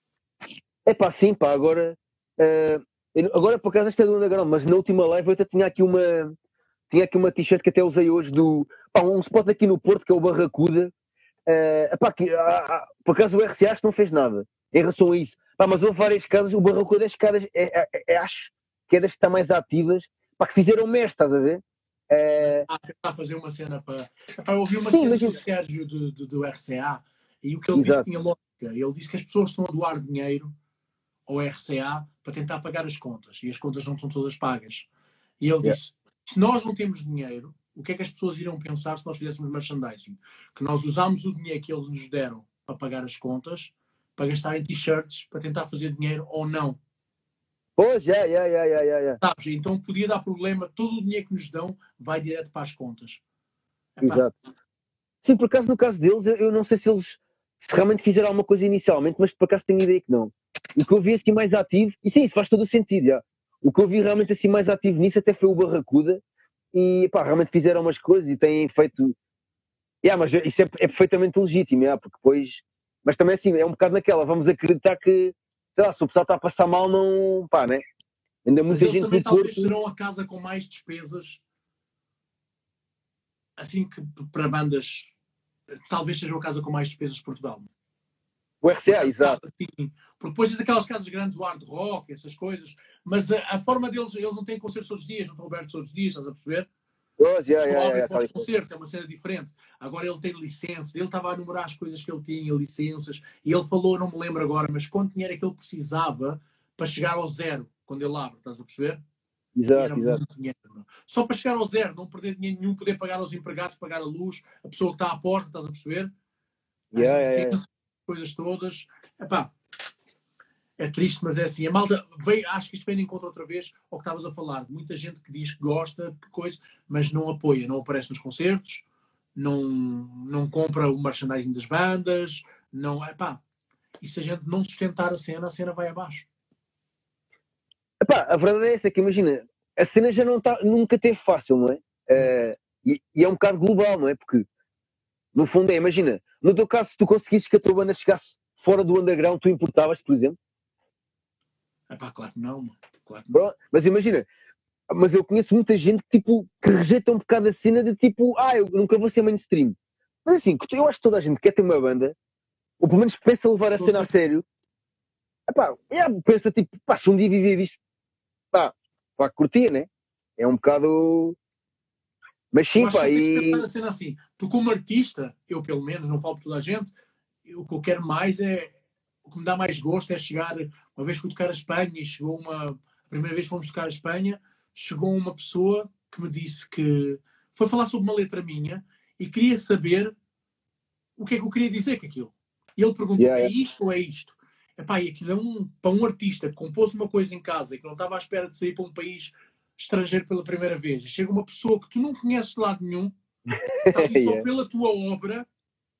É pá, sim, pá, agora. Uh, agora por acaso esta é do underground, mas na última live eu até tinha aqui uma. Tinha aqui uma t-shirt que até usei hoje do. Pá, um spot aqui no Porto que é o Barracuda. Uh, epá, que, ah, ah, por acaso o R C A não fez nada em relação a isso. Pá, mas houve várias casas, o Barracuda das caras, é, é, é, acho que é das que está mais ativas, pá, que fizeram mestre, estás a ver? Uh, Ah, a fazer uma cena para. Epá, eu ouvi uma sim, cena imagina. do Sérgio do, do, do R C A e o que ele Exato. disse tinha lógica. Ele disse que as pessoas estão a doar dinheiro ao R C A para tentar pagar as contas e as contas não estão todas pagas. E ele Yeah. disse: se nós não temos dinheiro, o que é que as pessoas irão pensar se nós fizéssemos merchandising? Que nós usámos o dinheiro que eles nos deram para pagar as contas para gastar em t-shirts para tentar fazer dinheiro ou não. Pois, já, já, já, já, já. Sabes? Então podia dar problema, todo o dinheiro que nos dão vai direto para as contas. Epá, Exato. Sim, por acaso, no caso deles, eu não sei se eles se realmente fizeram alguma coisa inicialmente, mas por acaso tenho ideia que não. O que eu vi assim mais ativo, e sim, isso faz todo o sentido, já. O que eu vi realmente assim mais ativo nisso até foi o Barracuda, e pá, realmente fizeram umas coisas e têm feito. Yeah, mas isso é, é perfeitamente legítimo, yeah, porque depois. Mas também assim, é um bocado naquela, vamos acreditar que, sei lá, se o pessoal está a passar mal, não. Pá, né? Ainda mas muita eles gente também no talvez Porto. serão a casa com mais despesas, assim que para bandas, talvez seja a casa com mais despesas de Portugal. O R C A, exato. Assim, porque depois tens aquelas casas grandes, o hard rock, essas coisas, mas a, a forma deles, eles não têm concertos todos os dias, não estão abertos todos os dias, estás a perceber? Pois, yeah, Só yeah, abrem yeah, para os yeah, concertos, é uma cena diferente. Agora ele tem licença, ele estava a enumerar as coisas que ele tinha, licenças, e ele falou, não me lembro agora, mas quanto dinheiro é que ele precisava para chegar ao zero, quando ele abre, estás a perceber? exato, Era exato. muito dinheiro, não? Só para chegar ao zero, não perder dinheiro nenhum, poder pagar aos empregados, pagar a luz, a pessoa que está à porta, estás a perceber? As Yeah, licenças, yeah, yeah. coisas todas. Epá, é triste, mas é assim. A malta veio, acho que isto vem de encontro outra vez ao que estavas a falar. De muita gente que diz que gosta, que coisa, mas não apoia, não aparece nos concertos, não, não compra o merchandising das bandas, não. Epá, e se a gente não sustentar a cena, a cena vai abaixo. Epá, a verdade é essa, que imagina, a cena já não tá, nunca teve fácil, não é? Uh, e, e é um bocado global, não é? Porque, no fundo, é, imagina, no teu caso, se tu conseguisses que a tua banda chegasse fora do underground, tu importavas, por exemplo? Epá, claro que não, mano. Claro que não. Pronto, mas imagina, mas eu conheço muita gente que, tipo, que rejeita um bocado a cena de tipo, ah, eu nunca vou ser mainstream. Mas assim, eu acho que toda a gente quer ter uma banda, ou pelo menos pensa levar a cena a sério. Epá, é, pensa tipo, pá, se um dia viver disto, pá, pá, curtia, né? É um bocado. Mas sim, Eu acho pá, que tens de e. pensar a cena assim. Tu, como artista, eu pelo menos, não falo por toda a gente, eu, o que eu quero mais é. O que me dá mais gosto é chegar. Uma vez fui tocar a Espanha e chegou uma. A primeira vez que fomos tocar a Espanha, chegou uma pessoa que me disse que. Foi falar sobre uma letra minha e queria saber o que é que eu queria dizer com aquilo. E ele perguntou: Yeah, é yeah. isto ou é isto? Epá, e aquilo é um. Para um artista que compôs uma coisa em casa e que não estava à espera de sair para um país estrangeiro pela primeira vez, e chega uma pessoa que tu não conheces de lado nenhum, está ali só Yeah. pela tua obra,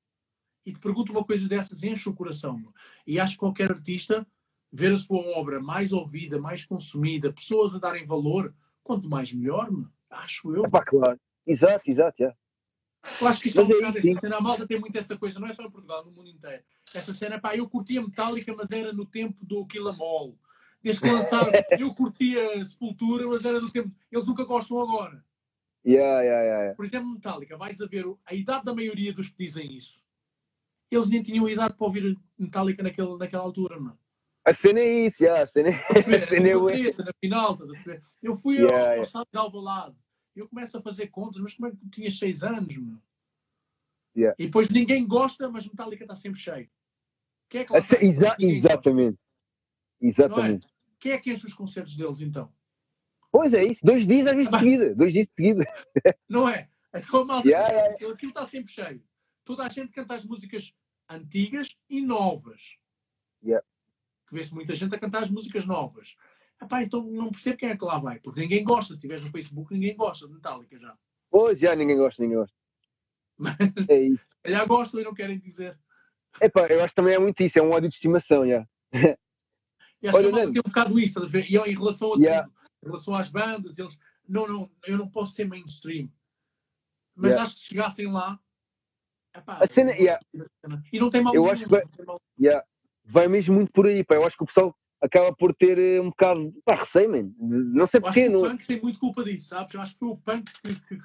e te pergunta uma coisa dessas, enche o coração. Meu. E acho que qualquer artista, ver a sua obra mais ouvida, mais consumida, pessoas a darem valor, quanto mais melhor, meu. Acho eu. Epá, claro. Exato, exato, yeah. Eu acho que isto é um Mas é bocado isso, sim. essa cena. A malta tem muito essa coisa, não é só em Portugal, no mundo inteiro. Essa cena, pá, eu curtia Metallica, mas era no tempo do Kill 'Em All. Desde que lançaram, eu curtia Sepultura, mas era do tempo. Eles nunca gostam agora. Yeah, yeah, yeah, yeah. Por exemplo, Metallica, vais a ver a idade da maioria dos que dizem isso. Eles nem tinham idade para ouvir Metallica naquele, naquela altura, mano. A cena é isso, yeah. a cena, a cena é Uma ué. treta, na final, estás a ver? Eu fui Yeah, ao, ao yeah. estado de Alvalade. Eu começo a fazer contas, mas como é que tu tinhas seis anos, mano? Yeah. E depois ninguém gosta, mas Metallica está sempre cheio. Quem é que lá A ce- está? exa- Ninguém gosta, exatamente. não é? Exatamente. Quem é que enche os concertos deles, então? Pois é isso. Dois dias às vezes de Ah, seguida. Dois dias de seguida. não é? Então a malta, Yeah, yeah. aquilo está sempre cheio. Toda a gente canta as músicas antigas e novas. Yeah. Que vê-se muita gente a cantar as músicas novas. Epá, então não percebo quem é que lá vai, porque ninguém gosta. Se estiveres no Facebook, ninguém gosta de Metallica já. Pois, já ninguém gosta, ninguém gosta. Mas É isso. se calhar gostam e não querem dizer. Epá, eu acho que também é muito isso. É um ódio de estimação, já. E acho Olha, que a malta Nando. tem um bocado isso, estás a ver? E em relação a Yeah. tudo, em relação às bandas, eles, não, não, eu não posso ser mainstream. Mas Yeah. acho que se chegassem lá, epá, A cena, yeah. e não tem mal Eu nenhum, acho que vai- não tem mal. Yeah. Vai mesmo muito por aí, pá. Eu acho que o pessoal acaba por ter eh, um bocado, pá, receio, man. Não sei Eu acho que porquê. o Não... punk tem muito culpa disso, sabes? Eu acho que foi o punk que, que,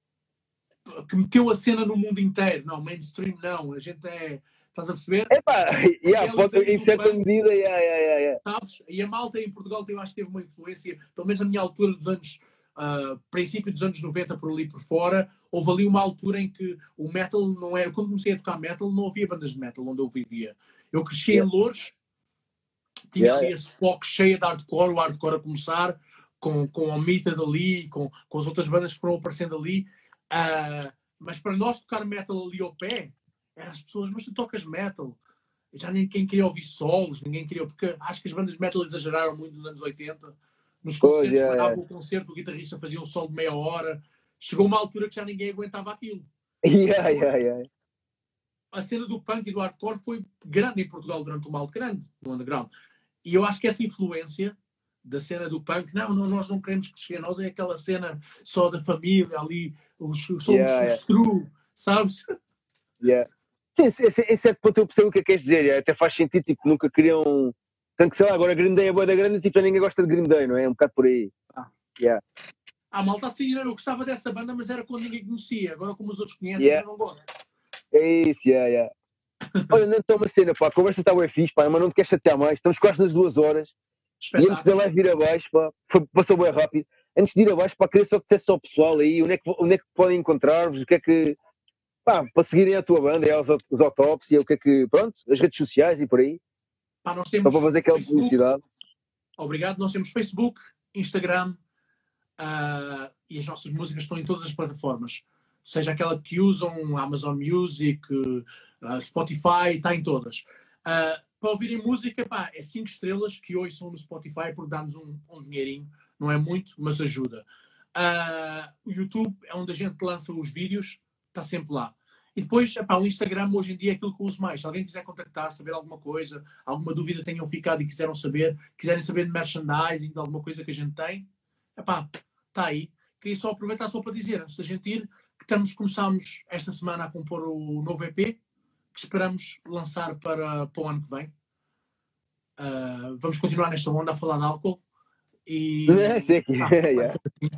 que, que meteu a cena no mundo inteiro. Não, mainstream não. A gente é... Estás a perceber? Epá, yeah, Ele pode, veio em do certa punk. medida, yeah, yeah, yeah, yeah. Sabes? E a malta em Portugal eu acho que teve uma influência, pelo menos na minha altura dos anos, uh, princípio dos anos noventa, por ali por fora, houve ali uma altura em que o metal não é. Quando comecei a tocar metal, não havia bandas de metal onde eu vivia. Eu cresci Yeah. em Loures, tinha Yeah, ali yeah. a Spock cheia de hardcore, o hardcore a começar, com, com a Mita dali, com, com as outras bandas que foram aparecendo ali. Uh, mas para nós tocar metal ali ao pé, eram as pessoas, mas tu tocas metal. Já ninguém queria ouvir solos, ninguém queria, porque acho que as bandas de metal exageraram muito nos anos oitenta. Nos Pois, concertos, yeah, parava yeah. o concerto, o guitarrista fazia um solo de meia hora. Chegou uma altura que já ninguém aguentava aquilo. Yeah, yeah, yeah. A cena do punk e do hardcore foi grande em Portugal durante um mal grande, no underground. E eu acho que essa influência da cena do punk, não, não, nós não queremos que chegue a nós, é aquela cena só da família ali, os, somos Yeah, os yeah. true, sabes? Yeah. Sim, sim, em certo ponto eu percebo o que é que queres dizer, yeah. Até faz sentido, tipo, nunca queriam. Tanto que sei lá, agora Green Day é boa da grande, tipo, já ninguém gosta de Green Day, não é? É um bocado por aí. Ah. Yeah. Ah, malta assim, eu gostava dessa banda, mas era quando ninguém conhecia. Agora, como os outros conhecem, Yeah. eu não gosto. É isso, yeah, yeah. Olha, não estou uma cena, pá, a conversa está bem fixe, pá, mas não te queres chatear mais. Estamos quase nas duas horas. E antes da live ir abaixo, pá, foi, passou bem rápido. Antes de ir abaixo, pá, queria só que dissesse ao pessoal aí onde é que, onde é que podem encontrar-vos, o que é que. Pá, para seguirem a tua banda, é os, os Autópsia, o que é que. Pronto, as redes sociais e por aí. Pá, nós Só temos para fazer aquela Facebook. publicidade. Obrigado. Nós temos Facebook, Instagram uh, e as nossas músicas estão em todas as plataformas. Seja aquela que usam, Amazon Music, uh, Spotify, está em todas. Uh, para ouvirem música, pá, é cinco estrelas que hoje são no Spotify porque dá-nos um, um dinheirinho. Não é muito, mas ajuda. Uh, o YouTube é onde a gente lança os vídeos, está sempre lá. E depois, epá, o Instagram hoje em dia é aquilo que eu uso mais. Se alguém quiser contactar, saber alguma coisa, alguma dúvida tenham ficado e quiseram saber, quiserem saber de merchandising, de alguma coisa que a gente tem, epá, está aí. Queria só aproveitar só para dizer, antes da gente ir, que estamos, começámos esta semana a compor o novo E P, que esperamos lançar para, para o ano que vem. Uh, vamos continuar nesta onda a falar de álcool. E... É, sei que ah, é, é.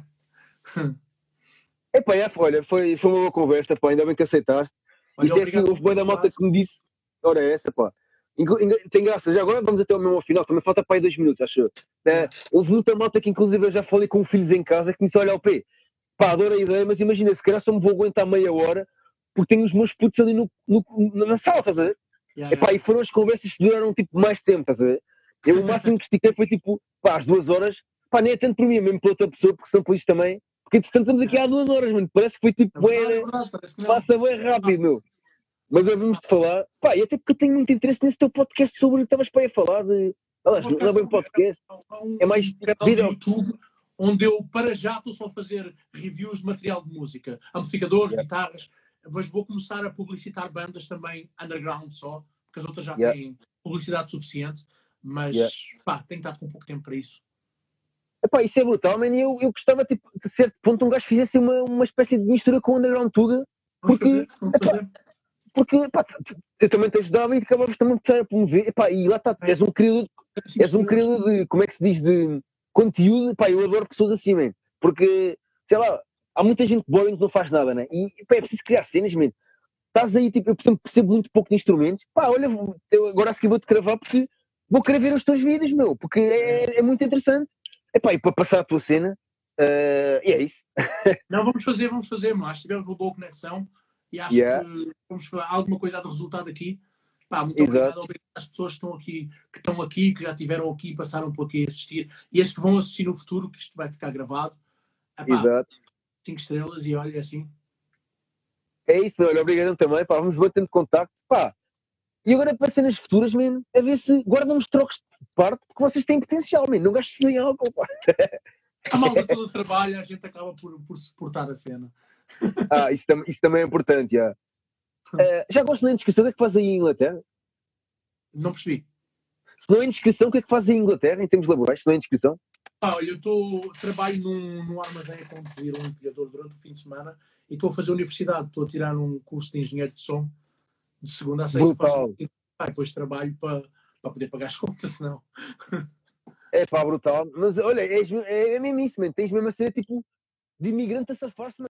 Epá, é, olha, foi, foi uma boa conversa, pá, ainda bem que aceitaste. Olha, Isto é assim, houve boa da malta que me disse, ora é essa, pá. Inc- inc- Tem graça, já agora vamos até ao mesmo ao final, também falta para aí dois minutos, acho eu. É, houve muita malta que inclusive eu já falei com filhos em casa que me disse, olha, o P, pá, adoro a ideia, mas imagina, se calhar só me vou aguentar meia hora porque tenho os meus putos ali no, no, na sala, estás a ver? Yeah, Epá, yeah. e foram as conversas que duraram tipo mais tempo, estás a ver? Eu o máximo que estiquei foi tipo, pá, às duas horas, pá, nem é tanto por mim, é mesmo pela outra pessoa, porque senão por isso também. Porque entretanto estamos aqui há duas horas, mano. Parece que foi tipo, É verdade, é bué, verdade, parece que não. passa bem rápido, meu. Mas ouvimos de falar, pá, e até porque eu tenho muito interesse nesse teu podcast sobre o que estavas para aí a falar de. Aliás, não é bem podcast, um, é mais um canal vídeo. do YouTube onde eu, para já, estou só a fazer reviews de material de música, amplificadores, Yeah. guitarras, mas vou começar a publicitar bandas também underground só, porque as outras já Yeah. têm publicidade suficiente, mas Yeah. pá, tenho estado com pouco tempo para isso. Epá, isso é brutal, man. E eu, eu gostava, tipo, de certo ponto, um gajo fizesse uma, uma espécie de mistura com o Underground Tuga, Vamos porque, fazer, vamos epá, fazer. porque pá, eu também te ajudava e acabavas também por estar a promover. Epá, e lá está, és um criador, Cinco és um estrelas. criador de, como é que se diz, de conteúdo. Pá, eu adoro pessoas assim, man. Porque, sei lá, há muita gente boring que não faz nada, né? E pá, é preciso criar cenas, man. Estás aí, tipo, eu percebo, percebo muito pouco de instrumentos. Pá, olha, eu agora a seguir vou-te cravar porque vou querer ver os teus vídeos, meu, porque é, é muito interessante. Epá, e para passar a tua cena, uh, e é isso. Não, vamos fazer, vamos fazer, mas tivemos uma boa conexão e acho Yeah. que vamos fazer alguma coisa de resultado aqui. Pá, muito Exato. obrigado, obrigado às pessoas que estão aqui, que estão aqui, que já estiveram aqui, passaram por aqui a assistir e as que vão assistir no futuro, que isto vai ficar gravado. Epá, Exato. cinco estrelas e olha assim. É isso, meu, olha, obrigadão também, pá, vamos mantendo contacto, pá. E agora para cenas futuras, man, a ver se guardam uns trocos de parte, porque vocês têm potencial, man, não gastem em álcool, pá. A malta toda trabalha, a gente acaba por, por suportar a cena. Ah, isso, tam isso também é importante, já. Uh, já gosto da indiscrição, o que é que faz aí em Inglaterra? Não percebi. Se não é indiscrição, o que é que faz aí em Inglaterra, em termos laborais, se não é indiscrição? Ah, olha, eu tô, trabalho num, num armazém como pedir um empilhador durante o fim de semana e estou a fazer universidade, estou a tirar um curso de engenheiro de som de segunda a sexta, Brutal. faço, ah, depois trabalho para, para poder pagar as contas, senão. É pá, brutal. Mas olha, és, é, é mesmo isso, man. Tens mesmo a ser tipo de imigrante a safar-se,